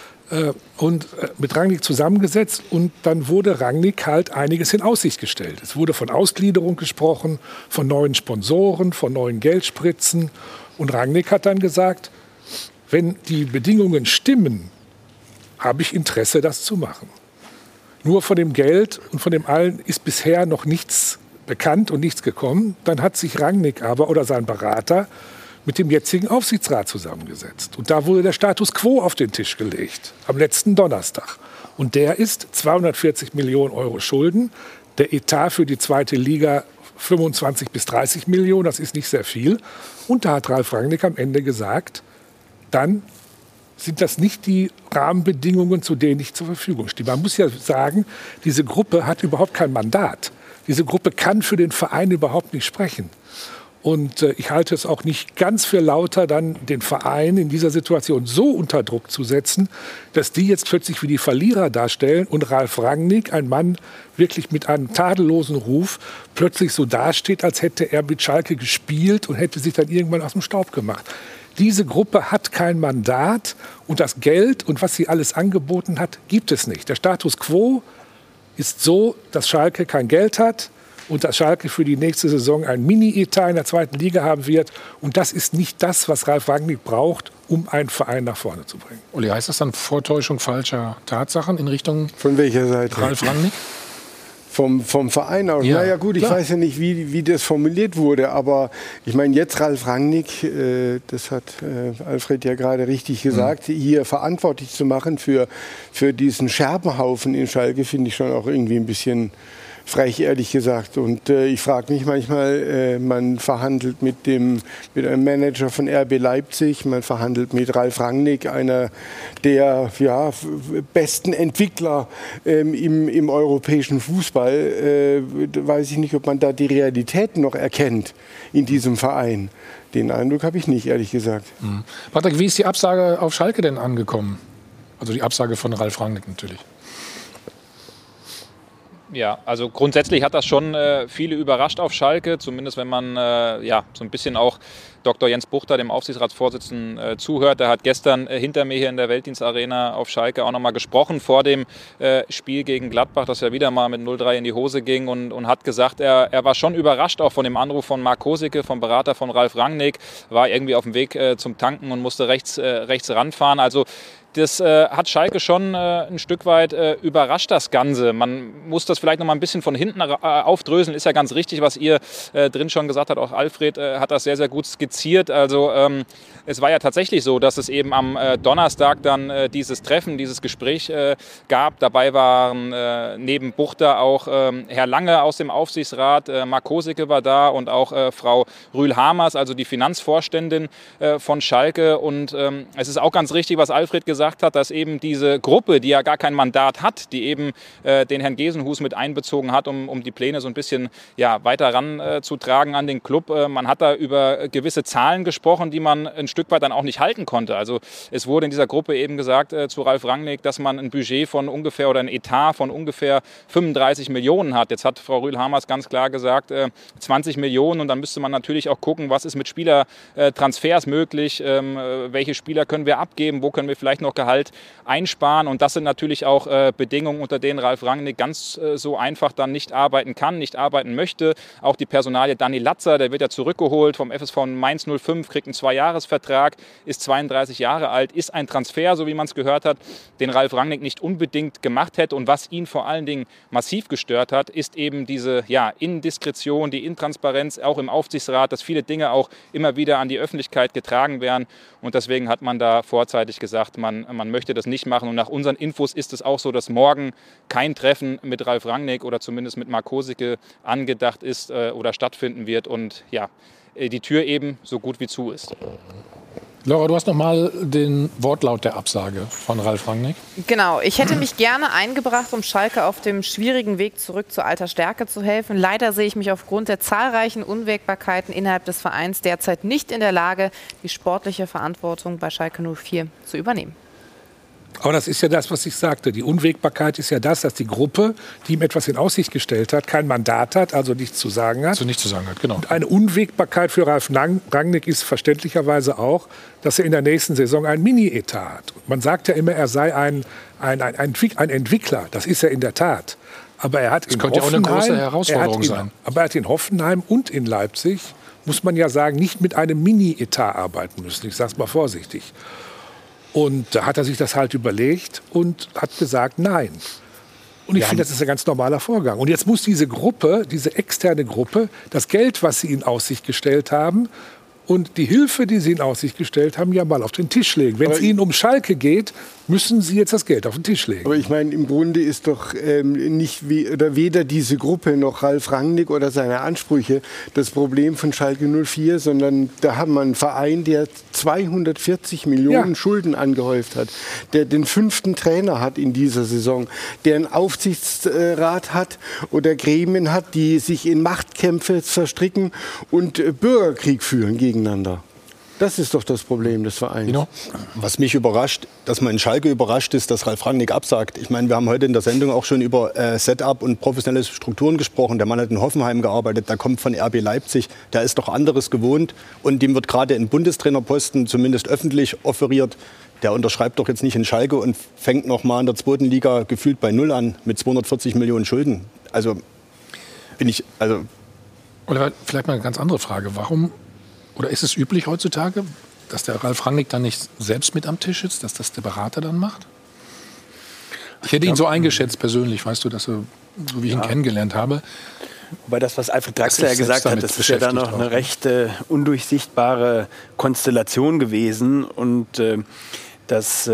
Und mit Rangnick zusammengesetzt und dann wurde Rangnick halt einiges in Aussicht gestellt. Es wurde von Ausgliederung gesprochen, von neuen Sponsoren, von neuen Geldspritzen. Und Rangnick hat dann gesagt, wenn die Bedingungen stimmen, habe ich Interesse, das zu machen. Nur von dem Geld und von dem allen ist bisher noch nichts bekannt und nichts gekommen. Dann hat sich Rangnick aber oder sein Berater mit dem jetzigen Aufsichtsrat zusammengesetzt. Und da wurde der Status quo auf den Tisch gelegt, am letzten Donnerstag. Und der ist 240 Millionen Euro Schulden. Der Etat für die zweite Liga 25 bis 30 Millionen, das ist nicht sehr viel. Und da hat Ralf Rangnick am Ende gesagt, dann sind das nicht die Rahmenbedingungen, zu denen ich zur Verfügung stehe. Man muss ja sagen, diese Gruppe hat überhaupt kein Mandat. Diese Gruppe kann für den Verein überhaupt nicht sprechen. Und ich halte es auch nicht ganz für lauter, dann den Verein in dieser Situation so unter Druck zu setzen, dass die jetzt plötzlich wie die Verlierer darstellen und Ralf Rangnick, ein Mann wirklich mit einem tadellosen Ruf, plötzlich so dasteht, als hätte er mit Schalke gespielt und hätte sich dann irgendwann aus dem Staub gemacht. Diese Gruppe hat kein Mandat und das Geld und was sie alles angeboten hat, gibt es nicht. Der Status quo ist so, dass Schalke kein Geld hat und dass Schalke für die nächste Saison ein Mini-Etat in der zweiten Liga haben wird. Und das ist nicht das, was Ralf Rangnick braucht, um einen Verein nach vorne zu bringen. Uli, heißt das dann Vortäuschung falscher Tatsachen in Richtung von welcher Seite? Ralf Rangnick? Vom Verein aus. Ja, naja gut, ich weiß ja nicht, wie das formuliert wurde, aber ich meine jetzt Ralf Rangnick, das hat Alfred ja gerade richtig gesagt, hier verantwortlich zu machen für diesen Scherbenhaufen in Schalke, finde ich schon auch irgendwie ein bisschen frech, ehrlich gesagt. Und ich frage mich manchmal, man verhandelt mit einem Manager von RB Leipzig, man verhandelt mit Ralf Rangnick, einer der besten Entwickler im europäischen Fußball. Weiß ich nicht, ob man da die Realität noch erkennt in diesem Verein. Den Eindruck habe ich nicht, ehrlich gesagt. Patrick, wie ist die Absage auf Schalke denn angekommen? Also die Absage von Ralf Rangnick natürlich. Ja, also grundsätzlich hat das schon viele überrascht auf Schalke, zumindest wenn man so ein bisschen auch Dr. Jens Buchter, dem Aufsichtsratsvorsitzenden, zuhört. Der hat gestern hinter mir hier in der Weltdienstarena auf Schalke auch nochmal gesprochen vor dem Spiel gegen Gladbach, das ja wieder mal mit 0-3 in die Hose ging und hat gesagt, er war schon überrascht auch von dem Anruf von Marc Kosicke, vom Berater von Ralf Rangnick, war irgendwie auf dem Weg zum Tanken und musste rechts ranfahren. Also das hat Schalke schon ein Stück weit überrascht, das Ganze. Man muss das vielleicht noch mal ein bisschen von hinten aufdröseln. Ist ja ganz richtig, was ihr drin schon gesagt habt. Auch Alfred hat das sehr, sehr gut skizziert. Also es war ja tatsächlich so, dass es eben am Donnerstag dann dieses Treffen, dieses Gespräch gab. Dabei waren neben Buchter auch Herr Lange aus dem Aufsichtsrat, Marc Kosicke war da und auch Frau Rühl-Hamers, also die Finanzvorständin von Schalke. Und es ist auch ganz richtig, was Alfred gesagt hat, dass eben diese Gruppe, die ja gar kein Mandat hat, die eben den Herrn Gesenhus mit einbezogen hat, um die Pläne so ein bisschen weiter ranzutragen an den Club. Man hat da über gewisse Zahlen gesprochen, die man ein Stück weit dann auch nicht halten konnte. Also es wurde in dieser Gruppe eben gesagt zu Ralf Rangnick, dass man ein Budget von ungefähr oder ein Etat von ungefähr 35 Millionen hat. Jetzt hat Frau Rühl-Hamers ganz klar gesagt 20 Millionen und dann müsste man natürlich auch gucken, was ist mit Spielertransfers möglich, welche Spieler können wir abgeben, wo können wir vielleicht noch auch Gehalt einsparen. Und das sind natürlich auch Bedingungen, unter denen Ralf Rangnick ganz so einfach dann nicht arbeiten kann, nicht arbeiten möchte. Auch die Personalie Dani Latzer, der wird ja zurückgeholt vom FSV Mainz 05, kriegt einen 2-Jahres-Vertrag, ist 32 Jahre alt, ist ein Transfer, so wie man es gehört hat, den Ralf Rangnick nicht unbedingt gemacht hätte. Und was ihn vor allen Dingen massiv gestört hat, ist eben diese Indiskretion, die Intransparenz, auch im Aufsichtsrat, dass viele Dinge auch immer wieder an die Öffentlichkeit getragen werden. Und deswegen hat man da vorzeitig gesagt, man möchte das nicht machen. Und nach unseren Infos ist es auch so, dass morgen kein Treffen mit Ralf Rangnick oder zumindest mit Marc Kosicke angedacht ist oder stattfinden wird. Und ja, die Tür eben so gut wie zu ist. Laura, du hast noch mal den Wortlaut der Absage von Ralf Rangnick. Genau, ich hätte mich gerne eingebracht, um Schalke auf dem schwierigen Weg zurück zu alter Stärke zu helfen. Leider sehe ich mich aufgrund der zahlreichen Unwägbarkeiten innerhalb des Vereins derzeit nicht in der Lage, die sportliche Verantwortung bei Schalke 04 zu übernehmen. Aber das ist ja das, was ich sagte. Die Unwägbarkeit ist ja das, dass die Gruppe, die ihm etwas in Aussicht gestellt hat, kein Mandat hat, also nichts zu sagen hat. Also nichts zu sagen hat, genau. Und eine Unwägbarkeit für Ralf Rangnick ist verständlicherweise auch, dass er in der nächsten Saison einen Mini-Etat hat. Man sagt ja immer, er sei ein Entwickler. Das ist er in der Tat. Aber er hat das könnte ja auch eine große Herausforderung sein. Aber er hat in Hoffenheim und in Leipzig, muss man ja sagen, nicht mit einem Mini-Etat arbeiten müssen. Ich sage es mal vorsichtig. Und da hat er sich das halt überlegt und hat gesagt, nein. Und ich finde, das ist ein ganz normaler Vorgang. Und jetzt muss diese Gruppe, diese externe Gruppe, das Geld, was sie in Aussicht gestellt haben und die Hilfe, die sie in Aussicht gestellt haben, ja mal auf den Tisch legen. Wenn es ihnen um Schalke geht, müssen sie jetzt das Geld auf den Tisch legen. Aber ich meine, im Grunde ist doch weder diese Gruppe noch Ralf Rangnick oder seine Ansprüche das Problem von Schalke 04, sondern da haben wir einen Verein, der 240 Millionen Schulden angehäuft hat, der den 5. Trainer hat in dieser Saison, der einen Aufsichtsrat hat oder Gremien hat, die sich in Machtkämpfe verstricken und Bürgerkrieg führen gegeneinander. Das ist doch das Problem des Vereins. Was mich überrascht, dass man in Schalke überrascht ist, dass Ralf Rangnick absagt. Ich meine, wir haben heute in der Sendung auch schon über Setup und professionelle Strukturen gesprochen. Der Mann hat in Hoffenheim gearbeitet, der kommt von RB Leipzig, der ist doch anderes gewohnt. Und dem wird gerade ein Bundestrainerposten zumindest öffentlich offeriert. Der unterschreibt doch jetzt nicht in Schalke und fängt noch mal in der 2. Liga gefühlt bei Null an mit 240 Millionen Schulden. Oder vielleicht mal eine ganz andere Frage. Warum, oder ist es üblich heutzutage, dass der Ralf Rangnick dann nicht selbst mit am Tisch sitzt, dass das der Berater dann macht? Ich hätte ihn so eingeschätzt persönlich, weißt du, dass so wie ich ihn kennengelernt habe. Wobei das, was Alfred Draxler ja gesagt hat, das ist ja dann noch eine recht undurchsichtbare Konstellation gewesen. Und dass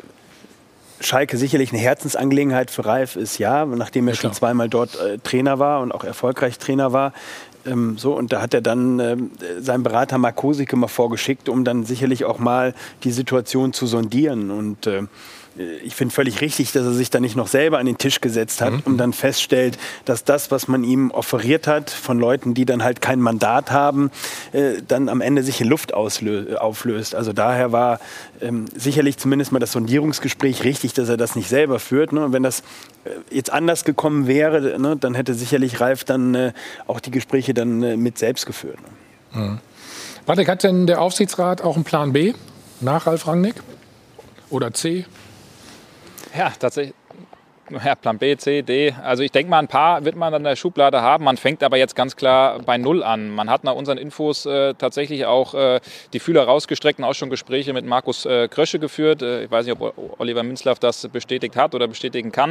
Schalke sicherlich eine Herzensangelegenheit für Ralf ist, ja, nachdem er schon zweimal dort Trainer war und auch erfolgreich Trainer war. Und da hat er dann seinen Berater Marc Kosicke mal vorgeschickt, um dann sicherlich auch mal die Situation zu sondieren. Und ich finde völlig richtig, dass er sich da nicht noch selber an den Tisch gesetzt hat und dann feststellt, dass das, was man ihm offeriert hat, von Leuten, die dann halt kein Mandat haben, dann am Ende sich in Luft auflöst. Also daher war sicherlich zumindest mal das Sondierungsgespräch richtig, dass er das nicht selber führt. Ne? Und wenn das jetzt anders gekommen wäre, ne, dann hätte sicherlich Ralf dann auch die Gespräche dann mit selbst geführt. Ne? Mhm. Warte, hat denn der Aufsichtsrat auch einen Plan B nach Ralf Rangnick? Oder C? Ja, tatsächlich. Ja, Plan B, C, D. Also ich denke mal, ein paar wird man an der Schublade haben. Man fängt aber jetzt ganz klar bei Null an. Man hat nach unseren Infos tatsächlich auch die Fühler rausgestreckt und auch schon Gespräche mit Markus Krösche geführt. Ich weiß nicht, ob Oliver Minzlaff das bestätigt hat oder bestätigen kann.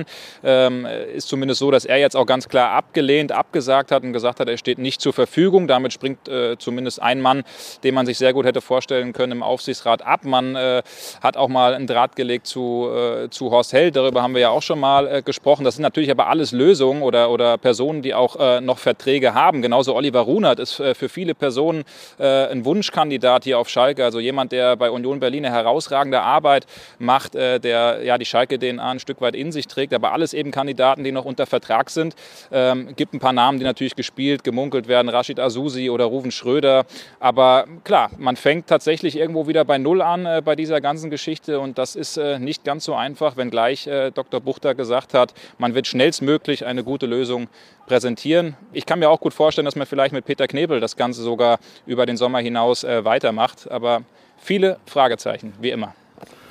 Ist zumindest so, dass er jetzt auch ganz klar abgesagt hat und gesagt hat, er steht nicht zur Verfügung. Damit springt zumindest ein Mann, den man sich sehr gut hätte vorstellen können, im Aufsichtsrat ab. Man hat auch mal einen Draht gelegt zu Horst Held. Darüber haben wir ja auch schon mal gesprochen. Das sind natürlich aber alles Lösungen oder Personen, die auch noch Verträge haben. Genauso Oliver Runert ist für viele Personen ein Wunschkandidat hier auf Schalke. Also jemand, der bei Union Berlin eine herausragende Arbeit macht, der ja die Schalke-DNA ein Stück weit in sich trägt. Aber alles eben Kandidaten, die noch unter Vertrag sind. Gibt ein paar Namen, die natürlich gemunkelt werden. Rashid Azusi oder Ruven Schröder. Aber klar, man fängt tatsächlich irgendwo wieder bei Null an bei dieser ganzen Geschichte. Und das ist nicht ganz so einfach, wenngleich Dr. Buchter gesagt hat, man wird schnellstmöglich eine gute Lösung präsentieren. Ich kann mir auch gut vorstellen, dass man vielleicht mit Peter Knebel das Ganze sogar über den Sommer hinaus weitermacht. Aber viele Fragezeichen, wie immer.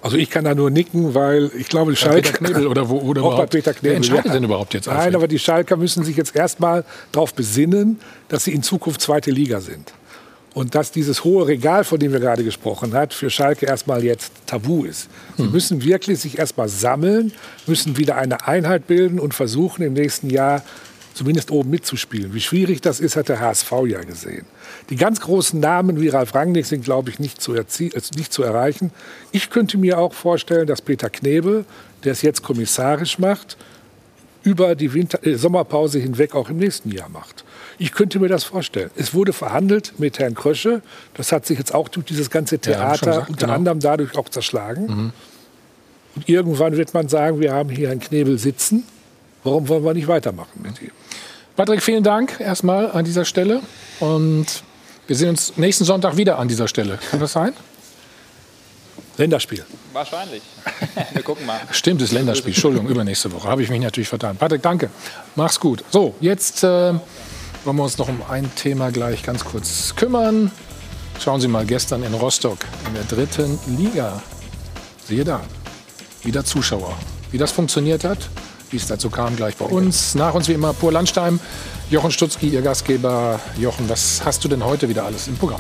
Also ich kann da nur nicken, weil ich glaube, Schalke... Peter Knebel oder wo? Oder auch bei Peter Knebel. Wer entscheidet denn überhaupt jetzt? Nein, aber die Schalker müssen sich jetzt erstmal darauf besinnen, dass sie in Zukunft zweite Liga sind. Und dass dieses hohe Regal, von dem wir gerade gesprochen haben, für Schalke erstmal jetzt tabu ist. Sie müssen wirklich sich erstmal sammeln, müssen wieder eine Einheit bilden und versuchen im nächsten Jahr zumindest oben mitzuspielen. Wie schwierig das ist, hat der HSV ja gesehen. Die ganz großen Namen wie Ralf Rangnick sind, glaube ich, nicht zu erreichen. Ich könnte mir auch vorstellen, dass Peter Knebel, der es jetzt kommissarisch macht, über die Sommerpause hinweg auch im nächsten Jahr macht. Ich könnte mir das vorstellen. Es wurde verhandelt mit Herrn Krösche. Das hat sich jetzt auch durch dieses ganze Theater unter anderem dadurch auch zerschlagen. Und irgendwann wird man sagen, wir haben hier Herrn Knebel sitzen. Warum wollen wir nicht weitermachen mit ihm? Patrick, vielen Dank erstmal an dieser Stelle. Und wir sehen uns nächsten Sonntag wieder an dieser Stelle. Kann das sein? Länderspiel. Wahrscheinlich. Wir gucken mal. Stimmt, das Länderspiel. Entschuldigung, übernächste Woche. Habe ich mich natürlich vertan. Patrick, danke. Mach's gut. So, jetzt wollen wir uns noch um ein Thema gleich ganz kurz kümmern. Schauen Sie mal, gestern in Rostock in der 3. Liga. Siehe da, wieder Zuschauer. Wie das funktioniert hat, wie es dazu kam, gleich bei uns. Nach uns wie immer Pur Landstein, Jochen Stutzki, Ihr Gastgeber. Jochen, was hast du denn heute wieder alles im Programm?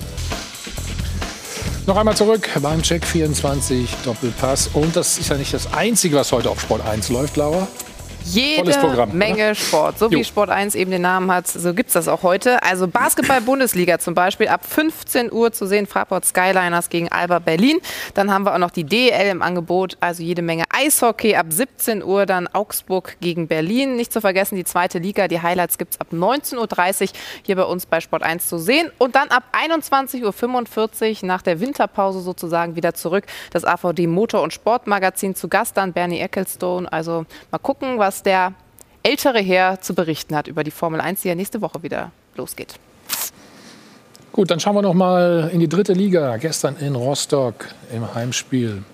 Noch einmal zurück beim Check 24 Doppelpass. Und das ist ja nicht das Einzige, was heute auf Sport 1 läuft, Laura. Jede Menge Sport. So wie Sport 1 eben den Namen hat, so gibt es das auch heute. Also Basketball-Bundesliga zum Beispiel ab 15 Uhr zu sehen. Fraport Skyliners gegen Alba Berlin. Dann haben wir auch noch die DEL im Angebot. Also jede Menge Eishockey. Ab 17 Uhr dann Augsburg gegen Berlin. Nicht zu vergessen die 2. Liga. Die Highlights gibt es ab 19.30 Uhr hier bei uns bei Sport 1 zu sehen. Und dann ab 21.45 Uhr nach der Winterpause sozusagen wieder zurück. Das AVD Motor- und Sportmagazin zu Gast dann Bernie Ecclestone. Also mal gucken, was der ältere Herr zu berichten hat über die Formel 1, die ja nächste Woche wieder losgeht. Gut, dann schauen wir noch mal in die 3. Liga. Gestern in Rostock im Heimspiel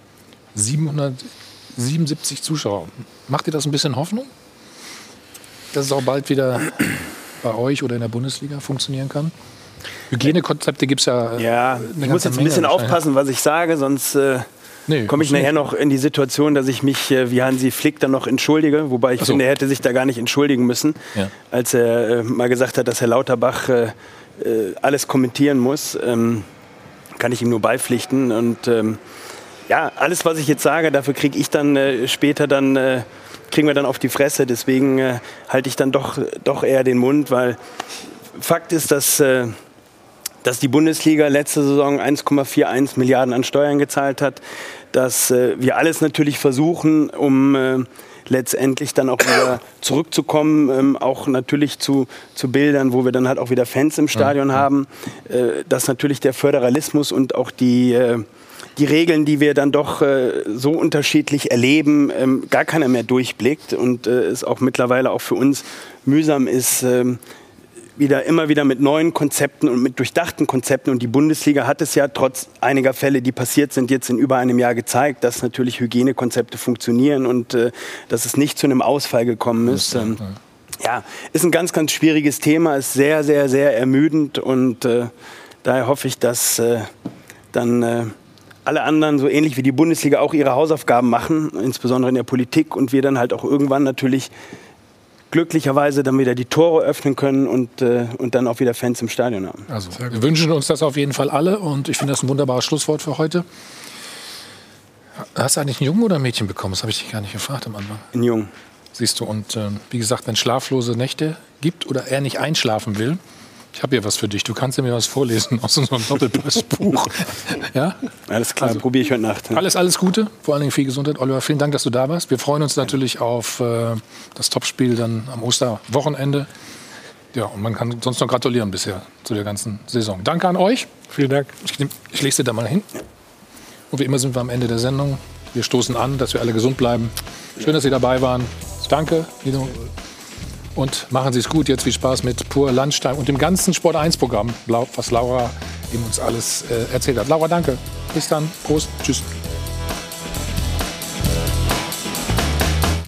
777 Zuschauer. Macht dir das ein bisschen Hoffnung, dass es auch bald wieder bei euch oder in der Bundesliga funktionieren kann? Hygienekonzepte gibt es ja. Ja, ich muss jetzt ein bisschen aufpassen, was ich sage, sonst komme ich nachher noch in die Situation, dass ich mich wie Hansi Flick dann noch entschuldige. Wobei ich finde, er hätte sich da gar nicht entschuldigen müssen, als er mal gesagt hat, dass Herr Lauterbach alles kommentieren muss. Kann ich ihm nur beipflichten. Und ja, alles, was ich jetzt sage, dafür kriege ich dann später dann kriegen wir dann auf die Fresse. Deswegen halte ich dann doch eher den Mund, weil Fakt ist, dass die Bundesliga letzte Saison 1,41 Milliarden an Steuern gezahlt hat, dass wir alles natürlich versuchen, um letztendlich dann auch wieder zurückzukommen, auch natürlich zu Bildern, wo wir dann halt auch wieder Fans im Stadion haben, dass natürlich der Föderalismus und auch die Regeln, die wir dann doch so unterschiedlich erleben, gar keiner mehr durchblickt und es auch mittlerweile auch für uns mühsam ist, immer wieder mit neuen Konzepten und mit durchdachten Konzepten. Und die Bundesliga hat es ja trotz einiger Fälle, die passiert sind, jetzt in über einem Jahr gezeigt, dass natürlich Hygienekonzepte funktionieren und dass es nicht zu einem Ausfall gekommen ist. Ja, ist ein ganz, ganz schwieriges Thema, ist sehr, sehr, sehr ermüdend. Und daher hoffe ich, dass dann alle anderen, so ähnlich wie die Bundesliga, auch ihre Hausaufgaben machen, insbesondere in der Politik. Und wir dann halt auch irgendwann natürlich glücklicherweise dann wieder die Tore öffnen können und dann auch wieder Fans im Stadion haben. Also, wir wünschen uns das auf jeden Fall alle und ich finde das ein wunderbares Schlusswort für heute. Hast du eigentlich einen Jungen oder ein Mädchen bekommen? Das habe ich dich gar nicht gefragt am Anfang. Einen Jungen. Siehst du, und wie gesagt, wenn es schlaflose Nächte gibt oder er nicht einschlafen will, ich habe hier was für dich. Du kannst mir was vorlesen aus unserem Doppelpass-Buch. Ja? Alles klar, also, probiere ich heute Nacht. Ja. Alles Gute, vor allen Dingen viel Gesundheit. Oliver, vielen Dank, dass du da warst. Wir freuen uns natürlich auf das Topspiel dann am Osterwochenende. Ja, und man kann sonst noch gratulieren bisher zu der ganzen Saison. Danke an euch. Vielen Dank. Ich lese dir da mal hin. Und wie immer sind wir am Ende der Sendung. Wir stoßen an, dass wir alle gesund bleiben. Schön, dass Sie dabei waren. Danke, Nino. Und machen Sie es gut. Jetzt viel Spaß mit Pur Landstein und dem ganzen Sport 1-Programm, was Laura eben uns alles erzählt hat. Laura, danke. Bis dann. Prost. Tschüss.